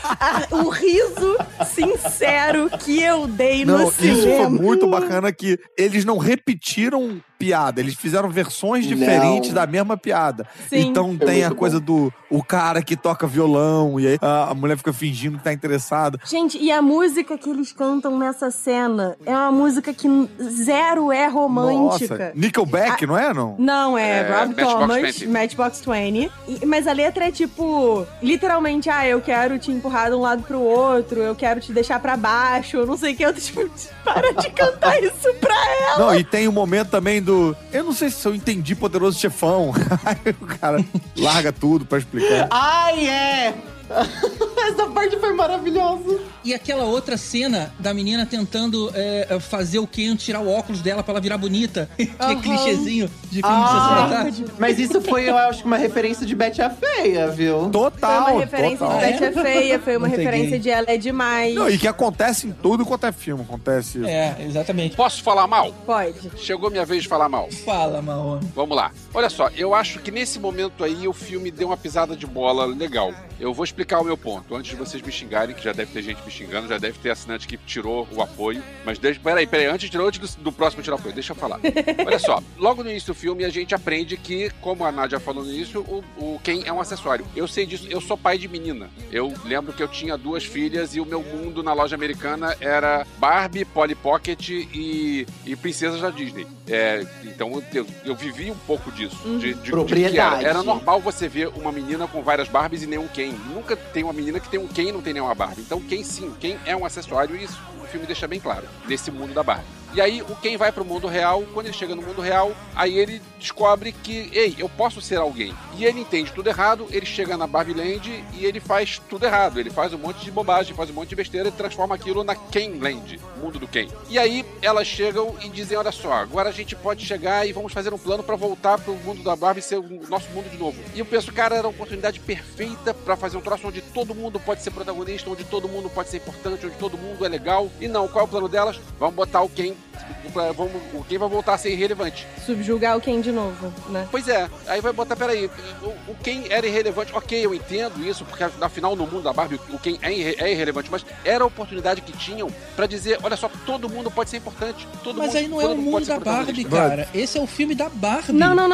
S8: O riso sincero que eu dei no cinema.
S7: Isso foi muito bacana, que eles não repetiram piada, eles fizeram versões diferentes da mesma piada.
S8: Sim.
S7: Então tem a coisa do o cara que toca violão e aí a mulher fica fingindo que tá interessada.
S8: Gente, e a música que eles cantam nessa cena é uma música que zero é romântica.
S7: Nossa, Nickelback, não é, não?
S8: Não, é Rob
S9: Matchbox
S8: Thomas,
S9: 20.
S8: Matchbox 20. Mas a letra é tipo, literalmente, eu quero te empurrar de um lado pro outro, eu quero te deixar pra baixo, eu não sei o que. Eu, tipo, para de cantar isso pra ela.
S7: Não, e tem um momento também do... Eu não sei se eu entendi Poderoso Chefão. Aí o cara larga tudo pra explicar.
S10: Ai, é! Essa parte foi maravilhosa.
S6: E aquela outra cena da menina tentando fazer o Ken tirar o óculos dela pra ela virar bonita. Que é clichêzinho de filme de sessão da tarde.
S10: Mas isso foi, eu acho, uma referência de Betty a Feia, viu?
S7: Total.
S8: Foi uma referência de Betty é Feia, foi uma referência de Ela é Demais.
S7: Não, e que acontece em tudo quanto é filme, acontece isso.
S6: É, exatamente.
S9: Posso falar mal?
S8: Pode.
S9: Chegou minha vez de falar mal.
S6: Fala, Marrone.
S9: Vamos lá. Olha só, eu acho que nesse momento aí o filme deu uma pisada de bola legal. Eu vou explicar o meu ponto, antes de vocês me xingarem, que já deve ter gente me xingando, já deve ter assinante que tirou o apoio. Mas peraí, antes do próximo tirar o apoio, deixa eu falar. Olha só, logo no início do filme a gente aprende que, como a Nádia falou no início, o Ken é um acessório. Eu sei disso, eu sou pai de menina. Eu lembro que eu tinha 2 filhas e o meu mundo na loja americana era Barbie, Polly Pocket e princesas da Disney. Então eu vivi um pouco disso. De que era normal você ver uma menina com várias Barbies e nenhum Ken. Nunca tem uma menina que tem um Ken e não tem nenhuma Barbie. Então Ken sim, Ken é um acessório e isso o filme deixa bem claro, nesse mundo da Barbie. E aí o Ken vai pro mundo real, quando ele chega no mundo real, aí ele descobre que, eu posso ser alguém. E ele entende tudo errado, ele chega na Barbie Land e ele faz tudo errado. Ele faz um monte de bobagem, faz um monte de besteira e transforma aquilo na Ken Land, mundo do Ken. E aí elas chegam e dizem, olha só, agora a gente pode chegar e vamos fazer um plano pra voltar pro mundo da Barbie e ser o nosso mundo de novo. E eu penso, cara, era uma oportunidade perfeita pra fazer um troço onde todo mundo pode ser protagonista, onde todo mundo pode ser importante, onde todo mundo é legal. E não, qual é o plano delas? Vamos botar o Ken, o Ken vai voltar a ser irrelevante.
S8: Subjugar o Ken de novo, né?
S9: Pois é, aí vai botar, peraí, o Ken era irrelevante, ok, eu entendo isso, porque afinal no mundo da Barbie o Ken é irrelevante, mas era a oportunidade que tinham pra dizer, olha só, todo mundo pode ser importante,
S6: mas aí não é o mundo da Barbie, cara, esse é o filme da Barbie.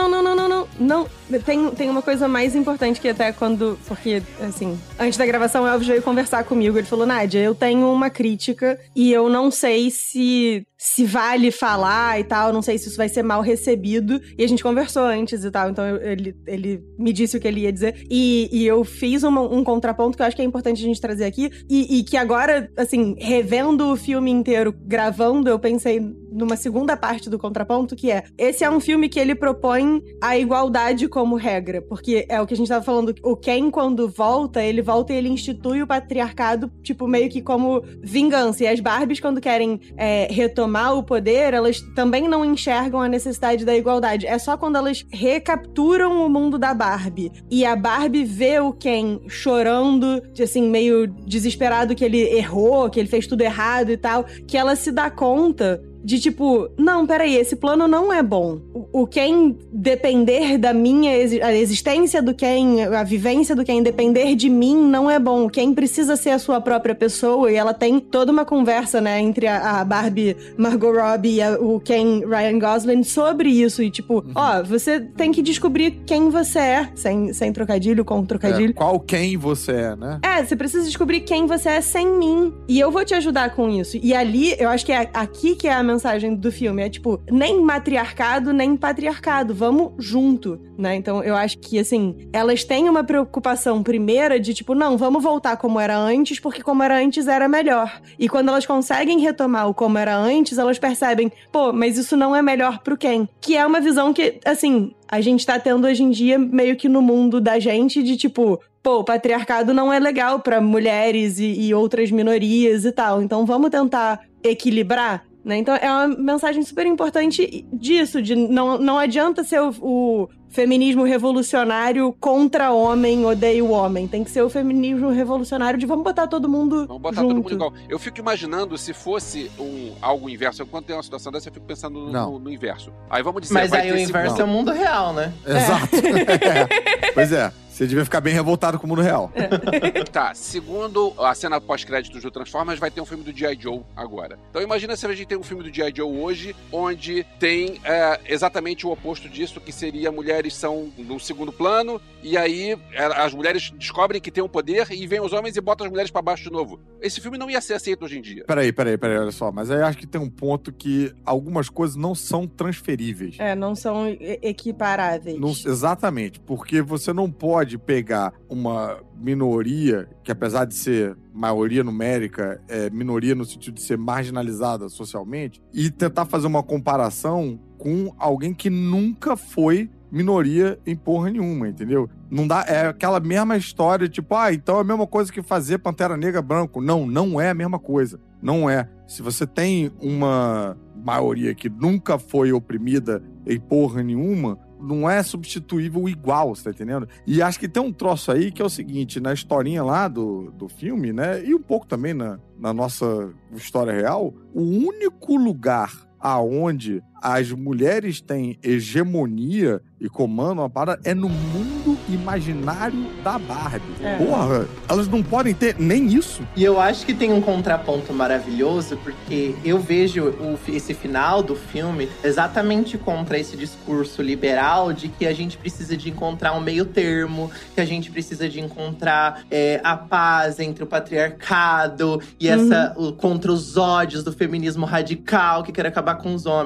S8: Não, tem uma coisa mais importante que até quando, porque assim, antes da gravação o Elvis veio conversar comigo, ele falou, Nádia, eu tenho uma crítica e eu não sei se vale falar e tal, não sei se isso vai ser mal recebido, e a gente conversou antes e tal, então ele me disse o que ele ia dizer, e eu fiz um contraponto que eu acho que é importante a gente trazer aqui, e que agora, assim, revendo o filme inteiro, gravando, eu pensei numa segunda parte do contraponto, que esse é um filme que ele propõe a igualdade como regra, porque é o que a gente tava falando, o Ken, quando volta e ele institui o patriarcado, tipo, meio que como vingança, e as Barbies, quando querem retomar o poder, elas também não enxergam a necessidade da igualdade. É só quando elas recapturam o mundo da Barbie e a Barbie vê o Ken chorando, assim, meio desesperado que ele errou, que ele fez tudo errado e tal, que ela se dá conta de tipo, não, peraí, esse plano não é bom. O Ken depender da minha a existência do Ken, a vivência do Ken depender de mim não é bom. O Ken precisa ser a sua própria pessoa, e ela tem toda uma conversa, né, entre a Barbie Margot Robbie e o Ken Ryan Gosling sobre isso, e tipo, você tem que descobrir quem você é, sem trocadilho, com trocadilho.
S7: Qual quem você é, né?
S8: Você precisa descobrir quem você é sem mim, e eu vou te ajudar com isso. E ali, eu acho que é aqui que é a mensagem do filme, é tipo, nem matriarcado, nem patriarcado, vamos junto, né? Então eu acho que, assim, elas têm uma preocupação primeira de tipo, não, vamos voltar como era antes, porque como era antes era melhor. E quando elas conseguem retomar o como era antes, elas percebem, pô, mas isso não é melhor pro Ken. Que é uma visão que, assim, a gente tá tendo hoje em dia meio que no mundo da gente de tipo, pô, o patriarcado não é legal pra mulheres e outras minorias e tal, então vamos tentar equilibrar, né? Então é uma mensagem super importante disso, de não adianta ser o feminismo revolucionário contra homem, odeia o homem. Tem que ser o feminismo revolucionário de vamos botar todo mundo
S9: Vamos botar
S8: junto.
S9: todo mundo igual. Eu fico imaginando se fosse algo inverso. Quando tem uma situação dessa, eu fico pensando no inverso. Aí vamos dizer...
S10: Mas aí o inverso é o mundo real, né?
S7: Exato. Pois é. Você devia ficar bem revoltado com o mundo real.
S9: Tá, segundo a cena pós-créditos do Transformers, vai ter um filme do G.I. Joe agora. Então imagina se a gente tem um filme do G.I. Joe hoje, onde tem exatamente o oposto disso, que seria mulheres são no segundo plano, e aí as mulheres descobrem que tem um poder, e vem os homens e botam as mulheres pra baixo de novo. Esse filme não ia ser aceito hoje em dia.
S7: Peraí, olha só. Mas aí acho que tem um ponto que algumas coisas não são transferíveis.
S8: Não são equiparáveis.
S7: Exatamente, porque você não pode pegar uma minoria, que apesar de ser maioria numérica, é minoria no sentido de ser marginalizada socialmente, e tentar fazer uma comparação com alguém que nunca foi minoria em porra nenhuma, entendeu? Não dá, é aquela mesma história, tipo, então é a mesma coisa que fazer Pantera Negra branco. Não é a mesma coisa. Não é. Se você tem uma maioria que nunca foi oprimida em porra nenhuma, não é substituível igual, você tá entendendo? E acho que tem um troço aí que é o seguinte, na historinha lá do filme, né, e um pouco também na nossa história real, o único lugar aonde as mulheres têm hegemonia e comandam a parada é no mundo imaginário da Barbie. Porra, elas não podem ter nem isso.
S10: E eu acho que tem um contraponto maravilhoso, porque eu vejo esse final do filme exatamente contra esse discurso liberal de que a gente precisa de encontrar um meio termo, que a gente precisa de encontrar a paz entre o patriarcado e contra os ódios do feminismo radical que quer acabar com os homens. Porque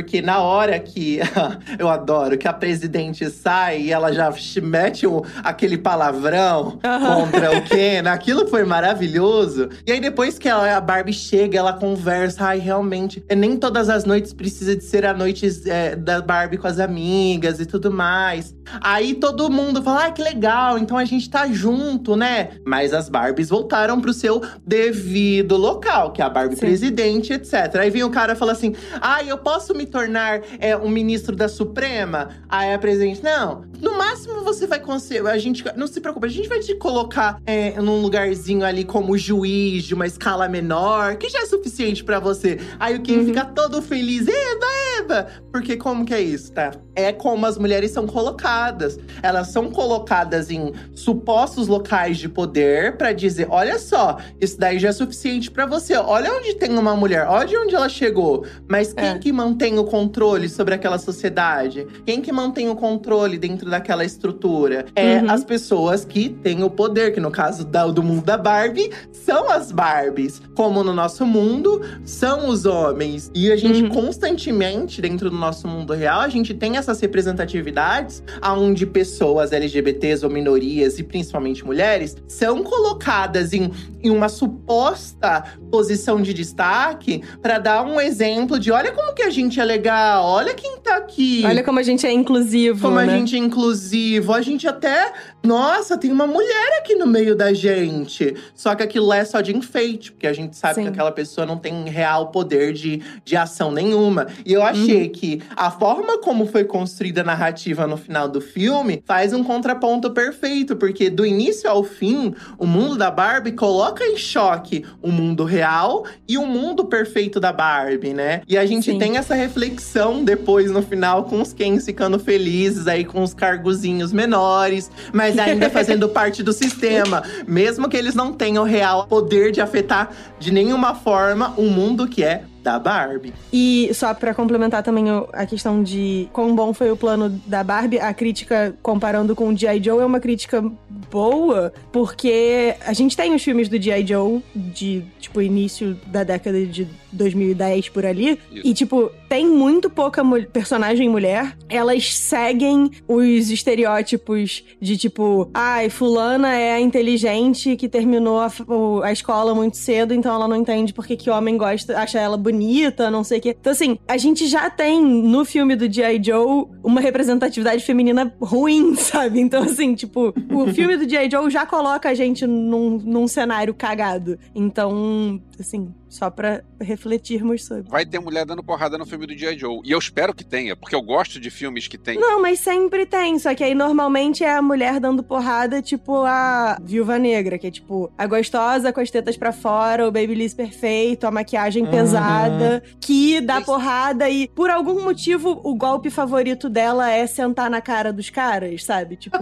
S10: Porque na hora que… eu adoro que a presidente sai e ela já mete aquele palavrão contra o Ken. Aquilo foi maravilhoso. E aí depois que a Barbie chega, ela conversa. Ai, realmente, nem todas as noites precisa de ser a noite da Barbie com as amigas e tudo mais. Aí todo mundo fala, ai, que legal, então a gente tá junto, né? Mas as Barbies voltaram pro seu devido local, que é a Barbie presidente, etc. Aí vem o cara e fala assim, ai, eu posso me tornar um ministro da Suprema? Aí a presidente, não, no máximo você vai conseguir, a gente, não se preocupe, a gente vai te colocar num lugarzinho ali como juiz de uma escala menor, que já é suficiente pra você. Aí o Ken fica todo feliz, eba! Porque como que é isso, tá? É como as mulheres são colocadas. Elas são colocadas em supostos locais de poder pra dizer, olha só, isso daí já é suficiente pra você. Olha onde tem uma mulher, olha onde ela chegou. Mas quem que mantém o controle sobre aquela sociedade? Quem que mantém o controle dentro daquela estrutura? As pessoas que têm o poder, que no caso do mundo da Barbie, são as Barbies. Como no nosso mundo, são os homens. E a gente constantemente, dentro do nosso mundo real, a gente tem essas representatividades onde pessoas LGBTs ou minorias, e principalmente mulheres, são colocadas em uma suposta posição de destaque para dar um exemplo de olha como que a gente é legal, olha quem tá aqui.
S8: Olha como a gente é inclusivo,
S10: Como
S8: né?
S10: a gente é inclusivo. A gente até… Nossa, tem uma mulher aqui no meio da gente. Só que aquilo é só de enfeite, porque a gente sabe que aquela pessoa não tem real poder de ação nenhuma. E eu achei que a forma como foi construída a narrativa no final do filme faz um contraponto perfeito. Porque do início ao fim, o mundo da Barbie coloca em choque o mundo real e o mundo perfeito da Barbie, né? E a gente tem essa reflexão depois, no final, com os Kens ficando felizes aí com os cargozinhos menores, mas ainda fazendo parte do sistema. Mesmo que eles não tenham real poder de afetar de nenhuma forma o mundo que é da Barbie.
S8: E só pra complementar também a questão de quão bom foi o plano da Barbie, a crítica comparando com o G.I. Joe é uma crítica boa, porque a gente tem os filmes do G.I. Joe de, tipo, início da década de 2010 por ali, e, tipo, tem muito pouca personagem mulher. Elas seguem os estereótipos de, tipo, ai, fulana é a inteligente que terminou a escola muito cedo, então ela não entende porque que homem acha ela bonita, não sei o quê. Então, assim, a gente já tem no filme do G.I. Joe uma representatividade feminina ruim, sabe? Então, assim, tipo, o filme do G.I. Joe já coloca a gente num cenário cagado. Então, assim, só pra refletirmos sobre.
S9: Vai ter mulher dando porrada no filme do G.I. Joe. E eu espero que tenha, porque eu gosto de filmes que tem.
S8: Não, mas sempre tem. Só que aí, normalmente, é a mulher dando porrada, tipo a Viúva Negra, que é, tipo, a gostosa com as tetas pra fora, o babyliss perfeito, a maquiagem pesada, que dá porrada e, por algum motivo, o golpe favorito dela é sentar na cara dos caras, sabe? Tipo…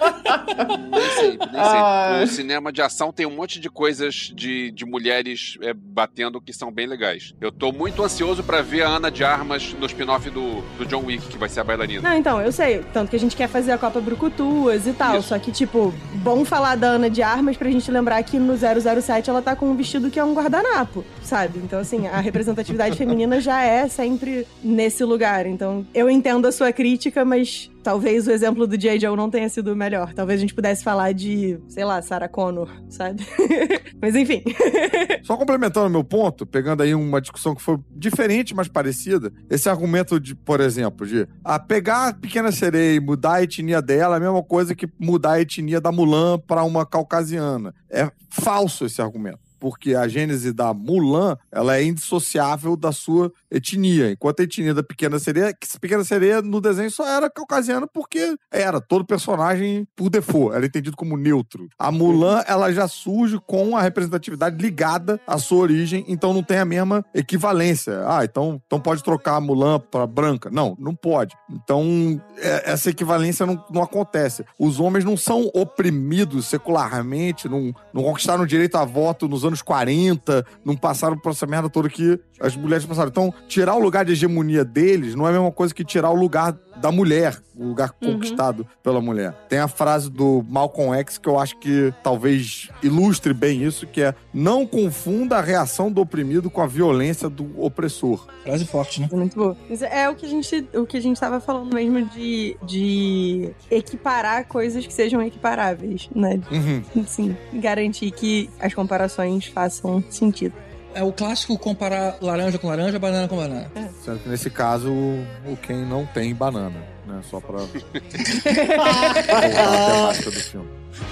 S9: Nem sei. O cinema de ação tem um monte de coisas de mulheres batendo que são bem legais. Eu tô muito ansioso pra ver a Ana de Armas no spin-off do John Wick, que vai ser a bailarina.
S8: Não, então, eu sei. Tanto que a gente quer fazer a Copa Brucutuas e tal. Isso. Só que, tipo, bom falar da Ana de Armas pra gente lembrar que no 007 ela tá com um vestido que é um guardanapo, sabe? Então, assim, a representatividade feminina já é sempre nesse lugar. Então, eu entendo a sua crítica, mas… talvez o exemplo do G.I. Joe não tenha sido o melhor. Talvez a gente pudesse falar de, sei lá, Sarah Connor, sabe? Mas enfim.
S7: Só complementando o meu ponto, pegando aí uma discussão que foi diferente, mas parecida. Esse argumento de, por exemplo, de pegar a Pequena Sereia e mudar a etnia dela é a mesma coisa que mudar a etnia da Mulan pra uma caucasiana. É falso esse argumento. Porque a gênese da Mulan, ela é indissociável da sua etnia. Enquanto a etnia da Pequena Sereia, que Pequena Sereia no desenho só era caucasiana porque todo personagem por default, era entendido como neutro. A Mulan, ela já surge com a representatividade ligada à sua origem, então não tem a mesma equivalência. Então pode trocar a Mulan pra branca. Não pode. Então, essa equivalência não acontece. Os homens não são oprimidos secularmente, não conquistaram o direito a voto nos anos anos 40, não passaram por essa merda toda que as mulheres passaram. Então, tirar o lugar de hegemonia deles não é a mesma coisa que tirar o lugar da mulher, o lugar conquistado pela mulher. Tem a frase do Malcolm X que eu acho que talvez ilustre bem isso, que é: não confunda a reação do oprimido com a violência do opressor.
S6: Frase forte, né?
S8: Muito boa. É o que a gente tava falando mesmo de equiparar coisas que sejam equiparáveis, né? Sim, garantir que as comparações façam sentido.
S6: É o clássico comparar laranja com laranja, banana com banana.
S7: Sendo que nesse caso, o Ken não tem banana, né? Só pra voltar a temática do filme.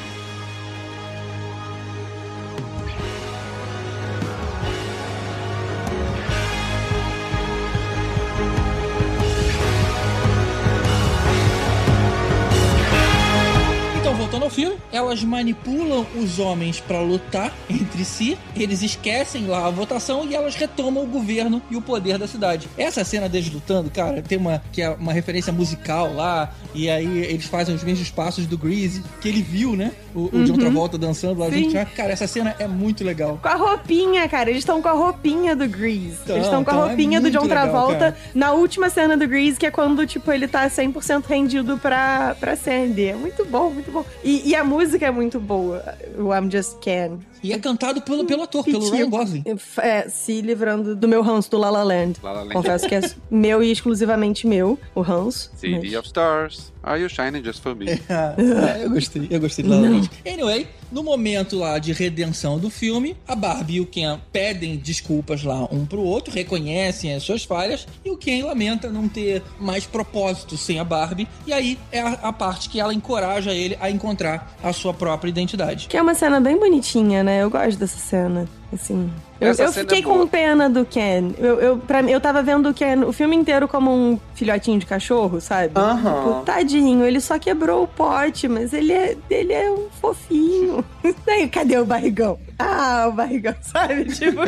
S6: Voltando ao filme, elas manipulam os homens pra lutar entre si, eles esquecem lá a votação e elas retomam o governo e o poder da cidade. Essa cena deles lutando, cara, tem que é uma referência musical lá, e aí eles fazem os mesmos passos do Grease, que ele viu, né? O John Travolta dançando lá junto. Cara, essa cena é muito legal.
S8: Com a roupinha, cara, eles estão com a roupinha do Grease. Eles estão com a roupinha do John Travolta legal, na última cena do Grease, que é quando, tipo, ele tá 100% rendido pra Sandy. É muito bom, muito bom. E a música é muito boa, o I'm Just Ken.
S6: E é cantado pelo ator, pelo Ryan Gosling.
S8: Se livrando do meu ranço do La La Land. Confesso que é meu e exclusivamente meu, o ranço.
S9: City of Stars, are you shining just for me?
S6: Eu gostei do La La Land. Anyway, no momento lá de redenção do filme, a Barbie e o Ken pedem desculpas lá um pro outro, reconhecem as suas falhas, e o Ken lamenta não ter mais propósito sem a Barbie, e aí é a parte que ela encoraja ele a encontrar a sua própria identidade.
S8: Que é uma cena bem bonitinha, né? Eu gosto dessa cena, assim. Eu fiquei com pena do Ken. Eu tava vendo o Ken o filme inteiro como um filhotinho de cachorro, sabe? Tipo, tadinho, ele só quebrou o pote, mas ele é um fofinho. Cadê o barrigão? O barrigão, sabe? Tipo...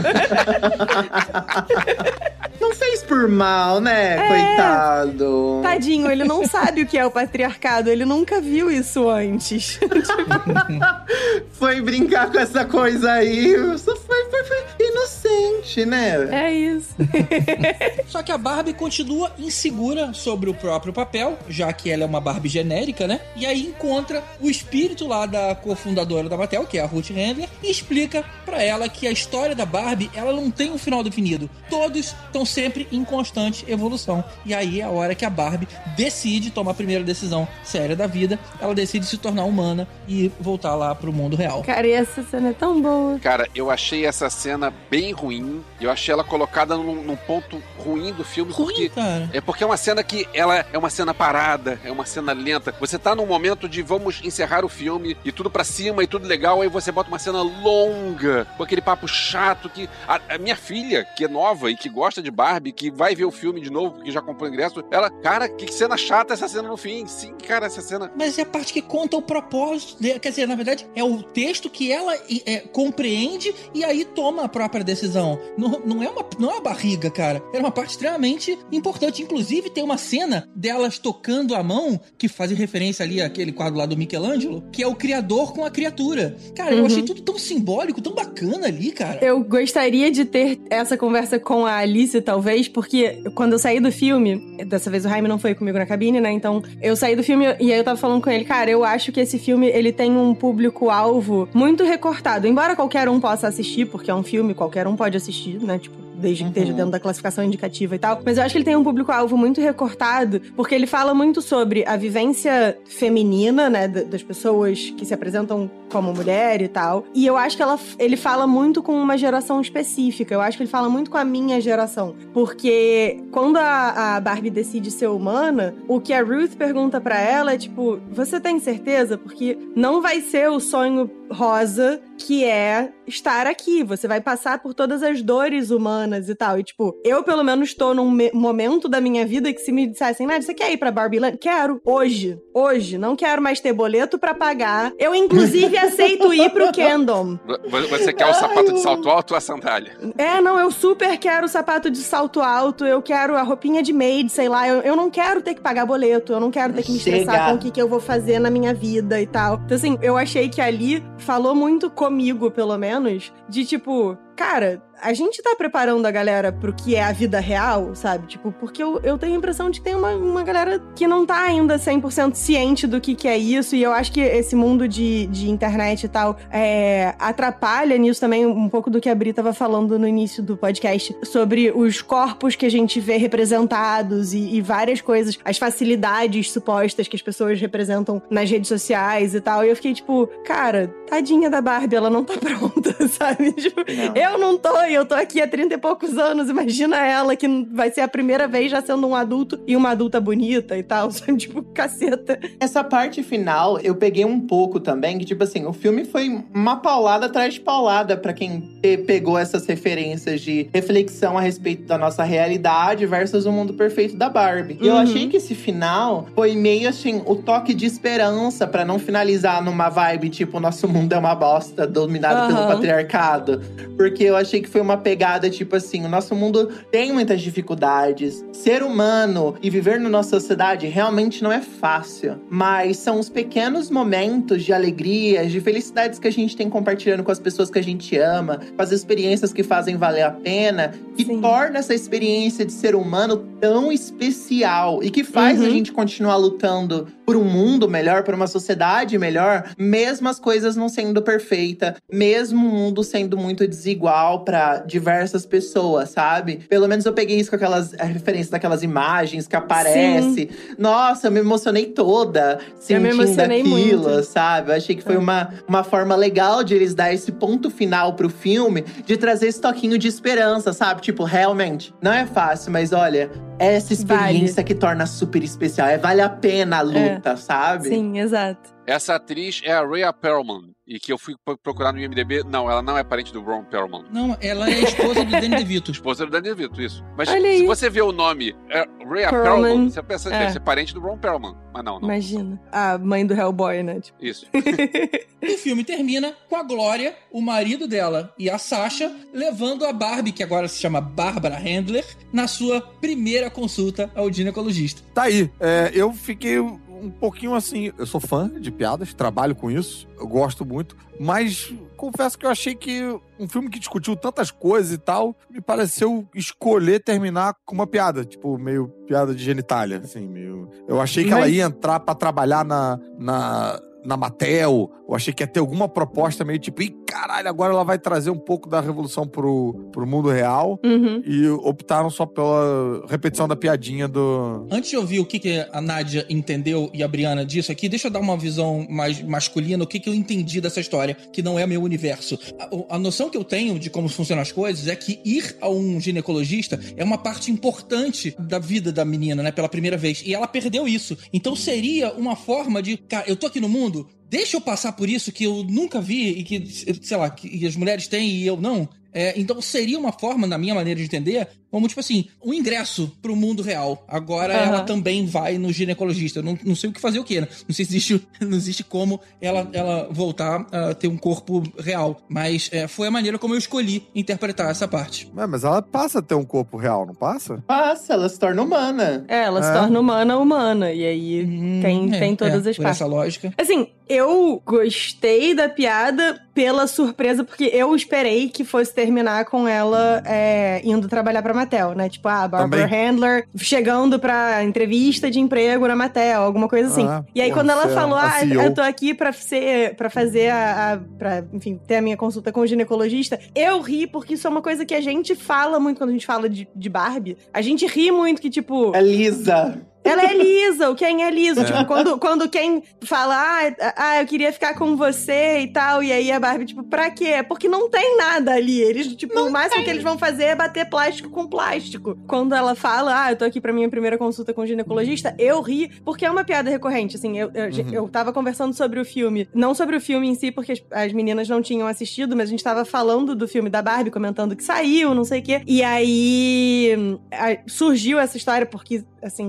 S10: Não fez por mal, né? Coitado.
S8: Tadinho, ele não sabe o que é o patriarcado. Ele nunca viu isso antes.
S10: Foi brincar com essa coisa aí. Só foi inocente, né?
S8: É isso.
S6: Só que a Barbie continua insegura sobre o próprio papel, já que ela é uma Barbie genérica, né? E aí encontra o espírito lá da cofundadora da Mattel, que é a Ruth Handler, e explica pra ela que a história da Barbie, ela não tem um final definido. Todos estão sempre em constante evolução. E aí é a hora que a Barbie decide tomar a primeira decisão séria da vida. Ela decide se tornar humana e voltar lá pro mundo real.
S8: Cara, e essa cena é tão boa.
S9: Cara, eu achei essa cena bem ruim. Eu achei ela colocada num ponto ruim do filme.
S6: Cara.
S9: Porque é uma cena que ela é uma cena parada, é uma cena lenta. Você tá num momento de vamos encerrar o filme e tudo pra cima e tudo legal, aí você bota uma cena longa, com aquele papo chato que... A minha filha, que é nova e que gosta de Barbie, que vai ver o filme de novo, porque já comprou ingresso, ela, cara, que cena chata essa cena no fim. Sim, cara, essa cena...
S6: Mas é a parte que conta o propósito, quer dizer, na verdade, é o texto que ela compreende e aí toma a própria decisão. Não é uma barriga, cara. Era uma parte extremamente importante. Inclusive, tem uma cena delas tocando a mão, que faz referência ali àquele quadro lá do Michelangelo, que é o criador com a criatura. Cara, eu achei tudo tão simbólico, tão bacana ali, cara.
S8: Eu gostaria de ter essa conversa com a Alice, talvez, porque quando eu saí do filme, dessa vez o Jaime não foi comigo na cabine, né? Então, eu saí do filme e aí eu tava falando com ele, cara, eu acho que esse filme, ele tem um público-alvo muito recortado. Embora qualquer um possa assistir, porque é um filme, qualquer um pode assistir, né? Tipo, desde que esteja dentro da classificação indicativa e tal. Mas eu acho que ele tem um público-alvo muito recortado, porque ele fala muito sobre a vivência feminina, né, das pessoas que se apresentam como mulher e tal. E eu acho que ele fala muito com uma geração específica. Eu acho que ele fala muito com a minha geração. Porque quando a Barbie decide ser humana, o que a Ruth pergunta pra ela é tipo, você tem certeza? Porque não vai ser o sonho rosa que é estar aqui. Você vai passar por todas as dores humanas e tal. E, tipo, eu, pelo menos, tô num momento da minha vida que se me dissessem, Nadia, você quer ir pra Barbie Land? Quero. Hoje. Não quero mais ter boleto pra pagar. Eu, inclusive, aceito ir pro Kendom.
S9: Você quer o sapato de salto alto ou a sandália?
S8: Não, eu super quero o sapato de salto alto, eu quero a roupinha de maid, sei lá, eu não quero ter que pagar boleto, eu não quero ter que me estressar com o que eu vou fazer na minha vida e tal. Então, assim, eu achei que ali falou muito comigo, pelo menos, de tipo, cara, a gente tá preparando a galera pro que é a vida real, sabe? Tipo, porque eu tenho a impressão de que tem uma galera que não tá ainda 100% ciente do que é isso, e eu acho que esse mundo de internet e tal atrapalha nisso também um pouco do que a Bri tava falando no início do podcast, sobre os corpos que a gente vê representados e várias coisas, as facilidades supostas que as pessoas representam nas redes sociais e tal, e eu fiquei tipo, cara, tadinha da Barbie, ela não tá pronta, sabe? Tipo, eu não tô, e eu tô aqui há 30 e poucos anos, imagina ela que vai ser a primeira vez já sendo um adulto e uma adulta bonita e tal, sabe? Tipo, caceta.
S10: Essa parte final, eu peguei um pouco também, que tipo assim, o filme foi uma paulada atrás de paulada pra quem pegou essas referências de reflexão a respeito da nossa realidade versus o mundo perfeito da Barbie. E eu achei que esse final foi meio assim, o toque de esperança pra não finalizar numa vibe tipo, nosso mundo é uma bosta dominado pelo patriarcado. Porque eu achei que foi uma pegada tipo assim, o nosso mundo tem muitas dificuldades. Ser humano e viver na nossa sociedade realmente não é fácil. Mas são os pequenos momentos de alegrias, de felicidades que a gente tem compartilhando com as pessoas que a gente ama, com as experiências que fazem valer a pena, que torna essa experiência de ser humano tão especial e que faz a gente continuar lutando por um mundo melhor, por uma sociedade melhor, mesmo as coisas não sendo perfeitas, mesmo o mundo sendo muito desigual para diversas pessoas, sabe? Pelo menos eu peguei isso com aquelas referências daquelas imagens que aparece. Nossa, eu me emocionei toda sentindo aquilo, muito. Sabe? Eu achei que foi uma forma legal de eles dar esse ponto final pro filme, de trazer esse toquinho de esperança, sabe? Tipo, realmente, não é fácil, mas olha, é essa experiência que torna super especial. Vale a pena a luta, sabe?
S8: Sim, exato.
S9: Essa atriz é a Rhea Perlman. E que eu fui procurar no IMDb. Não, ela não é parente do Ron Perlman.
S6: Não, ela é esposa do Danny DeVito.
S9: Esposa do Danny DeVito, isso. Mas se você vê o nome Rhea Perlman, você pensa que deve ser parente do Ron Perlman. Mas não.
S8: Imagina. A mãe do Hellboy, né? Tipo.
S9: Isso.
S6: O filme termina com a Glória, o marido dela e a Sasha levando a Barbie, que agora se chama Barbara Handler, na sua primeira consulta ao ginecologista.
S7: Tá aí. Eu fiquei um pouquinho assim, eu sou fã de piadas, trabalho com isso, eu gosto muito, mas confesso que eu achei que um filme que discutiu tantas coisas e tal, me pareceu escolher terminar com uma piada, tipo, meio piada de genitália, assim, meio... Eu achei que ela ia entrar pra trabalhar na Mattel, eu achei que ia ter alguma proposta meio tipo, caralho, agora ela vai trazer um pouco da revolução pro mundo real, e optaram só pela repetição da piadinha do...
S6: Antes de ouvir o que a Nádia entendeu e a Briana disso aqui, deixa eu dar uma visão mais masculina, o que eu entendi dessa história, que não é meu universo. A noção que eu tenho de como funcionam as coisas é que ir a um ginecologista é uma parte importante da vida da menina, né, pela primeira vez, e ela perdeu isso. Então seria uma forma de, cara, eu tô aqui no mundo, deixa eu passar por isso que eu nunca vi e que, sei lá, que as mulheres têm e eu não. Então seria uma forma, na minha maneira de entender, como tipo assim, um ingresso pro mundo real. Agora ela também vai no ginecologista. Eu não sei o que fazer o quê, né? Não sei se não existe como ela voltar a ter um corpo real. Mas foi a maneira como eu escolhi interpretar essa parte.
S7: Mas ela passa a ter um corpo real, não passa?
S10: Passa, ela se torna humana.
S8: Ela se torna humana. E aí tem todas as
S6: por
S8: partes.
S6: Essa lógica.
S8: Assim, eu gostei da piada pela surpresa, porque eu esperei que fosse terminar com ela indo trabalhar pra Mattel, né? Tipo, a Barbara Handler chegando pra entrevista de emprego na Mattel, alguma coisa assim. E aí, quando ela falou, eu tô aqui pra fazer pra, enfim, ter a minha consulta com o ginecologista, eu ri, porque isso é uma coisa que a gente fala muito quando a gente fala de Barbie. A gente ri muito que, tipo...
S10: É lisa.
S8: Ela é lisa, o Ken é liso. Tipo, quando o Ken fala, eu queria ficar com você e tal, e aí a Barbie, tipo, pra quê? Porque não tem nada ali. Eles, tipo, o máximo que eles vão fazer é bater plástico com plástico. Quando ela fala, eu tô aqui pra minha primeira consulta com o ginecologista, eu ri, porque é uma piada recorrente, assim. Eu tava conversando sobre o filme, não sobre o filme em si, porque as meninas não tinham assistido, mas a gente tava falando do filme da Barbie, comentando que saiu, não sei o quê. E aí surgiu essa história, porque, assim, em grupo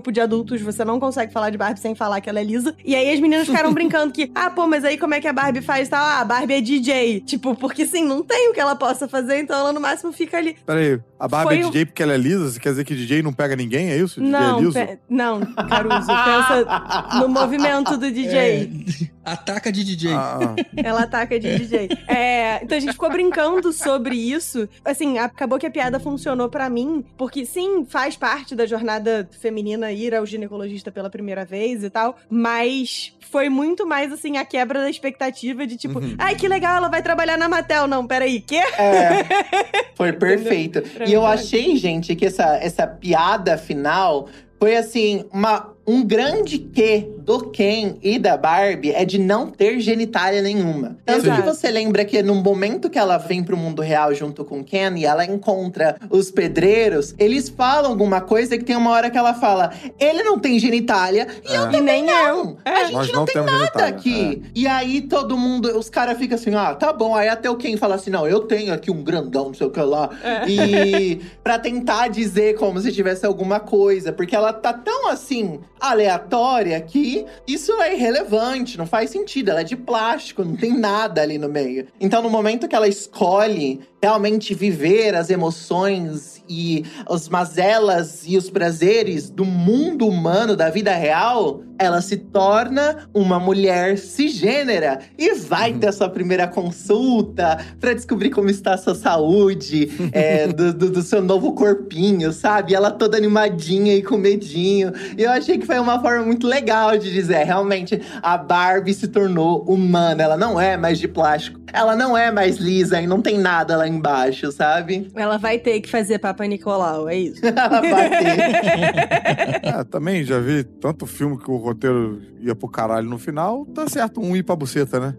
S8: grupo de adultos, você não consegue falar de Barbie sem falar que ela é lisa. E aí as meninas ficaram brincando que, mas aí como é que a Barbie faz? Tá, a Barbie é DJ. Tipo, porque sim, não tem o que ela possa fazer, então ela no máximo fica ali.
S7: Peraí, a Barbie é DJ porque ela é lisa? Você quer dizer que DJ não pega ninguém? É isso?
S8: Não,
S7: DJ é liso?
S8: não, Caruso, pensa no movimento do DJ.
S6: Ataca de DJ.
S8: Ela ataca de DJ. Então a gente ficou brincando sobre isso. Assim, acabou que a piada funcionou pra mim, porque sim, faz parte da jornada feminina ir ao ginecologista pela primeira vez e tal, mas foi muito mais, assim, a quebra da expectativa de tipo, ai, que legal, ela vai trabalhar na Mattel. Não, peraí, quê?
S10: Foi perfeito. E eu achei, gente, que essa piada final foi, assim, um grande quê do Ken e da Barbie é de não ter genitália nenhuma. Tanto que você lembra que no momento que ela vem pro mundo real junto com o Ken e ela encontra os pedreiros, eles falam alguma coisa que tem uma hora que ela fala, ele não tem genitália e eu também não. A gente não tem nada genitália aqui. E aí todo mundo, os caras ficam assim, tá bom. Aí até o Ken fala assim, não, eu tenho aqui um grandão, não sei o que lá. E pra tentar dizer como se tivesse alguma coisa, porque ela tá tão assim, aleatória que isso é irrelevante, não faz sentido. Ela é de plástico, não tem nada ali no meio. Então, no momento que ela escolhe realmente viver as emoções e as mazelas e os prazeres do mundo humano, da vida real, ela se torna uma mulher cisgênera e vai ter a sua primeira consulta pra descobrir como está a sua saúde, do seu novo corpinho, sabe? E ela toda animadinha e com medinho. E eu achei que foi uma forma muito legal de dizer, realmente, a Barbie se tornou humana. Ela não é mais de plástico. Ela não é mais lisa e não tem nada lá embaixo, sabe?
S8: Ela vai ter que fazer Papa Nicolau, é isso?
S10: Ela vai ter.
S7: Também já vi tanto filme que o roteiro ia pro caralho no final, tá certo ir pra buceta, né?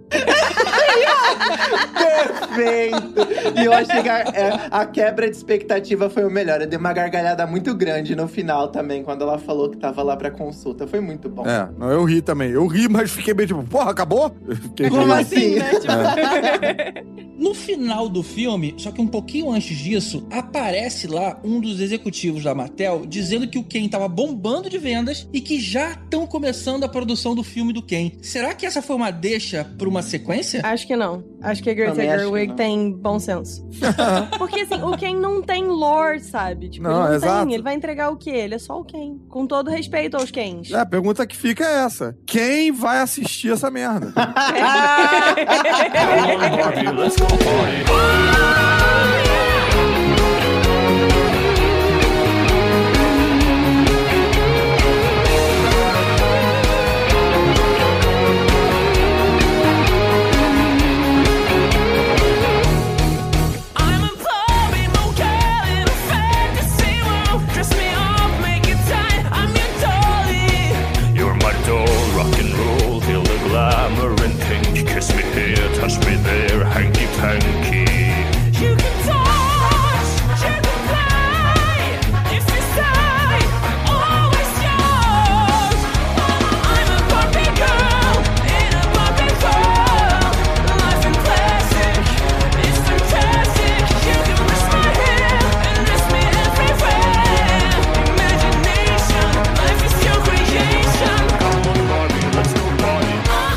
S10: Perfeito! E eu achei que a quebra de expectativa foi o melhor. Eu dei uma gargalhada muito grande no final também, quando ela falou que tava lá pra consulta. Foi muito bom.
S7: Não, eu ri também. Eu ri, mas fiquei bem tipo, porra, acabou?
S10: Como assim, né?
S6: No final do filme, só que um pouquinho antes disso, aparece lá um dos executivos da Mattel dizendo que o Ken tava bombando de vendas e que já estão começando a produção do filme do Ken. Será que essa foi uma deixa pra uma sequência?
S8: Acho que não. Acho que a Greta Gerwig tem bom senso. Porque, assim, o Ken não tem lore, sabe? Tipo,
S7: não,
S8: ele
S7: exato.
S8: tem. Ele vai entregar o quê? Ele é só o Ken. Com todo respeito aos Kens.
S7: A pergunta que fica é essa. Quem vai assistir essa merda?
S11: Let's go party. Glamour and pink, kiss me here, touch me there, hanky-panky. You can touch, you can play, if you say, always yours. I'm a Barbie girl, in a Barbie world. Life in classic, it's fantastic. You can twist my hair, and twist me everywhere. Imagination, life is your creation. Come on Barbie, let's go party.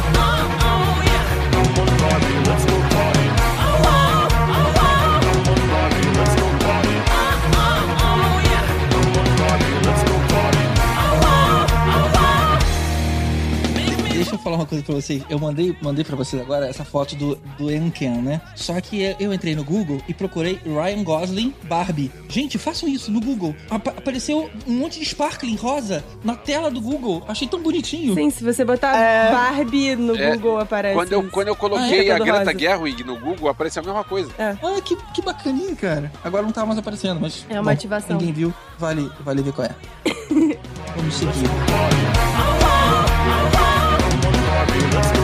S11: Let's go party. Oh, oh, oh, oh. Come on, Barbie, let's go party. Oh, oh, oh, yeah. Come on, Barbie, let's go party. Oh, oh, oh.
S6: Deixa eu falar uma coisa pra vocês. Eu mandei pra vocês agora essa foto do Enken, né? Só que eu entrei no Google e procurei Ryan Gosling Barbie. Gente, façam isso no Google. Apareceu um monte de sparkling rosa na tela do Google. Achei tão bonitinho.
S8: Sim, se você botar Barbie no Google, aparece.
S9: Quando eu coloquei a Greta Gerwig no Google, apareceu a mesma coisa.
S6: Que bacaninho, cara. Agora não tá mais aparecendo, mas...
S8: É uma ativação.
S6: Ninguém viu. Vale ver qual é. Vamos seguir.
S11: Let's go.